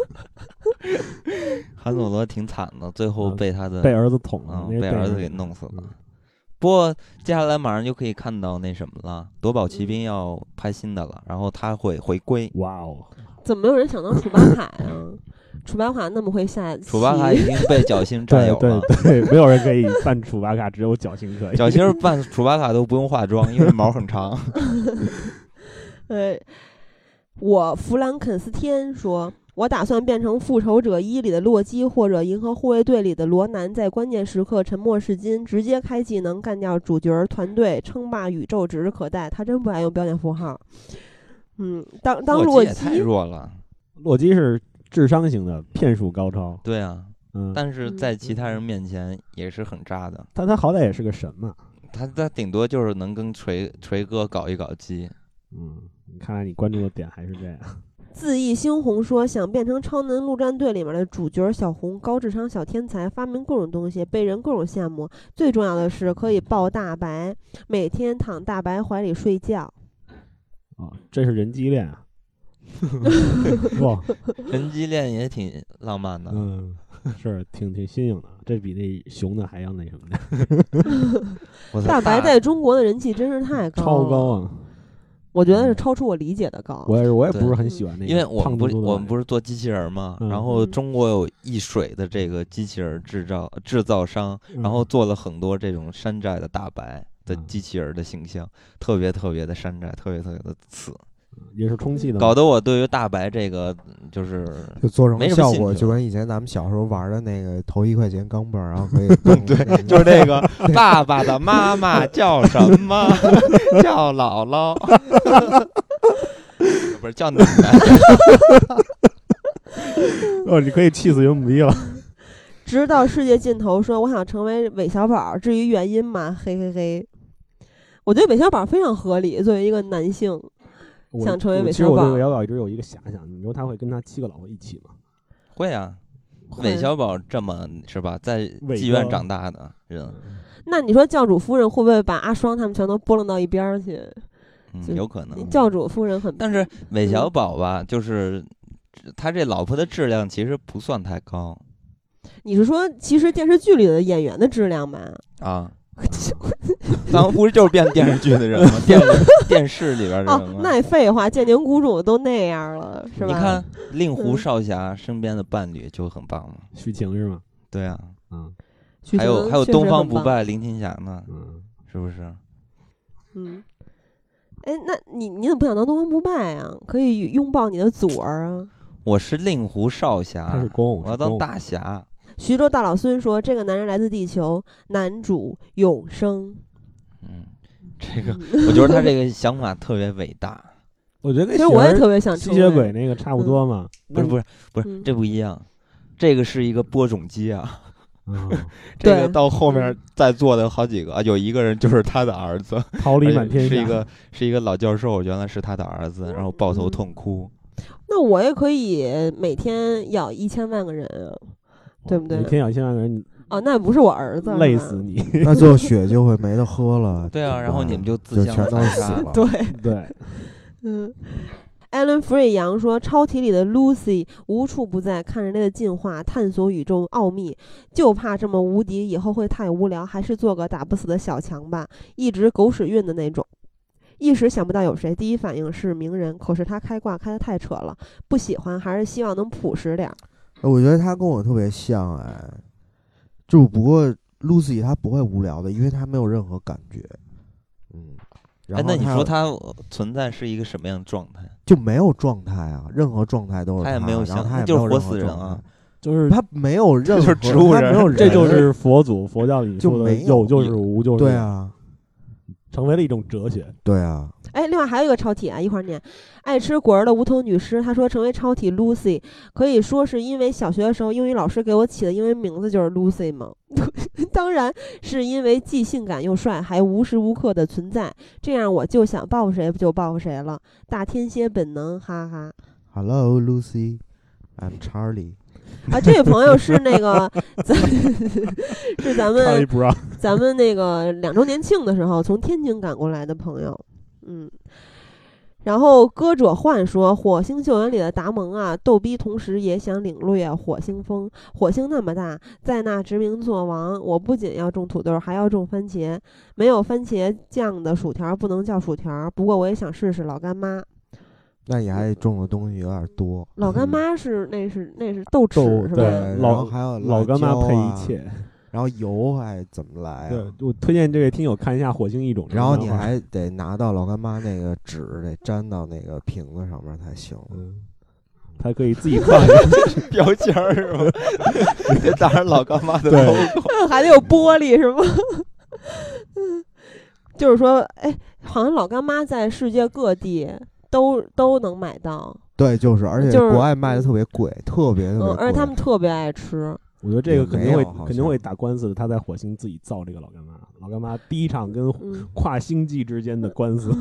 韩索罗挺惨的，最后被他的、 嗯、被儿子捅了、 嗯，被儿子给弄死了。嗯、不过接下来马上就可以看到那什么了，夺宝奇兵要拍新的了，然后他会回归。 哇哦！ 怎么没有人想当楚巴卡呀？楚巴卡那么会下棋， 楚巴卡已经被侥幸占有对了。 对对，没有人可以扮楚巴卡，只有侥幸可以。 侥幸扮楚巴卡都不用化妆，因为毛很长。 呃，我弗兰肯斯天说，我打算变成《复仇者一》里的洛基，或者《银河护卫队》里的罗南，在关键时刻沉默是金，直接开技能干掉主角团队，称霸宇宙指日可待。他真不爱用标点符号。嗯，当当洛基也太弱了。 洛基是智商型的，骗术高超。 对啊， 嗯， 但是在其他人面前也是很渣的。 但他好歹也是个神嘛。 他他顶多就是能跟锤锤哥搞一搞基。 嗯，看来你关注的点还是这样。 恣意猩红说，想变成超能陆战队里面的主角小红，高智商小天才，发明各种东西，被人各种羡慕。最重要的是可以抱大白，每天躺大白怀里睡觉。 哦，这是人机恋啊！哇， 人机恋也挺浪漫的。 嗯，是挺挺新颖的，这比那熊的还要那什么的。 大白在中国的人气真是太高了， 超高啊！ 我觉得是超出我理解的高。 我也是，我也不是很喜欢那个， 因为我们不是我们不是做机器人嘛， 嗯、 然后中国有易水的这个机器人制造制造商， 嗯、 然后做了很多这种山寨的大白的机器人的形象，嗯、特别特别的山寨，特别特别的次。 也是充气的， 搞得我对于大白这个就是就做成效果，就跟以前咱们小时候玩的那个投一块钱钢镚，然后可以对，就是这个爸爸的妈妈叫什么？叫姥姥，不是叫奶奶。 哦，你可以气死云母鸡了。 直到世界尽头说，我想成为韦小宝，至于原因嘛，嘿嘿嘿。我觉得韦小宝非常合理，作为一个男性。想成为韦小宝， 其实我对韦小宝一直有一个遐想，你说他会跟他七个老婆一起吗？ 会啊，韦小宝这么是吧，在妓院长大的人， 那你说教主夫人会不会把阿双他们全都拨弄到一边去？ 嗯，有可能。 教主夫人很， 但是韦小宝吧，就是他这老婆的质量其实不算太高。 你是说，其实电视剧里的演员的质量吧？ 啊。咱们不是就是编电视剧的人吗？电电视里边的人吗？ 哦，那也废话，建宁谷主都那样了，是吧？ 你看令狐少侠身边的伴侣就很棒了， 许晴是吗？ 对啊， 嗯， 还有还有东方不败林青霞呢， 嗯， 是不是？ 嗯，哎，那你你怎么不想当东方不败啊？可以拥抱你的祖儿啊！ 我是令狐少侠， 他是公， 我要当大侠。 徐州大老孙说：“这个男人来自地球，男主永生。” 嗯，这个我觉得他这个想法特别伟大。 我觉得其实我也特别想吸血鬼那个差不多嘛。 嗯、不是不是不是， 嗯、 这不一样。这个是一个播种机啊。 嗯、 这个到后面在座的好几个啊，有一个人就是他的儿子， 桃李满天下， 是一个是一个老教授，原来是他的儿子，然后抱头痛哭。 嗯、那我也可以每天咬一千万个人啊。对不对？ 每天咬一千万个人， 哦，那不是我儿子， 累死你， 那最后血就会没得喝了。 对啊，然后你们就自就全都死了。 对对， 嗯。Alan Free 杨说，超体里的 Lucy 无处不在，看人类的进化，探索宇宙奥秘，就怕这么无敌，以后会太无聊，还是做个打不死的小强吧，一直狗屎运的那种。一时想不到有谁，第一反应是鸣人，可是他开挂开得太扯了，不喜欢，还是希望能朴实点。 我觉得他跟我特别像，哎，就不过 Lucy 他不会无聊的，因为他没有任何感觉，嗯。 哎，那你说他存在是一个什么样的状态？ 就没有状态啊，任何状态都是他也没有想， 他也就是活死人啊， 就是他没有任何， 就是植物人， 没有人， 这就是佛祖佛教里说的有就是无就是对啊。 成为了一种哲学， 对啊。 哎，另外还有一个超体啊，一会儿念。爱吃果儿的无头女尸，她说成为超体 Lucy， 可以说是因为小学的时候英语老师给我起的英文名字就是 Lucy 吗？当然是因为既性感又帅，还无时无刻的存在，这样我就想报复谁就报复谁了，大天蝎本能，哈哈。 Hello Lucy, I'm Charlie。 啊，这位朋友是那个，咱是咱们咱们那个两周年庆的时候从天津赶过来的朋友，嗯。然后歌者幻说，火星救援里的达蒙啊，逗逼，同时也想领略火星风。火星那么大，在那殖民作王，我不仅要种土豆，还要种番茄。没有番茄酱的薯条不能叫薯条，不过我也想试试老干妈。 那你还种的东西有点多。 老干妈是那是那是豆豉是吧？ 对然老后还有老干妈配一切， 然后油还怎么来对啊？ 我推荐这位听友看一下《火星异种》， 然后你还得拿到老干妈那个纸，得粘到那个瓶子上面才行。 嗯，他可以自己放一个标签儿是吧？得打上老干妈的 logo， 还得有玻璃是吗？就是说，哎，好像老干妈在世界各地都都能买到。 对，就是，而且就是国外卖的特别贵，特别特别贵， 嗯，而且他们特别爱吃。 我觉得这个肯定会也没有好像肯定会打官司的。他在火星自己造这个老干妈，老干妈第一场跟嗯跨星际之间的官司。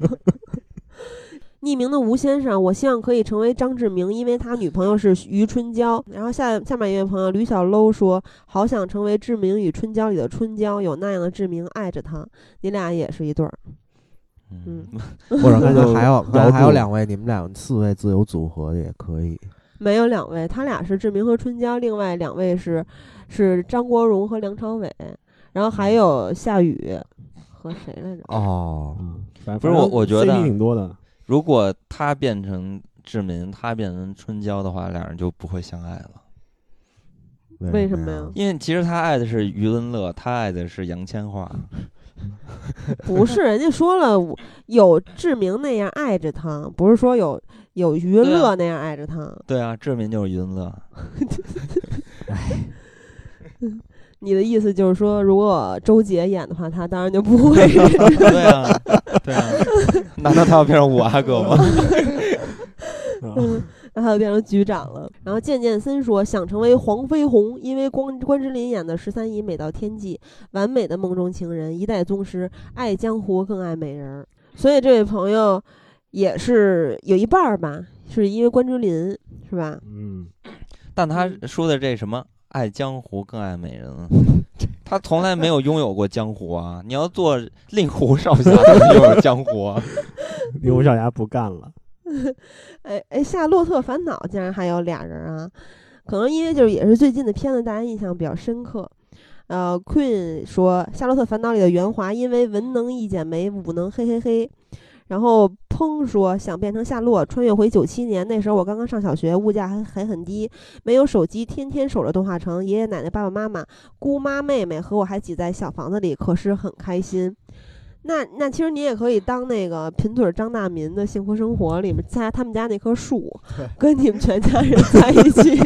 匿名的吴先生，我希望可以成为张志明，因为他女朋友是于春娇。然后下下面一位朋友吕小楼说，好想成为志明与春娇里的春娇，有那样的志明爱着他。你俩也是一对儿。嗯， 或者那就还有摇住还有两位，你们俩四位自由组合的也可以。 没有两位，他俩是志明和春娇，另外两位是是张国荣和梁朝伟，然后还有夏雨和谁来着？ 哦， 嗯，反不是我我觉得 C P 挺多的。 如果他变成志明，他变成春娇的话，两人就不会相爱了。 为什么呀？ 因为其实他爱的是余文乐，他爱的是杨千嬅。 不是，人家说了，有志明那样爱着他，不是说有有余文乐那样爱着他。 对啊，志明就是余文乐。 你的意思就是说，如果周杰演的话，他当然就不会。 对啊，对啊，难道他要变成五阿哥吗？ 嗯，然后他就变成局长了。然后渐渐森说想成为黄飞鸿，因为关关之琳演的十三姨美到天际，完美的梦中情人，一代宗师，爱江湖更爱美人。所以这位朋友也是有一半儿吧，是因为关之琳，是吧？ 嗯， 但他说的这什么爱江湖更爱美人，他从来没有拥有过江湖啊！你要做令狐少侠，怎么拥有江湖啊？ 令狐少侠不干了。 哎哎，夏洛特烦恼竟然还有俩人啊！可能因为就是也是最近的片子，大家印象比较深刻。呃 ，Queen 说《夏洛特烦恼》里的袁华因为文能一剪梅，武能嘿嘿嘿。然后砰说想变成夏洛，穿越回九七年，那时候我刚刚上小学，物价还还很低，没有手机，天天守着动画城，爷爷奶奶、爸爸妈妈、姑妈、妹妹和我还挤在小房子里，可是很开心。那那其实你也可以当那个贫嘴张大民的幸福生活里面加他们家那棵树，跟你们全家人在一起。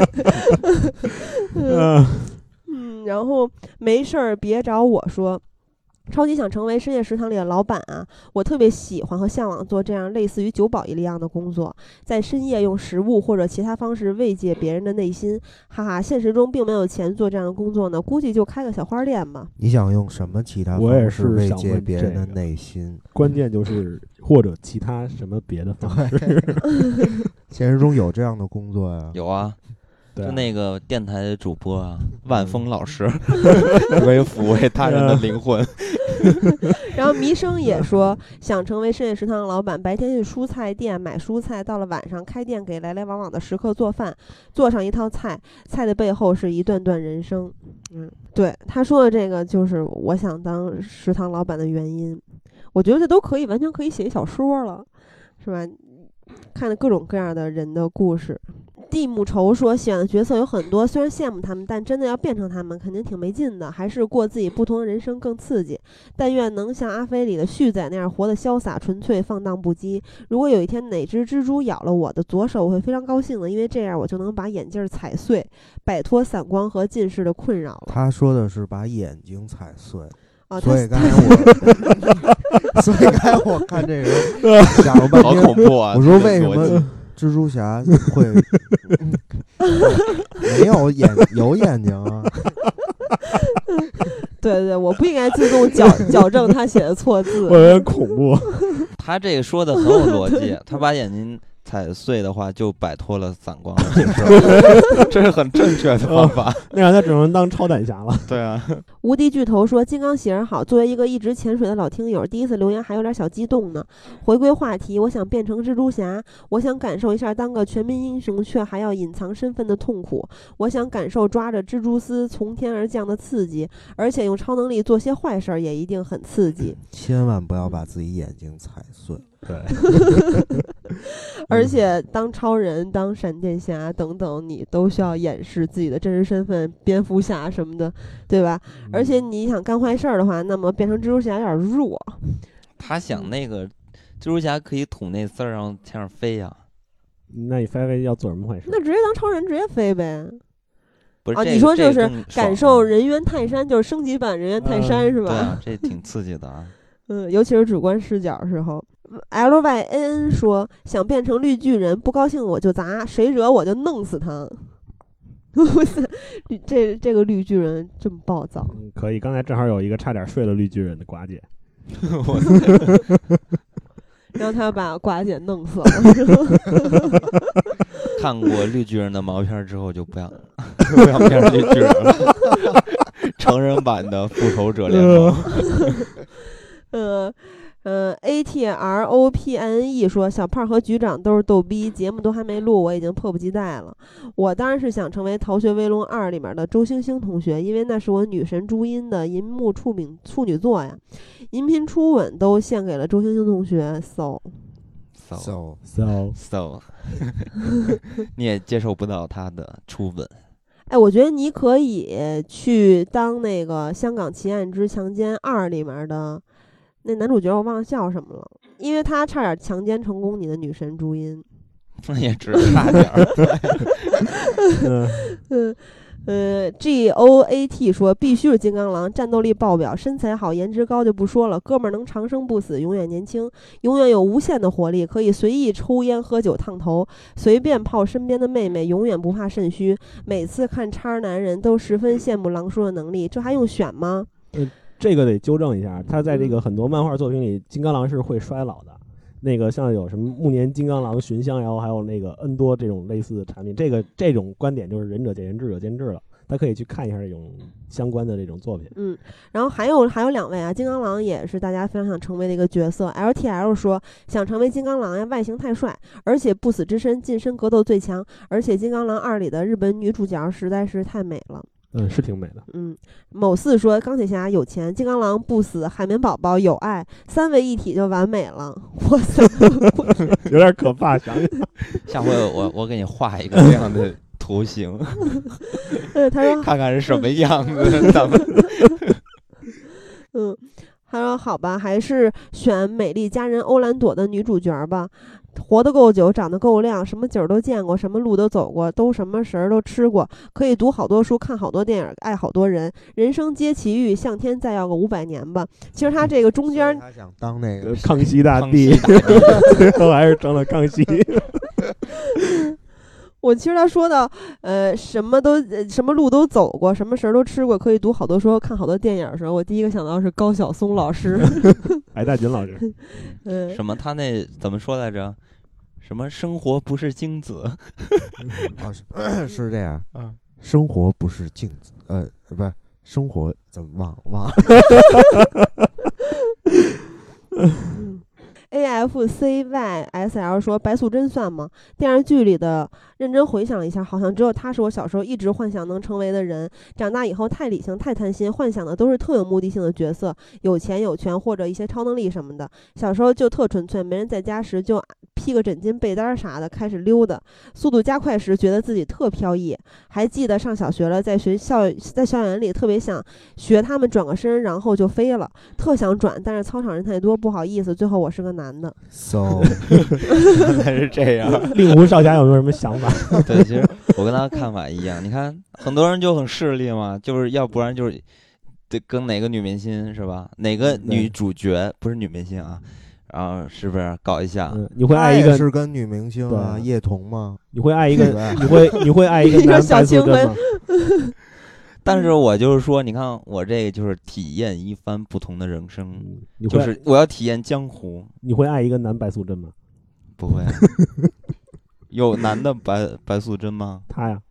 嗯, 嗯，然后没事儿别找我说。超级想成为深夜食堂里的老板啊！我特别喜欢和向往做这样类似于酒保一样的工作，在深夜用食物或者其他方式慰藉别人的内心。哈哈，现实中并没有钱做这样的工作呢，估计就开个小花店吧。 你想用什么其他我也方式慰是想问藉别人的这个内心？ 关键就是或者其他什么别的方式。 现实中有这样的工作呀？ 有啊。 对啊就那个电台的主播啊，万峰老师，为抚慰他人的灵魂。 然后弥生也说想成为深夜食堂的老板，白天去蔬菜店买蔬菜，到了晚上开店给来来往往的食客做饭，做上一套菜，菜的背后是一段段人生。嗯，对，他说的这个就是我想当食堂老板的原因。我觉得这都可以，完全可以写一小说了，是吧？看各种各样的人的故事。地木愁说喜欢的角色有很多，虽然羡慕他们，但真的要变成他们肯定挺没劲的，还是过自己不同的人生更刺激。但愿能像阿飞里的旭仔那样活得潇洒纯粹放荡不羁。如果有一天哪只蜘蛛咬了我的左手，我会非常高兴的，因为这样我就能把眼镜踩碎，摆脱散光和近视的困扰了。 他说的是把眼睛踩碎。 哦， 所以刚才我，所以刚才我看这个想了半天， 好恐怖啊！ 我说为什么蜘蛛侠会、嗯、没有眼有眼睛啊？ 对对对，我不应该自动矫矫正他写的错字。 我有点恐怖。 他这个说的很有逻辑，他把眼睛踩碎的话，就摆脱了散光的近视，这是很正确的方法。 那样他只能当超胆侠了。 对啊。 无敌巨头说：“金刚喜儿好，作为一个一直潜水的老听友，第一次留言还有点小激动呢。回归话题，我想变成蜘蛛侠，我想感受一下当个全民英雄却还要隐藏身份的痛苦，我想感受抓着蜘蛛丝从天而降的刺激，而且用超能力做些坏事儿也一定很刺激。 千万不要把自己眼睛踩碎。 对， 而且当超人、当闪电侠等等，你都需要掩饰自己的真实身份，蝙蝠侠什么的，对吧？ 嗯、 而且你想干坏事儿的话，那么变成蜘蛛侠有点弱。 他想那个蜘蛛侠可以吐那丝儿，然后天上飞呀、啊。 那你飞飞要做什么坏事？ 那直接当超人，直接飞呗。 不是、 啊， 这个、 你说就是感受人人猿泰山，就是升级版人猿泰山、嗯、是吧？ 对啊，这挺刺激的啊。 嗯，尤其是主观视角的时候。L Y N N 说想变成绿巨人，不高兴我就砸，谁惹我就弄死他。这这个绿巨人这么暴躁、 嗯、可以。刚才正好有一个差点睡了绿巨人的寡姐， 然后他把寡姐弄死了。 看过绿巨人的毛片之后就不想不想变成绿巨人了。成人版的复仇者联盟。 呃呃 A T R O P N E 说小胖和局长都是逗逼，节目都还没录，我已经迫不及待了。我当然是想成为《逃学威龙二》里面的周星星同学，因为那是我女神朱茵的银幕处女处女作呀，银屏初吻都献给了周星星同学。 So so so so 你也接受不到他的初吻。 哎，我觉得你可以去当那个《香港奇案之强奸二》里面的那男主角，我忘了叫什么了，因为他差点强奸成功你的女神朱茵。 那也只差点儿。 嗯呃 G O A T 说必须是金刚狼，战斗力爆表，身材好，颜值高就不说了，哥们儿能长生不死，永远年轻，永远有无限的活力，可以随意抽烟喝酒烫头，随便泡身边的妹妹，永远不怕肾虚。每次看叉男人都十分羡慕狼叔的能力，这还用选吗？ 嗯，这个得纠正一下，他在这个很多漫画作品里，金刚狼是会衰老的。那个像有什么暮年金刚狼、寻香瑶，还有那个 N 多这种类似的产品，这个这种观点就是仁者见仁，智者见智了。他可以去看一下这种相关的这种作品。 嗯，然后还有还有两位啊，金刚狼也是大家非常想成为的一个角色。L T L 说想成为金刚狼呀，外形太帅，而且不死之身，近身格斗最强，而且金刚狼二里的日本女主角实在是太美了。 嗯，是挺美的。 嗯，某四说钢铁侠有钱，金刚狼不死，海绵宝宝有爱，三位一体就完美了。哇塞， 有点可怕，想想。 下回我我给你画一个这样的图形， 呃，他说看看是什么样子，咱们。 嗯，他说好吧，还是选美丽佳人欧兰朵的女主角吧。活得够久，长得够亮，什么景儿都见过，什么路都走过，都什么食儿都吃过，可以读好多书，看好多电影，爱好多人，人生皆奇遇，向天再要个五百年吧。其实他这个中间， 他想当那个康熙大帝，最后还是成了康熙。 我其实他说到，呃，什么都、呃、什么路都走过，什么食儿都吃过，可以读好多书，看好多电影的时候，我第一个想到是高晓松老师， 白大锦老师。 嗯， 什么？他那怎么说来着？什么生活不是镜子？ 哦，是是这样啊，生活不是镜子，呃，不是生活怎么忘忘了 ？A F C Y S L 说白素贞算吗？电视剧里的认真回想了一下，好像只有她是我小时候一直幻想能成为的人。长大以后太理性太贪心，幻想的都是特有目的性的角色，有钱有权或者一些超能力什么的。小时候就特纯粹，没人在家时就披个枕巾被单啥的开始溜达，速度加快时觉得自己特飘逸。还记得上小学了，在学校在校园里特别想学他们转个身然后就飞了，特想转，但是操场人太多不好意思，最后我是个男的。 So 原来是这样。 令狐少侠有没有什么想法？ 对，其实我跟他看法一样。你看，很多人就很势利嘛，就是要不然就是得跟哪个女明星是吧？哪个女主角不是女明星啊？然后是不是搞一下？ 嗯、你会爱一个是跟女明星啊，叶童吗？ 你会爱一个，你会你会爱一个男白素贞吗？ 但是我就是说，你看我这就是体验一番不同的人生， 嗯、 就是我要体验江湖。 你会爱一个男白素贞吗？ 不会、啊。有男的白白素贞吗？ 他呀。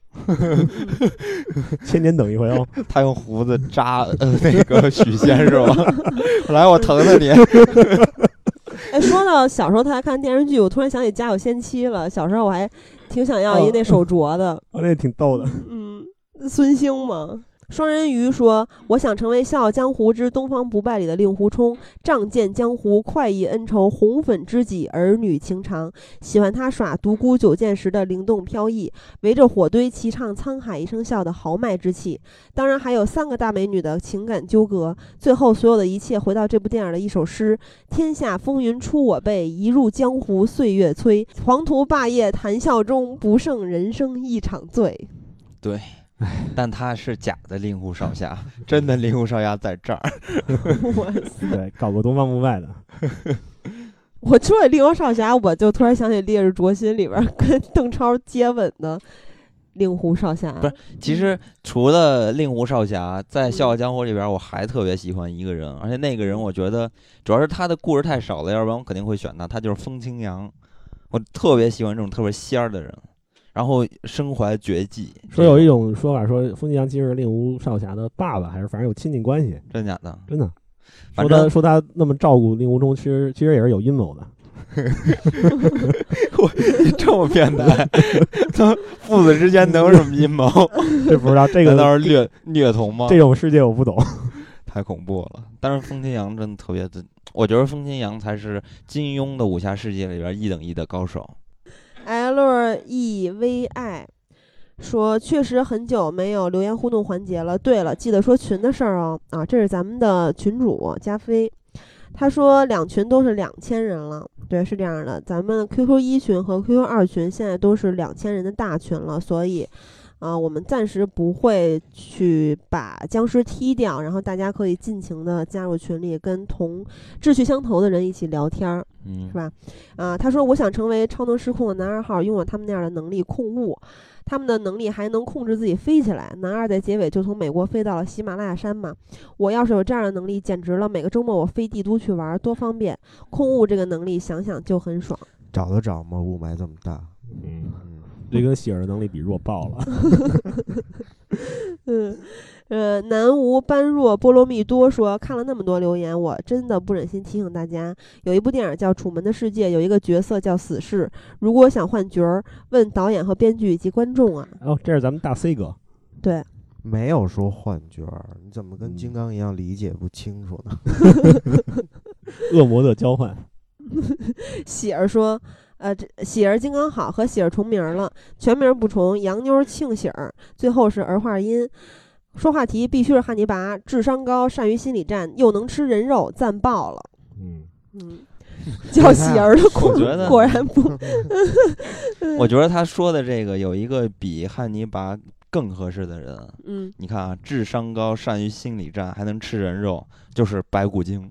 千年等一回哦。 他用胡子扎呃那个许仙是吧？来，我疼疼你。 哎，说到小时候他还看电视剧，我突然想起《家有仙妻》了。小时候我还挺想要一那手镯的， 哦，那挺逗的。 嗯。孙兴嘛， 双人鱼说：“我想成为《笑傲江湖之东方不败》里的令狐冲，仗剑江湖，快意恩仇，红粉知己，儿女情长。喜欢他耍独孤九剑时的灵动飘逸，围着火堆齐唱沧海一声笑的豪迈之气。当然还有三个大美女的情感纠葛。最后所有的一切回到这部电影的一首诗：天下风云出我辈，一入江湖岁月催。黄图霸业谈笑中，不胜人生一场醉。” 对。但他是假的令狐少侠，真的令狐少侠在这儿。 对，搞个东方不败的。 我说起令狐少侠，我就突然想起《烈日灼心》里边跟邓超接吻的令狐少侠。 不是，其实除了令狐少侠，在《笑傲江湖》里边，我还特别喜欢一个人，而且那个人我觉得主要是他的故事太少了，要不然我肯定会选他。他就是风清扬，我特别喜欢这种特别仙儿的人。然后身怀绝技， 说有一种说法说风清扬其实是令狐少侠的爸爸，还是反正有亲戚关系， 真假的？ 真的。 说他说他那么照顾令狐冲，其实其实也是有阴谋的。 我你这么变态，他父子之间能有什么阴谋？ 这不知道，这个难道是虐虐童吗？ 这种世界我不懂， 太恐怖了。但是风清扬真的特别的，我觉得风清扬才是金庸的武侠世界里边一等一的高手。 L E V I 说确实很久没有留言互动环节了。对了，记得说群的事儿哦。啊，这是咱们的群主加菲，他说两群都是两千人了。对，是这样的，咱们 Q Q 一群和 Q Q 二群现在都是两千人的大群了，所以啊、呃，我们暂时不会去把僵尸踢掉，然后大家可以尽情的加入群里，跟同志趣相投的人一起聊天， 嗯， 是吧？啊、呃，他说我想成为超能失控的男二号，拥有他们那样的能力控物，他们的能力还能控制自己飞起来。男二在结尾就从美国飞到了喜马拉雅山嘛，我要是有这样的能力，简直了！每个周末我飞帝都去玩，多方便！控物这个能力，想想就很爽。 找得着吗？雾霾这么大， 嗯。这跟喜儿的能力比弱爆了。 嗯，呃，南无般若波罗蜜多说，看了那么多留言，我真的不忍心提醒大家，有一部电影叫《楚门的世界》，有一个角色叫死侍。如果想换角儿，问导演和编剧以及观众啊。 哦，这是咱们大 C 哥。 对， 没有说换角儿，你怎么跟金刚一样理解不清楚呢？ 恶魔的交换。 喜儿说。呃，这喜儿金刚好和喜儿重名了，全名不重，洋妞庆喜儿，最后是儿化音。说话题必须是汉尼拔，智商高，善于心理战，又能吃人肉，赞爆了。 嗯嗯，叫喜儿的果果然不。 我觉得他说的这个有一个比汉尼拔更合适的人。 嗯， 你看啊，智商高，善于心理战，还能吃人肉，就是白骨精。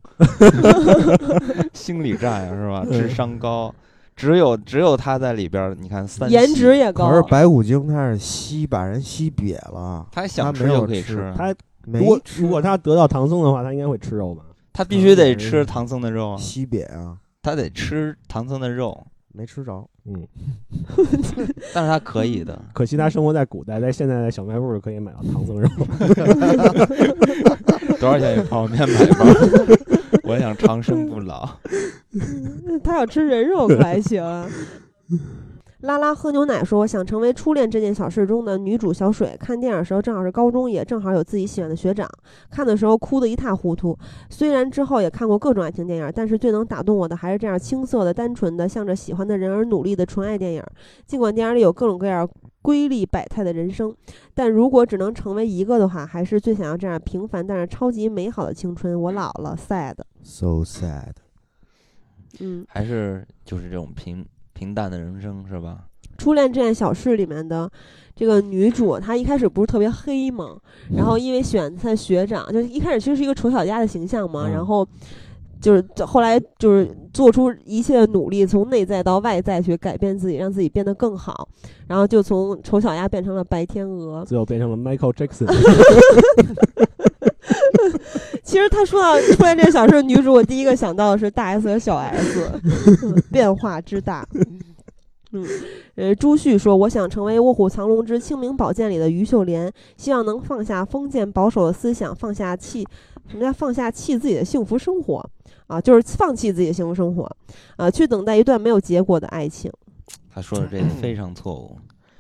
心理战呀，是吧？智商高。只有只有他在里边，你看三颜值也高。 可是白骨精他是吸把人吸瘪了， 他想吃就可以吃。 他如果如果他得到唐僧的话，他应该会吃肉吧？ 他必须得吃唐僧的肉啊， 吸瘪啊， 他得吃唐僧的肉， 没吃着。 嗯， 但是他可以的。 可惜他生活在古代，在现在的小卖部可以买到唐僧肉。 多少钱一泡面买吧？我想长生不老。 他要吃人肉可还行啊。拉拉喝牛奶说，想成为初恋这件小事中的女主小水。看电影的时候正好是高中，也正好有自己喜欢的学长，看的时候哭得一塌糊涂。虽然之后也看过各种爱情电影，但是最能打动我的还是这样青涩的、单纯的，向着喜欢的人而努力的纯爱电影。尽管电影里有各种各样瑰丽百态的人生，但如果只能成为一个的话，还是最想要这样平凡但是超级美好的青春。我老了 sad so sad。 嗯， 还是就是这种平平淡的人生，是吧？ 初恋这件小事里面的这个女主，她一开始不是特别黑嘛，然后因为选她的学长，就一开始其实是一个丑小鸭的形象嘛， 嗯、 然后就是后来就是做出一切的努力，从内在到外在去改变自己，让自己变得更好，然后就从丑小鸭变成了白天鹅， 最后变成了 Michael Jackson。 其实他说到初恋这个小事，女主我第一个想到的是大 S 和小 S，、嗯、变化之大。嗯，呃，朱旭说，我想成为《卧虎藏龙之清明宝剑》里的于秀莲，希望能放下封建保守的思想，放下弃，什么叫放下弃自己的幸福生活啊？就是放弃自己的幸福生活啊，去等待一段没有结果的爱情。 他说的这个非常错误。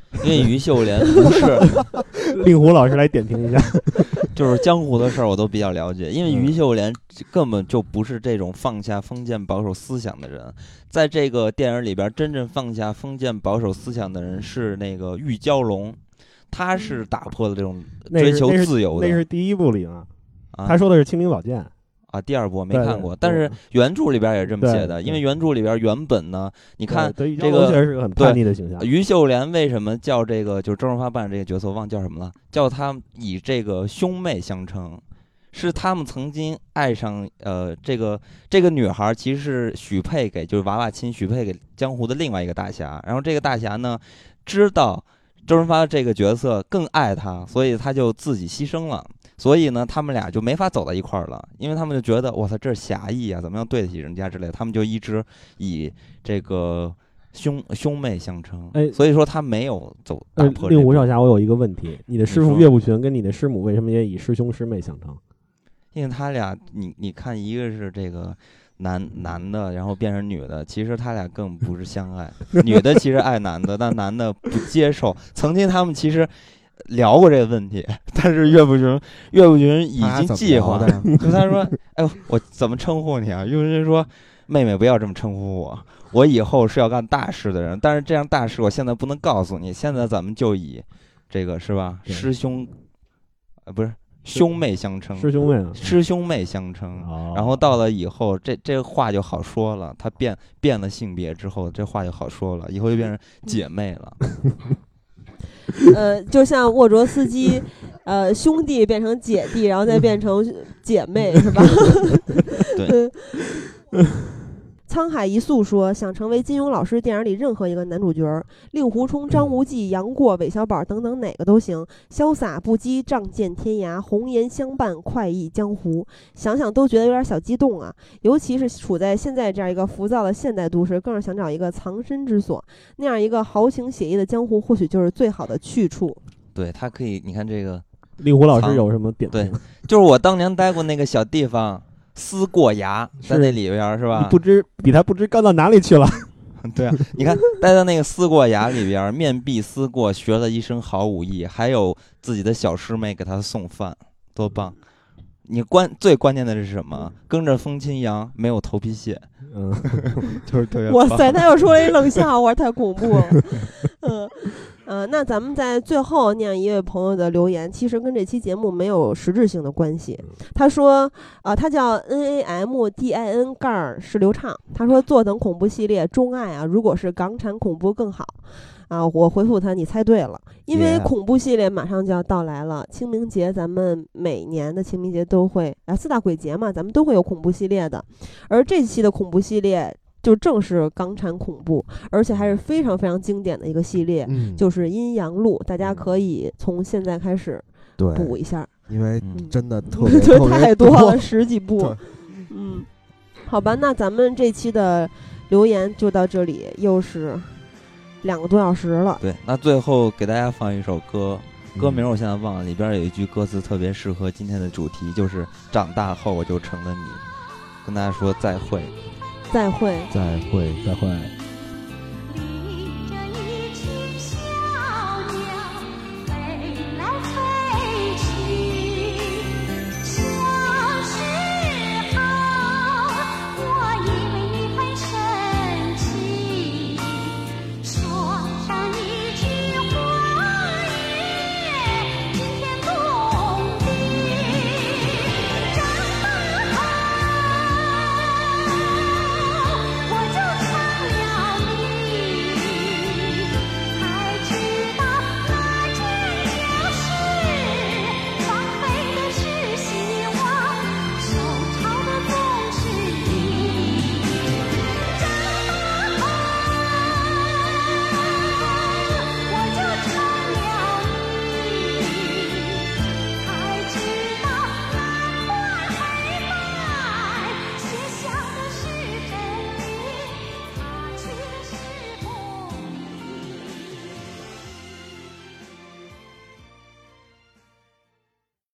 因为于秀莲不是令狐老师来点评一下， 就是江湖的事儿我都比较了解，因为于秀莲根本就不是这种放下封建保守思想的人，在这个电影里边真正放下封建保守思想的人是那个玉娇龙，他是打破了这种追求自由的。 那是第一部里嘛，啊、他说的是清明宝剑。 啊，第二部我没看过，但是原著里边也是这么写的，因为原著里边原本呢，你看这个确实是个很叛逆的形象。 于秀莲为什么叫这个，就是周润发扮这个角色，忘叫什么了？叫他以这个兄妹相称，是他们曾经爱上呃这个这个女孩，其实是许配给就是娃娃亲许配给江湖的另外一个大侠，然后这个大侠呢知道周润发这个角色更爱他，所以他就自己牺牲了。所以呢，他们俩就没法走到一块儿了，因为他们就觉得，我操，这是侠义啊，怎么样对得起人家之类的，他们就一直以这个兄兄妹相称。哎，所以说他没有走打破、这个。 令狐少侠，我有一个问题，你的师傅岳不群跟你的师母为什么也以师兄师妹相称？ 因为他俩，你你看，一个是这个男男的，然后变成女的，其实他俩更不是相爱，女的其实爱男的，但男的不接受。曾经他们其实聊过这个问题，但是岳不群岳不群已经计划，就他说：“哎，我怎么称呼你啊？”岳不群说：“妹妹不要这么称呼我，我以后是要干大事的人，但是这样大事我现在不能告诉你。现在咱们就以这个是吧，师兄，呃，不是兄妹相称， 师兄妹啊， 师兄妹相称。哦、然后到了以后，这这话就好说了。他变变了性别之后，这话就好说了，以后就变成姐妹了。” 呃，就像沃卓斯基，呃，兄弟变成姐弟，然后再变成姐妹，是吧？ 对。 沧海一粟说想成为金庸老师电影里任何一个男主角，令狐冲、张无忌、杨过、韦小宝等等哪个都行，潇洒不羁，仗剑天涯，红颜相伴，快意江湖。想想都觉得有点小激动啊！尤其是处在现在这样一个浮躁的现代都市，更是想找一个藏身之所。那样一个豪情写意的江湖，或许就是最好的去处。 对，他可以，你看这个令狐老师有什么点评？ 对，就是我当年待过那个小地方。思过崖在那里边是吧？ 不知比他不知干到哪里去了。 对啊，你看待在那个思过崖里边，面壁思过，学了一身好武艺，还有自己的小师妹给他送饭，多棒！你关最关键的是什么？跟着风清扬，没有头皮屑，嗯，就是特别棒。 哇塞，他又说了一冷笑话，太恐怖了。嗯。呃，那咱们在最后念一位朋友的留言，其实跟这期节目没有实质性的关系。他说，呃，他叫 N A M D I N 盖儿是流畅。他说，坐等恐怖系列钟爱啊，如果是港产恐怖更好啊。我回复他，你猜对了，因为恐怖系列马上就要到来了。清明节咱们每年的清明节都会啊，四大鬼节嘛，咱们都会有恐怖系列的，而这期的恐怖系列。就正是港产恐怖，而且还是非常非常经典的一个系列，嗯、就是《阴阳路》，大家可以从现在开始补一下， 因为真的特别、 嗯、太多了，十几部。嗯，好吧，那咱们这期的留言就到这里，又是两个多小时了。 对，那最后给大家放一首歌，歌名我现在忘了，里边有一句歌词特别适合今天的主题，就是长大后我就成了你，跟大家说再会。 再会， 再会，再会。